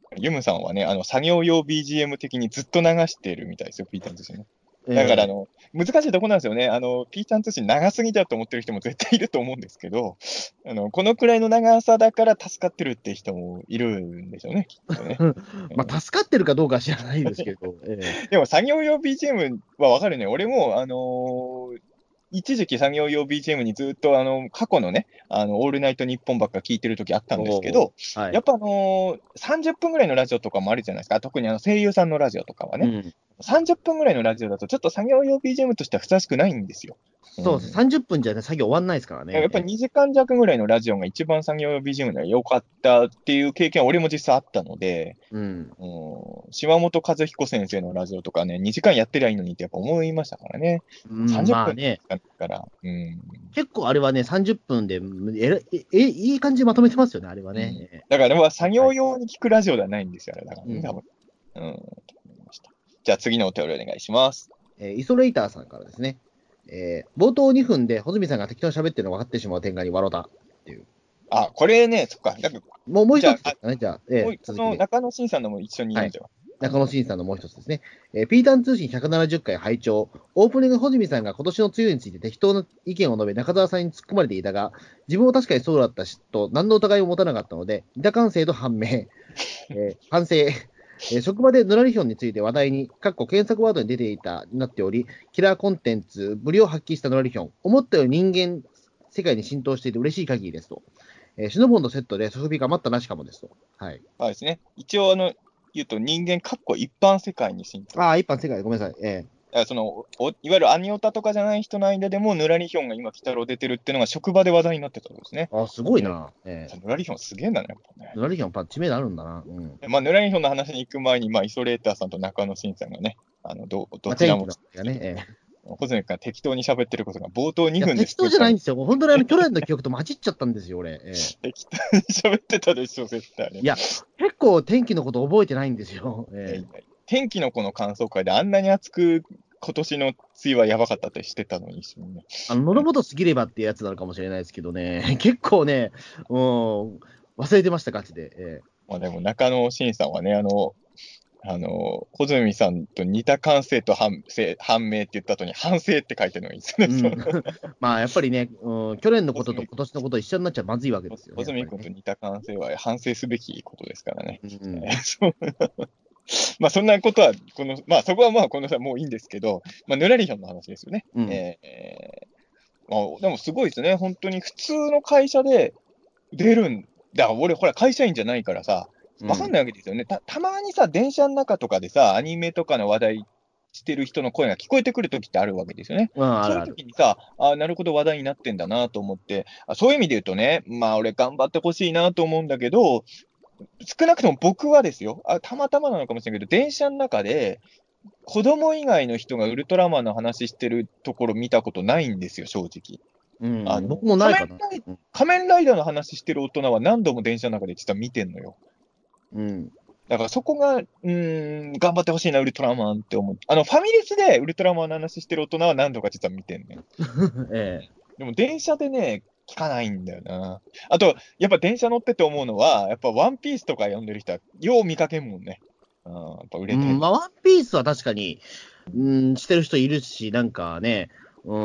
ユムさんはね、あの、作業用 ビージーエム 的にずっと流してるみたいですよ、ピータン通信ね。だから、あえの、難しいとこなんですよね。あの、ピータン通信長すぎだと思ってる人も絶対いると思うんですけど、あの、このくらいの長さだから助かってるって人もいるんでしょうね、きっとね。 ーまうんあ、助かってるかどうかは知らないですけど、えでも作業用 ビージーエム はわかるね。俺も、あのー一時期作業用 ビージーエム にずっと、あの、過去のね、あの、オールナイトニッポンばっか聞いてる時あったーんですけおど、 ーはい。 やっぱあのーさんじゅっぷんぐらいのラジオとかもあるじゃないですか。特にあの声優さんのラジオとかはね。 うん。 さんじゅっぷんぐらいのラジオだとちょっと作業用 ビージーエム としてはふさわしくないんですよ。うそうです。 ん。 さんじゅっぷんじゃ、ね、作業終わんないですからね。 やっぱりにじかん弱ぐらいのラジオが一番作業用 ビージーエム で良かったっていう経験は俺も実際あったので、 うん。 うん、島本和彦先生のラジオとかね、にじかんやってりゃいいのにってやっぱ思いましたからね。 うん、 30分まあね、 だから、うん。 結構あれはね、さんじゅっぷんで、えらえ、え、いい感じにまとめてますよね、あれはうん。 ね。えだから、まあ、作はい。 業用に聞くラジオではないんですよ、あれだからね、多うん。 分。うん。と思いました。じゃあ次のお便りお願いします。 えーイソレイターさんからですね。えー冒頭にふんで、穂積さんが適当に喋ってるのが分かってしまう展開に笑ったっていう。 あ、これね、そっか。だからもう、もうじゃあ、あ一つですかね、じゃあ、えもう、 ー続きで。 この中野慎さんのも一緒にはい。 読んじゃう。あ中の、 野慎さんのもう一つですね。えーピータン通信ひゃくななじゅっかい拝聴。オープニング、穂積さんが今年の梅雨について適当な意見を述べ、中澤さんに突っ込まれていたが、自分も確かにそうだったし、と何の疑いも持たなかったので、板田感性と判明、えー反省、えー職場でヌラリヒョンについて話題に、かっこ検索ワードに出ていた、なっており、キラーコンテンツ、ぶりを発揮したヌラリヒョン、思ったより人間世界に浸透していて嬉しい限りですと。えーシノボンのセットでソフビが待ったなしかもですと。はい。 まあですね。一応、あの、言うと人間、かっこ一般世界に浸透。 ああ、一般世界、ごめんなさい。えだからそのおいわゆるアニオタとかじゃない人の間でも、ヌラリヒョンが今、鬼太郎出てるっていうのが職場で話題になってたんですね。 ー、あ、すごいえな。えー、ヌラリヒョンすげえんだね、やっぱね。 ヌラリヒョン、パッ知名度あるんだな。うん。 まあ、ヌラリヒョンの話に行く前に、まあ、イソレーターさんと中野慎さんがね、あのどまあ、 どちらも天気の話がね。えーホズミ君が適当に喋ってることが冒頭いや、 にふんで適当すっからじゃないんですよ。本当にあの、去年の記憶と混じっちゃったんですよ、俺。えー適当に喋ってたでしょ、絶対ね。 いや、結構天気のこと覚えてないんですよ。 いやいえや天気の子の感想会であんなに熱く、今年の梅雨はやばかったってしてたのに一緒にね。 ーあの、喉元過ぎればっていうやつなのかもしれないですけどね。結構ね、うん、忘れてました、ガチで。えまあでも中野慎さんはね、あの、あの、穂積さんと似た感性と判性判明って言った後に反省って書いてるのがいいですね。 ーうん。まあ、やっぱりね、うん、去年のことと穂積今年のこと一緒になっちゃまずいわけですよね、 穂積やっぱりね。 君と似た感性は反省すべきことですからね。 うえーん。 そうまあそんなことは、この、まあそこはまあこの際もういいんですけど、まあヌラリヒョンの話ですよね。 うん。 えーまあ、でもすごいですね。本当に普通の会社で出るんだ。俺ほら会社員じゃないからさ、わかんうん。 ないわけですよね。た、たまにさ、電車の中とかでさ、アニメとかの話題してる人の声が聞こえてくるときってあるわけですよね。 うん、あそういうるある。 ときにさ、あなるほど話題になってんだなと思って、あそういう意味で言うとね、まあ俺頑張ってほしいなと思うんだけど、少なくとも僕はですよ、あ、たまたまなのかもしれないけど、電車の中で、子供以外の人がウルトラマンの話してるところ見たことないんですよ、正直。 うん。 あの、 僕もないかな。 仮面ライ、 うん。 仮面ライダーの話してる大人は何度も電車の中で実は見てんのよ。 うん。 だからそこが、うーん、頑張ってほしいな、ウルトラマンって思う。あの、ファミレスでウルトラマンの話してる大人は何度か実は見てんのよ。 ええ。 でも電車でね、聞かないんだよな。あと、やっぱ電車乗ってて思うのは、やっぱワンピースとか読んでる人は、よう見かけんもんね。うん、やっぱ売うん、 れてんの。 まあ、ワンピースは確かに、うん、してる人いるし、なんかね、うん、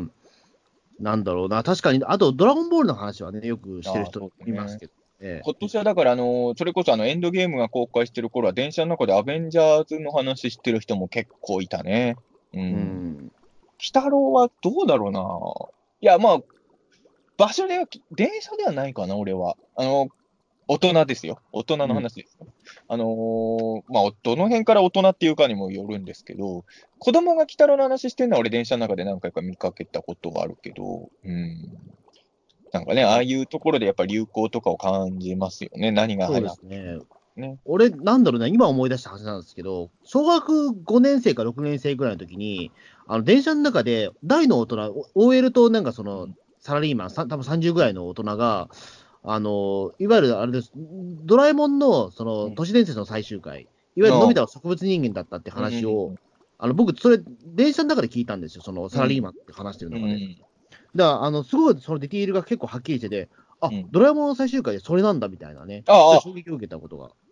なんだろうな、確かに、あと、ドラゴンボールの話はね、よくしてるああ、 人そうですね。 いますけど、え今年はだから、あのそれこそあの、エンドゲームが公開してる頃は、電車の中でアベンジャーズの話してる人も結構いたね。うえ、うん。 ん、 鬼太郎はどうだろうな。いや、まあ、場所では、電車ではないかな、俺は。あの、大人ですよ。大人のうん、 話ですよ。あのーまあ、どの辺から大人っていうかにもよるんですけど、子供が鬼太郎の話してるのは俺電車の中で何回か見かけたことがあるけど、うん。なんかね、ああいうところでやっぱ流行とかを感じますよね。何がそうで流行っすね。 てね。 俺、なんだろうな、今思い出した話なんですけど、小学ごねん生かろくねん生ぐらいの時に、あの電車の中で、大の大人、お オーエル となんかその、サラリーマン、さ多分さんじゅうぐらいの大人が、あの、いわゆるあれです、ドラえもんの、その、 うん。 都市伝説の最終回、いわゆるのびの、 太は植物人間だったってうん。 話を、あの、僕、それ、電車の中で聞いたんですよ、その、 うん。 サラリーマンって話してるう中で。 ん。 だから、あの、すごい、そのディティールが結構はっきりしてて、あ、 うん。 ドラえもんの最終回でそれなんだみたいなね、ちょっああ、 と衝撃を受けたことが。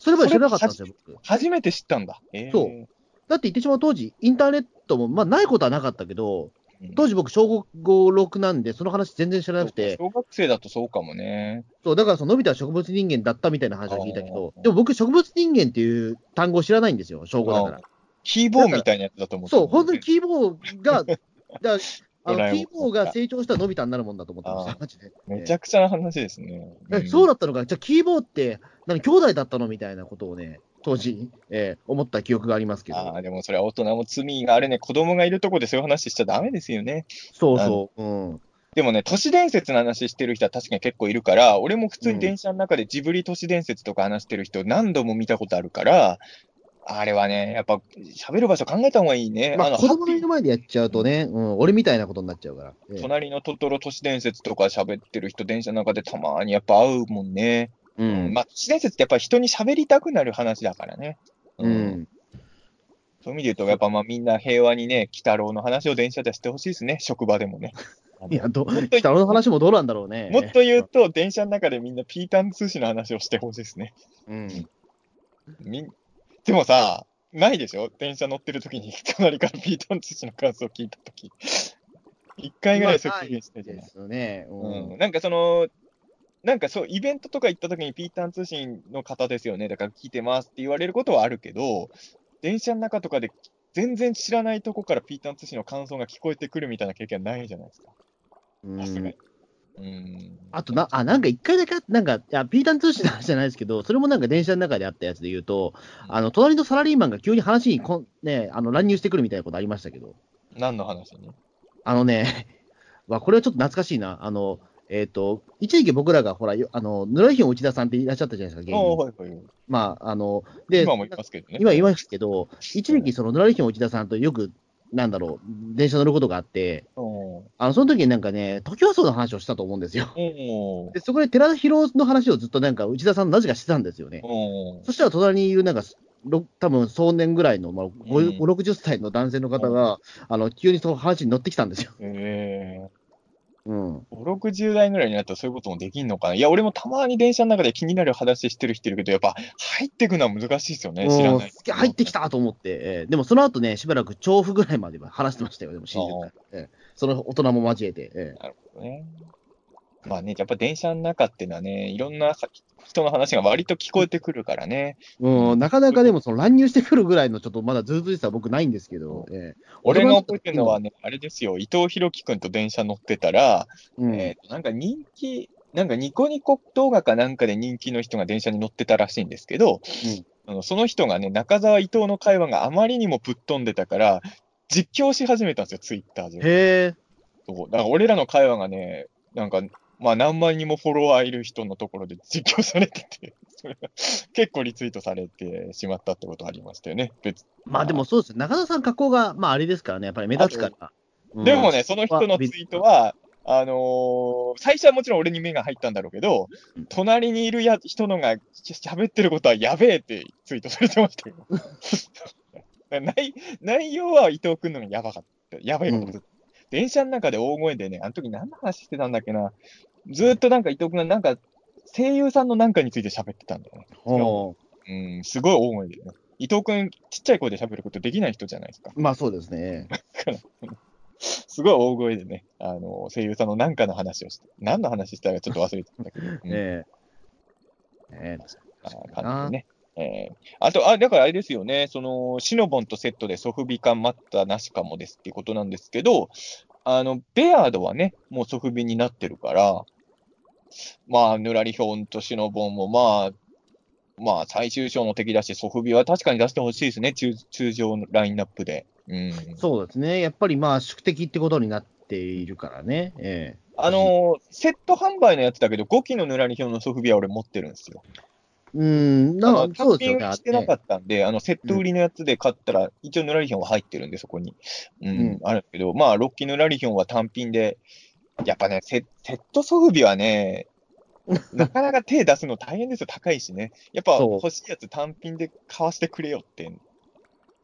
それまで知らなかったんですよ、僕。 初めて知ったんだ。えー、 そう。だって言ってしまう当時、インターネットも、まあ、ないことはなかったけど、当時僕、小ご、ろくなんで、その話全然知らなくて。 小学生だとそうかもね。 そう、だからその、のび太は植物人間だったみたいな話を聞いたけど、でも僕、植物人間っていう単語を知らないんですよ、小ごだから。 キーボーみたいなやつだと思って、 ね、そう、本当にキーボーが、だあのキーボーが成長したらのび太になるもんだと思ってました、マジで。 めちゃくちゃな話ですね。 え、うん、そうだったのか、じゃあ、キーボーって、何、兄弟だったのみたいなことをね、当時、えー、思った記憶がありますけど。 ああ、でもそれは大人も罪があれね、子供がいるとこでそういう話しちゃダメですよね。 そうそう。うん。 でもね、都市伝説の話してる人は確かに結構いるから、俺も普通に電車の中でジブリ都市伝説とか話してる人何度も見たことあるから、あれはね、やっぱ喋る場所考えた方がいいね。 まあ、 あの子供の目の前でやっちゃうとね、うん、俺みたいなことになっちゃうから。 ええ、隣のトトロ都市伝説とか喋ってる人、電車の中でたまにやっぱ会うもんね。うん。うん、まあ、都市伝説ってやっぱり人に喋りたくなる話だからね。うん。うん、そういう意味で言うと、やっぱまあみんな平和にね、鬼太郎の話を電車でしてほしいですね、職場でもね。 いや、ど、鬼太郎の話もどうなんだろうね。 もっと言うと、電車の中でみんなピータン通信の話をしてほしいですね。 うん。 みでもさ、ないでしょ、電車乗ってる時に隣からピータン通信の感想を聞いた時。一回ぐらい説明してじゃない。ですね。 うん。うん。なんかその、なんかそう、イベントとか行った時にピータン通信の方ですよね、だから聞いてますって言われることはあるけど、電車の中とかで全然知らないとこからピータン通信の感想が聞こえてくるみたいな経験はないじゃないですか。さすがに。 うん。あとな、あ、なんか一回だけ、なんか、いや、ピータン通信の話じゃないですけど、それもなんか電車の中であったやつで言うと、うん、あの、隣のサラリーマンが急に話にこん、ね、あの、乱入してくるみたいなことありましたけど。 何の話に？ あのね、わ、これはちょっと懐かしいな。あの、えっ、ー、と、一時期僕らが、ほら、あの、ぬらりひょん内田さんっていらっしゃったじゃないですか、芸人。はいはい、まあ、あの、で、 今もいますけどね。 今いますけど、一時期、その、ぬらりひょん内田さんとよく、なんだろう、電車乗ることがあって、あの、その時になんかね、トキワ荘の話をしたと思うんですよ。で、そこで寺田博の話をずっとなんか内田さんなぜかしてたんですよね。そしたら隣にいるなんか、多分壮年ぐらいの、まあ、ご、ろくじゅっさいの男性の方が、あの、急にその話に乗ってきたんですよ。 へー。 うん。 ご、ろくじゅう代ぐらいになったらそういうこともできんのかな。いや、俺もたまに電車の中で気になる話してる人いるけど、やっぱ入ってくのは難しいですよね、知らない。 入ってきたと思って、えー、でもその後ね、しばらく調布ぐらいまで話してましたよ、でも新宿から、えー、その大人も交えて。えー、 なるほどね。まあね、やっぱ電車の中っていうのはね、いろんな人の話が割と聞こえてくるからね。 うん、うん、なかなかでもその乱入してくるぐらいのちょっとまだずうずうしさは僕ないんですけど、うん、えー、 俺が覚えてるのはね、あれですよ、伊藤博樹くんと電車乗ってたら、うん、えー、なんか人気、なんかニコニコ動画かなんかで人気の人が電車に乗ってたらしいんですけど、うん、あのその人がね、中澤伊藤の会話があまりにもぶっ飛んでたから、実況し始めたんですよ、ツイッターで。 へー。 そう。だから俺らの会話がね、なんか、まあ何万人もフォロワーいる人のところで実況されてて、それが結構リツイートされてしまったってことありましたよね。別まあでもそうです。中田さん格好が、まああれですからね、やっぱり目立つから。 うん、でもね、その人のツイートは、あのー、最初はもちろん俺に目が入ったんだろうけど、うん、隣にいるや人のが喋ってることはやべえってツイートされてましたよ。内, 内容は伊藤君のがやばかった。やばいこと、うん、電車の中で大声でね、あの時何の話してたんだっけな。ずーっとなんか伊藤君がなんか声優さんのなんかについて喋ってたんだよね。うん、すごい大声でね。伊藤君、ちっちゃい声で喋ることできない人じゃないですか。 まあそうですね。 すごい大声でね、あの、声優さんのなんかの話をして、何の話したかちょっと忘れてたんだけど。うん、ええええ感じでね。えー、あと、あ、だからあれですよね、その、シノボンとセットでソフビか待ったなしかもですっていうことなんですけど、あの、ベアードはね、もうソフビになってるから、まあ、ヌラリヒョンとシノボンも、まあ、まあ、最終章の敵だし、ソフビは確かに出してほしいですね、通通常のラインナップで。うん、 そうですね、やっぱりまあ、宿敵ってことになっているからね。えー、あのー、セット販売のやつだけど、ごきのヌラリヒョンのソフビは俺持ってるんですよ。 うん、なんか、 そうですよね。してなかったんで、あの、セット売りのやつで買ったら、うん、一応ヌラリヒョンは入ってるんで、そこに。うん、うん、あるけど、まあ、ロッキーヌラリヒョンは単品で、やっぱね、セ, セットソフビはね、なかなか手出すの大変ですよ、高いしね。やっぱ欲しいやつ単品で買わせてくれよって。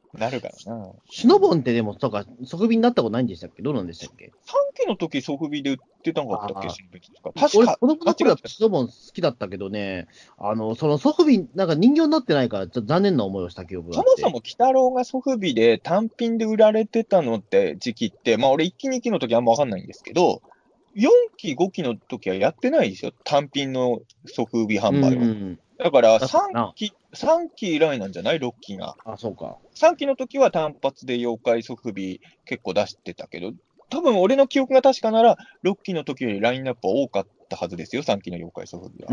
なるからな。 シノボンってでも、そうか、即便になったことないんでしたっけ？どうなんでしたっけ？ さんきの時、ソフビで売ってなかったっけ、 ああ、 新別とか。確俺、 か、 子供の頃は間違ってた。 シノボン好きだったけどね、あの、そのソフビン、なんか人形になってないから、ちょっと残念な思いをした記憶があって。 そもそも、鬼太郎がソフビで単品で売られてたのって時期って、まあ俺いっきにきの時あんまわかんないんですけど、よんきごきの時はやってないですよ。単品のソフビう販売は。 ん。 だから3 だったかな。 期、三期以来なんじゃない？ ろっ 期が。 あ、そうか。 さんきの時は単発で妖怪ソフビ結構出してたけど、多分俺の記憶が確かなら、ろっきの時よりラインナップは多かったはずですよ、さんきの妖怪ソフビは。 うん。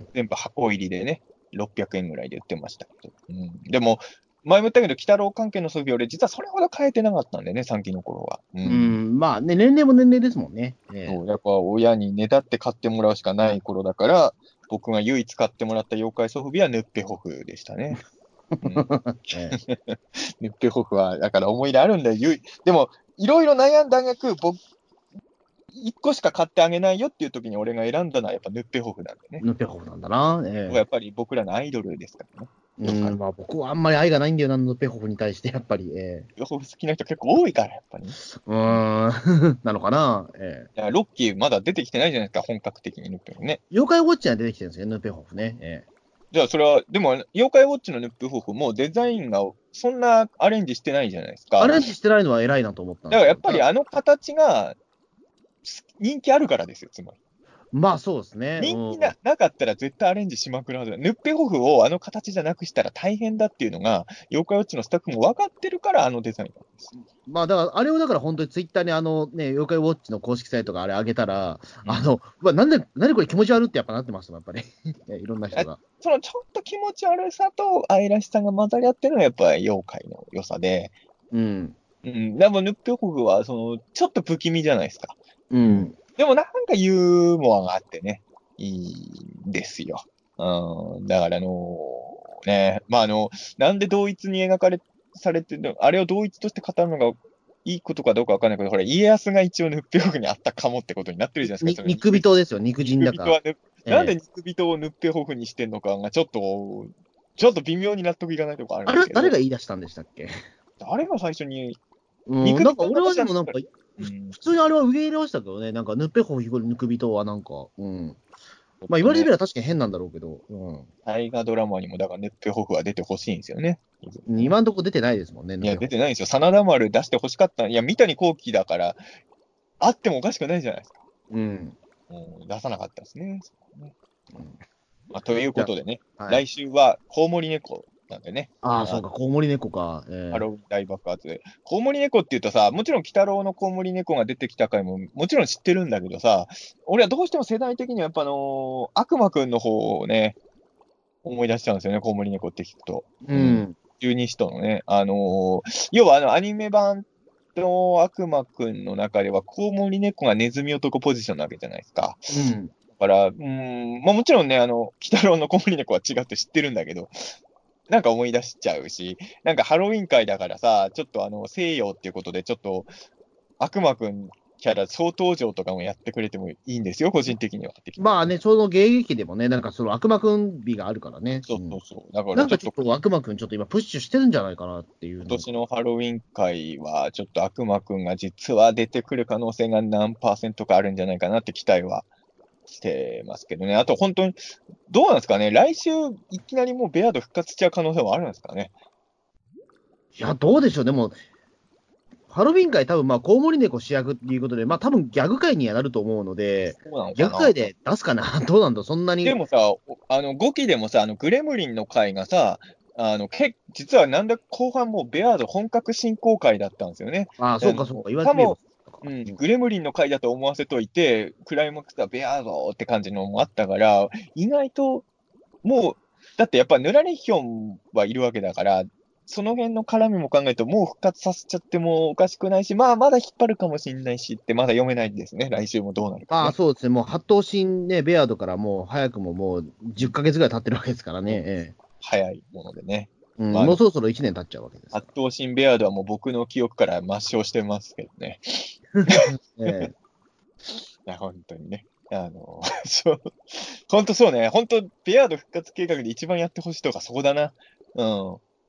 全部箱入りでね、ろっぴゃくえんぐらいで売ってましたけど。うん、でも、前も言ったけど、鬼太郎関係の装備俺、実はそれほど変えてなかったんでね、さんきの頃は。ううん。 ん。まあね、年齢も年齢ですもんね。えそう、やっぱ親にねだって買ってもらうしかない頃だから、僕が唯一買ってもらった妖怪ソフビはヌッペホフでしたね。うん。 え。ええ。 ヌッペホフは、だから思い入れあるんだよ。唯でも、いろいろ悩んだ挙句、僕、いっこしか買ってあげないよっていう時に俺が選んだのはやっぱヌッペホフなんでね。 ヌペホフなんだな。ええ。 やっぱり僕らのアイドルですからね。 う妖怪。 ん、まあ僕はあんまり愛がないんだよな、ヌペホフに対して、やっぱり。ええ。 ヌッペホフ好きな人結構多いから、やっぱりね。 ううん。 ーん、なのかな。ええ。 だからロッキーまだ出てきてないじゃないですか、本格的にヌッペホフね。 妖怪ウォッチには出てきてるんですよ、ヌペホフね。ええ。 じゃあそれは、でも、妖怪ウォッチのヌッペホフもデザインがそんなアレンジしてないじゃないですか。 アレンジしてないのは偉いなと思ったんだからやっですよ。ただ、 ぱりあの形が人気あるからですよ、つまり。 まあそうですね。 人気なうん。 なかったら絶対アレンジしまくるはずだ。ヌッペホフをあの形じゃなくしたら大変だっていうのが、妖怪ウォッチのスタッフも分かってるからあのデザインなんです。 まあだから、あれをだから本当にツイッターにあのね、妖怪ウォッチの公式サイトがあれ上げたら、 うん、 あの、うわ、なんで、なんでこれ気持ち悪ってやっぱなってましたもん、やっぱり。ねいろんな人あが。 そのちょっと気持ち悪さと愛らしさが混ざり合ってるのがやっぱり妖怪の良さで、 うん。 うん、でもヌッペホフはそのちょっと不気味じゃないですか。うん。 うん。 でもなんかユーモアがあってね、いいんですよ。うん。だからあのね、まああの、なんで同一に描かれ、されてる、あれを同一として語るのがいいことかどうかわかんないけど、ほら、家康が一応ヌッペホフにあったかもってことになってるじゃないですか。そのに肉人ですよ、肉人だか。 肉人はね、なんでええ。 肉人をヌッペホフにしてんのかがちょっと、ちょっと微妙に納得いかないとこあるんあれはですけど、 誰が言い出したんでしたっけ？ 誰が最初に、 うん、 肉なんか俺人の話は、 はでもなんか、ふうん、 普通にあれは受け入れましたけどね、なんかヌッペホフイコール肉人はなんか、うん。 ちょっまあ言とね、 われてみれば確かに変なんだろうけど、う大河ドラマにもだからヌッペホフは出てほしいんですよね。 ん。今んとこ出てないですもんね、 いや、 ヌペホフ。 出てないんですよ。真田丸出してほしかった。いや、三谷幸喜だから、あってもおかしくないじゃないですか。 うん。 うん、出さなかったですね。ね、 うん、 まあ、というじゃことでね、 あ、はい。 来週はコウモリ猫なんでね。 ああ、そあうか、コウモリ猫か。ええ。 ハロウィン大爆発で。コウモリ猫って言うとさ、もちろん鬼太郎のコウモリ猫が出てきた回ももちろん知ってるんだけどさ、俺はどうしても世代的にはやっぱあのー悪魔くんの方をね、思い出しちゃうんですよね、コウモリ猫って聞くと。うん。 うん。 十二使徒のね、あのー要はあのアニメ版の悪魔くんの中では、コウモリ猫がネズミ男ポジションなわけじゃないですか。 うん。 だから、うーん、まあもちろんね、あの、鬼太郎のコウモリ猫は違って知ってるんだけど、なんか思い出しちゃうし、なんかハロウィン会だからさ、ちょっとあの、西洋っていうことで、ちょっと悪魔くんキャラ総登場とかもやってくれてもいいんですよ、個人的には。できたらね。 まあね、その迎撃でもね、なんかその悪魔くん日があるからね。 そうそううん。 そう。だからなんかちょっちょっとと悪魔くんちょっと今プッシュしてるんじゃないかなっていう、 今なんか。 年のハロウィン会は、ちょっと悪魔くんが実は出てくる可能性が何パーセントかあるんじゃないかなって期待はしてますけどね。あと本当に、どうなんですかね。来週いきなりもうベアード復活しちゃう可能性もあるんですかね。 いや、どうでしょう。でも、ハロウィン界多分まあ、コウモリ猫主役っていうことで、まあ多分ギャグ界にはなると思うので、 そうなのギャかな。 グ界で出すかなどうなんだそんなに。 でもさ、おあの、ごきでもさ、あの、グレムリンの回がさ、あの、け、実はなんだ後半もうベアード本格進行回だったんですよね。 ああ、 あの、 そうかそうか、言われてみれば。 かも、うん、グレムリンの回だと思わせといて、クライマックスはベアードって感じのもあったから、意外と、もう、だってやっぱヌラリヒョンはいるわけだから、その辺の絡みも考えると、もう復活させちゃってもおかしくないし、まあ、まだ引っ張るかもしれないしって、まだ読めないんですね。来週もどうなるかまあね。 そうですね、もう八頭身ね、ベアードからもう早くももうじゅっかげつぐらい経ってるわけですからね。ええ。 早いものでね。 うん、 まあ、あの、 もうそろそろいちねん経っちゃうわけですか八頭身ベアードはもう僕の記憶から抹消してますけどね。 ら。ええ。 いや、本当にね。あの、そう、本当そうね。本当、ベアード復活計画で一番やってほしいとかそこだな。うん。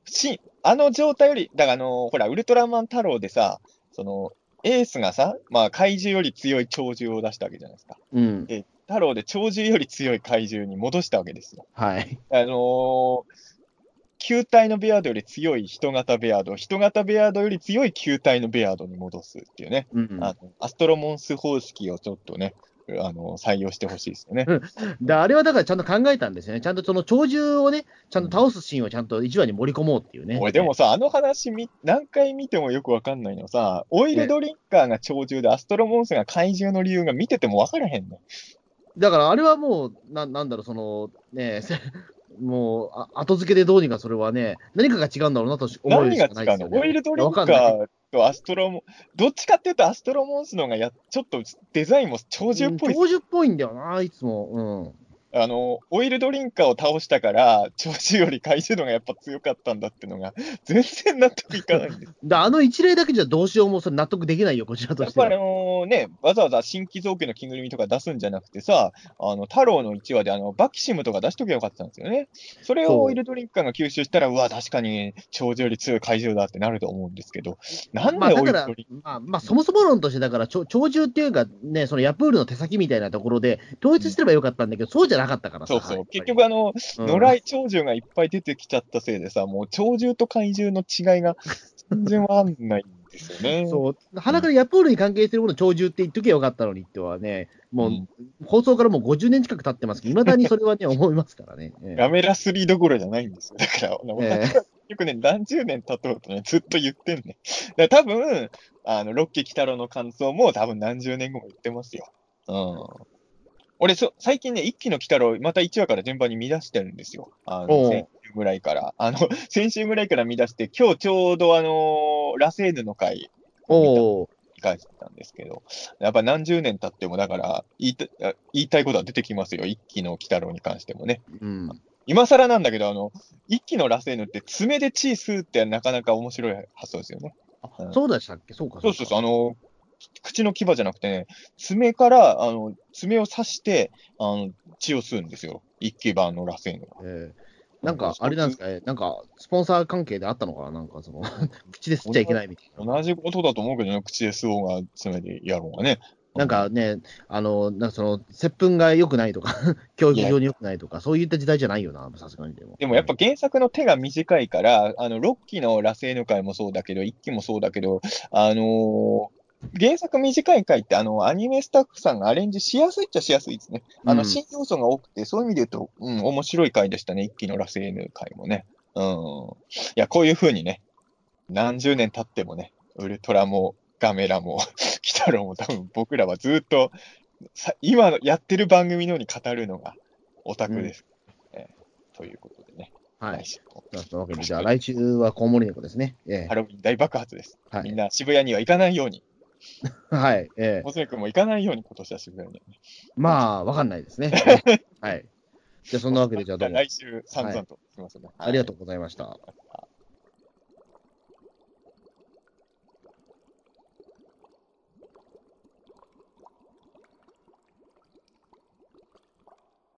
し、あの状態より、だからあの、ほら、ウルトラマン太郎でさ、その、エースがさ、まあ、怪獣より強い鳥獣を出したわけじゃないですか。 うん。 で、太郎で鳥獣より強い怪獣に戻したわけですよ。 はい。 あのー球体のベアードより強い人型ベアード、人型ベアードより強い球体のベアードに戻すっていうね。 うん。 あのアストロモンス方式をちょっとね、あの採用してほしいですよね。 で、あれはだからちゃんと考えたんですよね。ちゃんとその鳥獣をね、ちゃんと倒すシーンをちゃんといちわに盛り込もうっていうね。 俺でもさ、あの話み何回見てもよくわかんないのさ、オイルドリンカーが鳥獣でアストロモンスが怪獣の理由が見ててもわからへんねん。 だからあれはもう、ななんだろう、そのね、もうあ後付けでどうにかそれはね、何かが違うんだろうなと思う何がしかないで違うの？ すよね。 オイルドリンわかんない。 カーとアストロモン、どっちかっていうとアストロモンスの方がや、ちょっとデザインも鳥獣っうん、 ぽい。 長寿っぽいんだよな、いつも。 あの、オイルドリンカーを倒したから、調子より怪獣度がやっぱ強かったんだってのが、全然納得いかないんです。 うん。だあの一例だけじゃどうしようもそれ納得できないよ、こちらとしては。 やっぱりあのね、わざわざ新規造形の着ぐるみとか出すんじゃなくてさ、あの、太郎のいちわであの、バキシムとか出しときゃよかったんですよね。それをオイそう。 ルドリンカーが吸収したら、うわ、確かに長寿より強い怪獣だってなると思うんですけど、なんまあ、だから、 でオイルドリンまあ、まあ、そもそも論として、だから、ちょ鳥獣っていうか、ね、そのヤプールの手先みたいなところで、統一すればよかったんだけど、そうじゃなかったからさ、 そうそう。 やっぱり。 結局あの、 うん、 野良鳥獣がいっぱい出てきちゃったせいでさ、もう鳥獣と怪獣の違いが全然わかんないんですよね。 そう、 うん。 鼻からヤプールに関係してるものを鳥獣って言っときゃよかったのにってはね、もう、 うん。 放送からもうごじゅうねん近く経ってますけど、いまだにそれはね、思いますからね。えガメラスリーどころじゃないんですよ。だから、あのえ私は結局ね、何十年経とうとね、ずっと言ってんね。だから多分、あの、ロッキー北郎の感想も多分何十年後も言ってますよ。うん。俺、そ、最近ね、一期の鬼太郎、またいちわから順番に見出してるんですよ。あの、 おう先週ぐらいから。あの、先週ぐらいから見出して、今日ちょうどあのラセーヌの回を見た、 おう見返してたんですけど、やっぱ何十年経っても、だから、言いた、あ言いたいことは出てきますよ。一期の鬼太郎に関してもね。 うん。 今更なんだけど、あの、一期のラセーヌって爪で血吸うってなかなか面白い発想ですよね。 あ、 うん、 そうでしたっけ、そうか、そうか。 そうそうそう、あの、口の牙じゃなくてね、爪から、あの、爪を刺して、あの、血を吸うんですよ。一期版のラセーヌが。 ええななんか、 んか、あそういう、 れなんですかね、なんか、スポンサー関係であったのかな、なんか、その、口で吸っちゃいけないみたいな。 同じことだと思うけどね、口で吸おうが、爪でやろうがね。 なんうん、 かね、あの、なんかその、接吻が良くないとか、教いや、 育上に良くないとか、そういった時代じゃないよな、さすがにでも。 でもやっぱ原作の手が短いから、あの、ろっきの螺星の回もそうだけど、いっきもそうだけど、あのー原作短い回って、あの、アニメスタッフさんがアレンジしやすいっちゃしやすいですね。あの、 うん。 新要素が多くて、そういう意味で言うと、うん、面白い回でしたね。いっきの螺星の回もね。うん。いや、こういう風にね、何十年経ってもね、ウルトラもガメラも、鬼太郎も多分僕らはずっとさ、今のやってる番組のように語るのがオタうん。 クです。えーということでね、 はい。 来週もそんなわけで、 よろしじゃあ来週くお願いします。 はコウモリ猫ですね。えハロウィン大爆発です。 えはい。 みんな渋谷には行かないように、 はい。ええモズメ君も行かないように今年は渋谷にはね。本当に。 まあ、わかんないですね。ええはい。じゃあ、そんもうなわけで、じゃあどうも。 来週散はい。 々とすみませんね。はい。 ありがとうございました。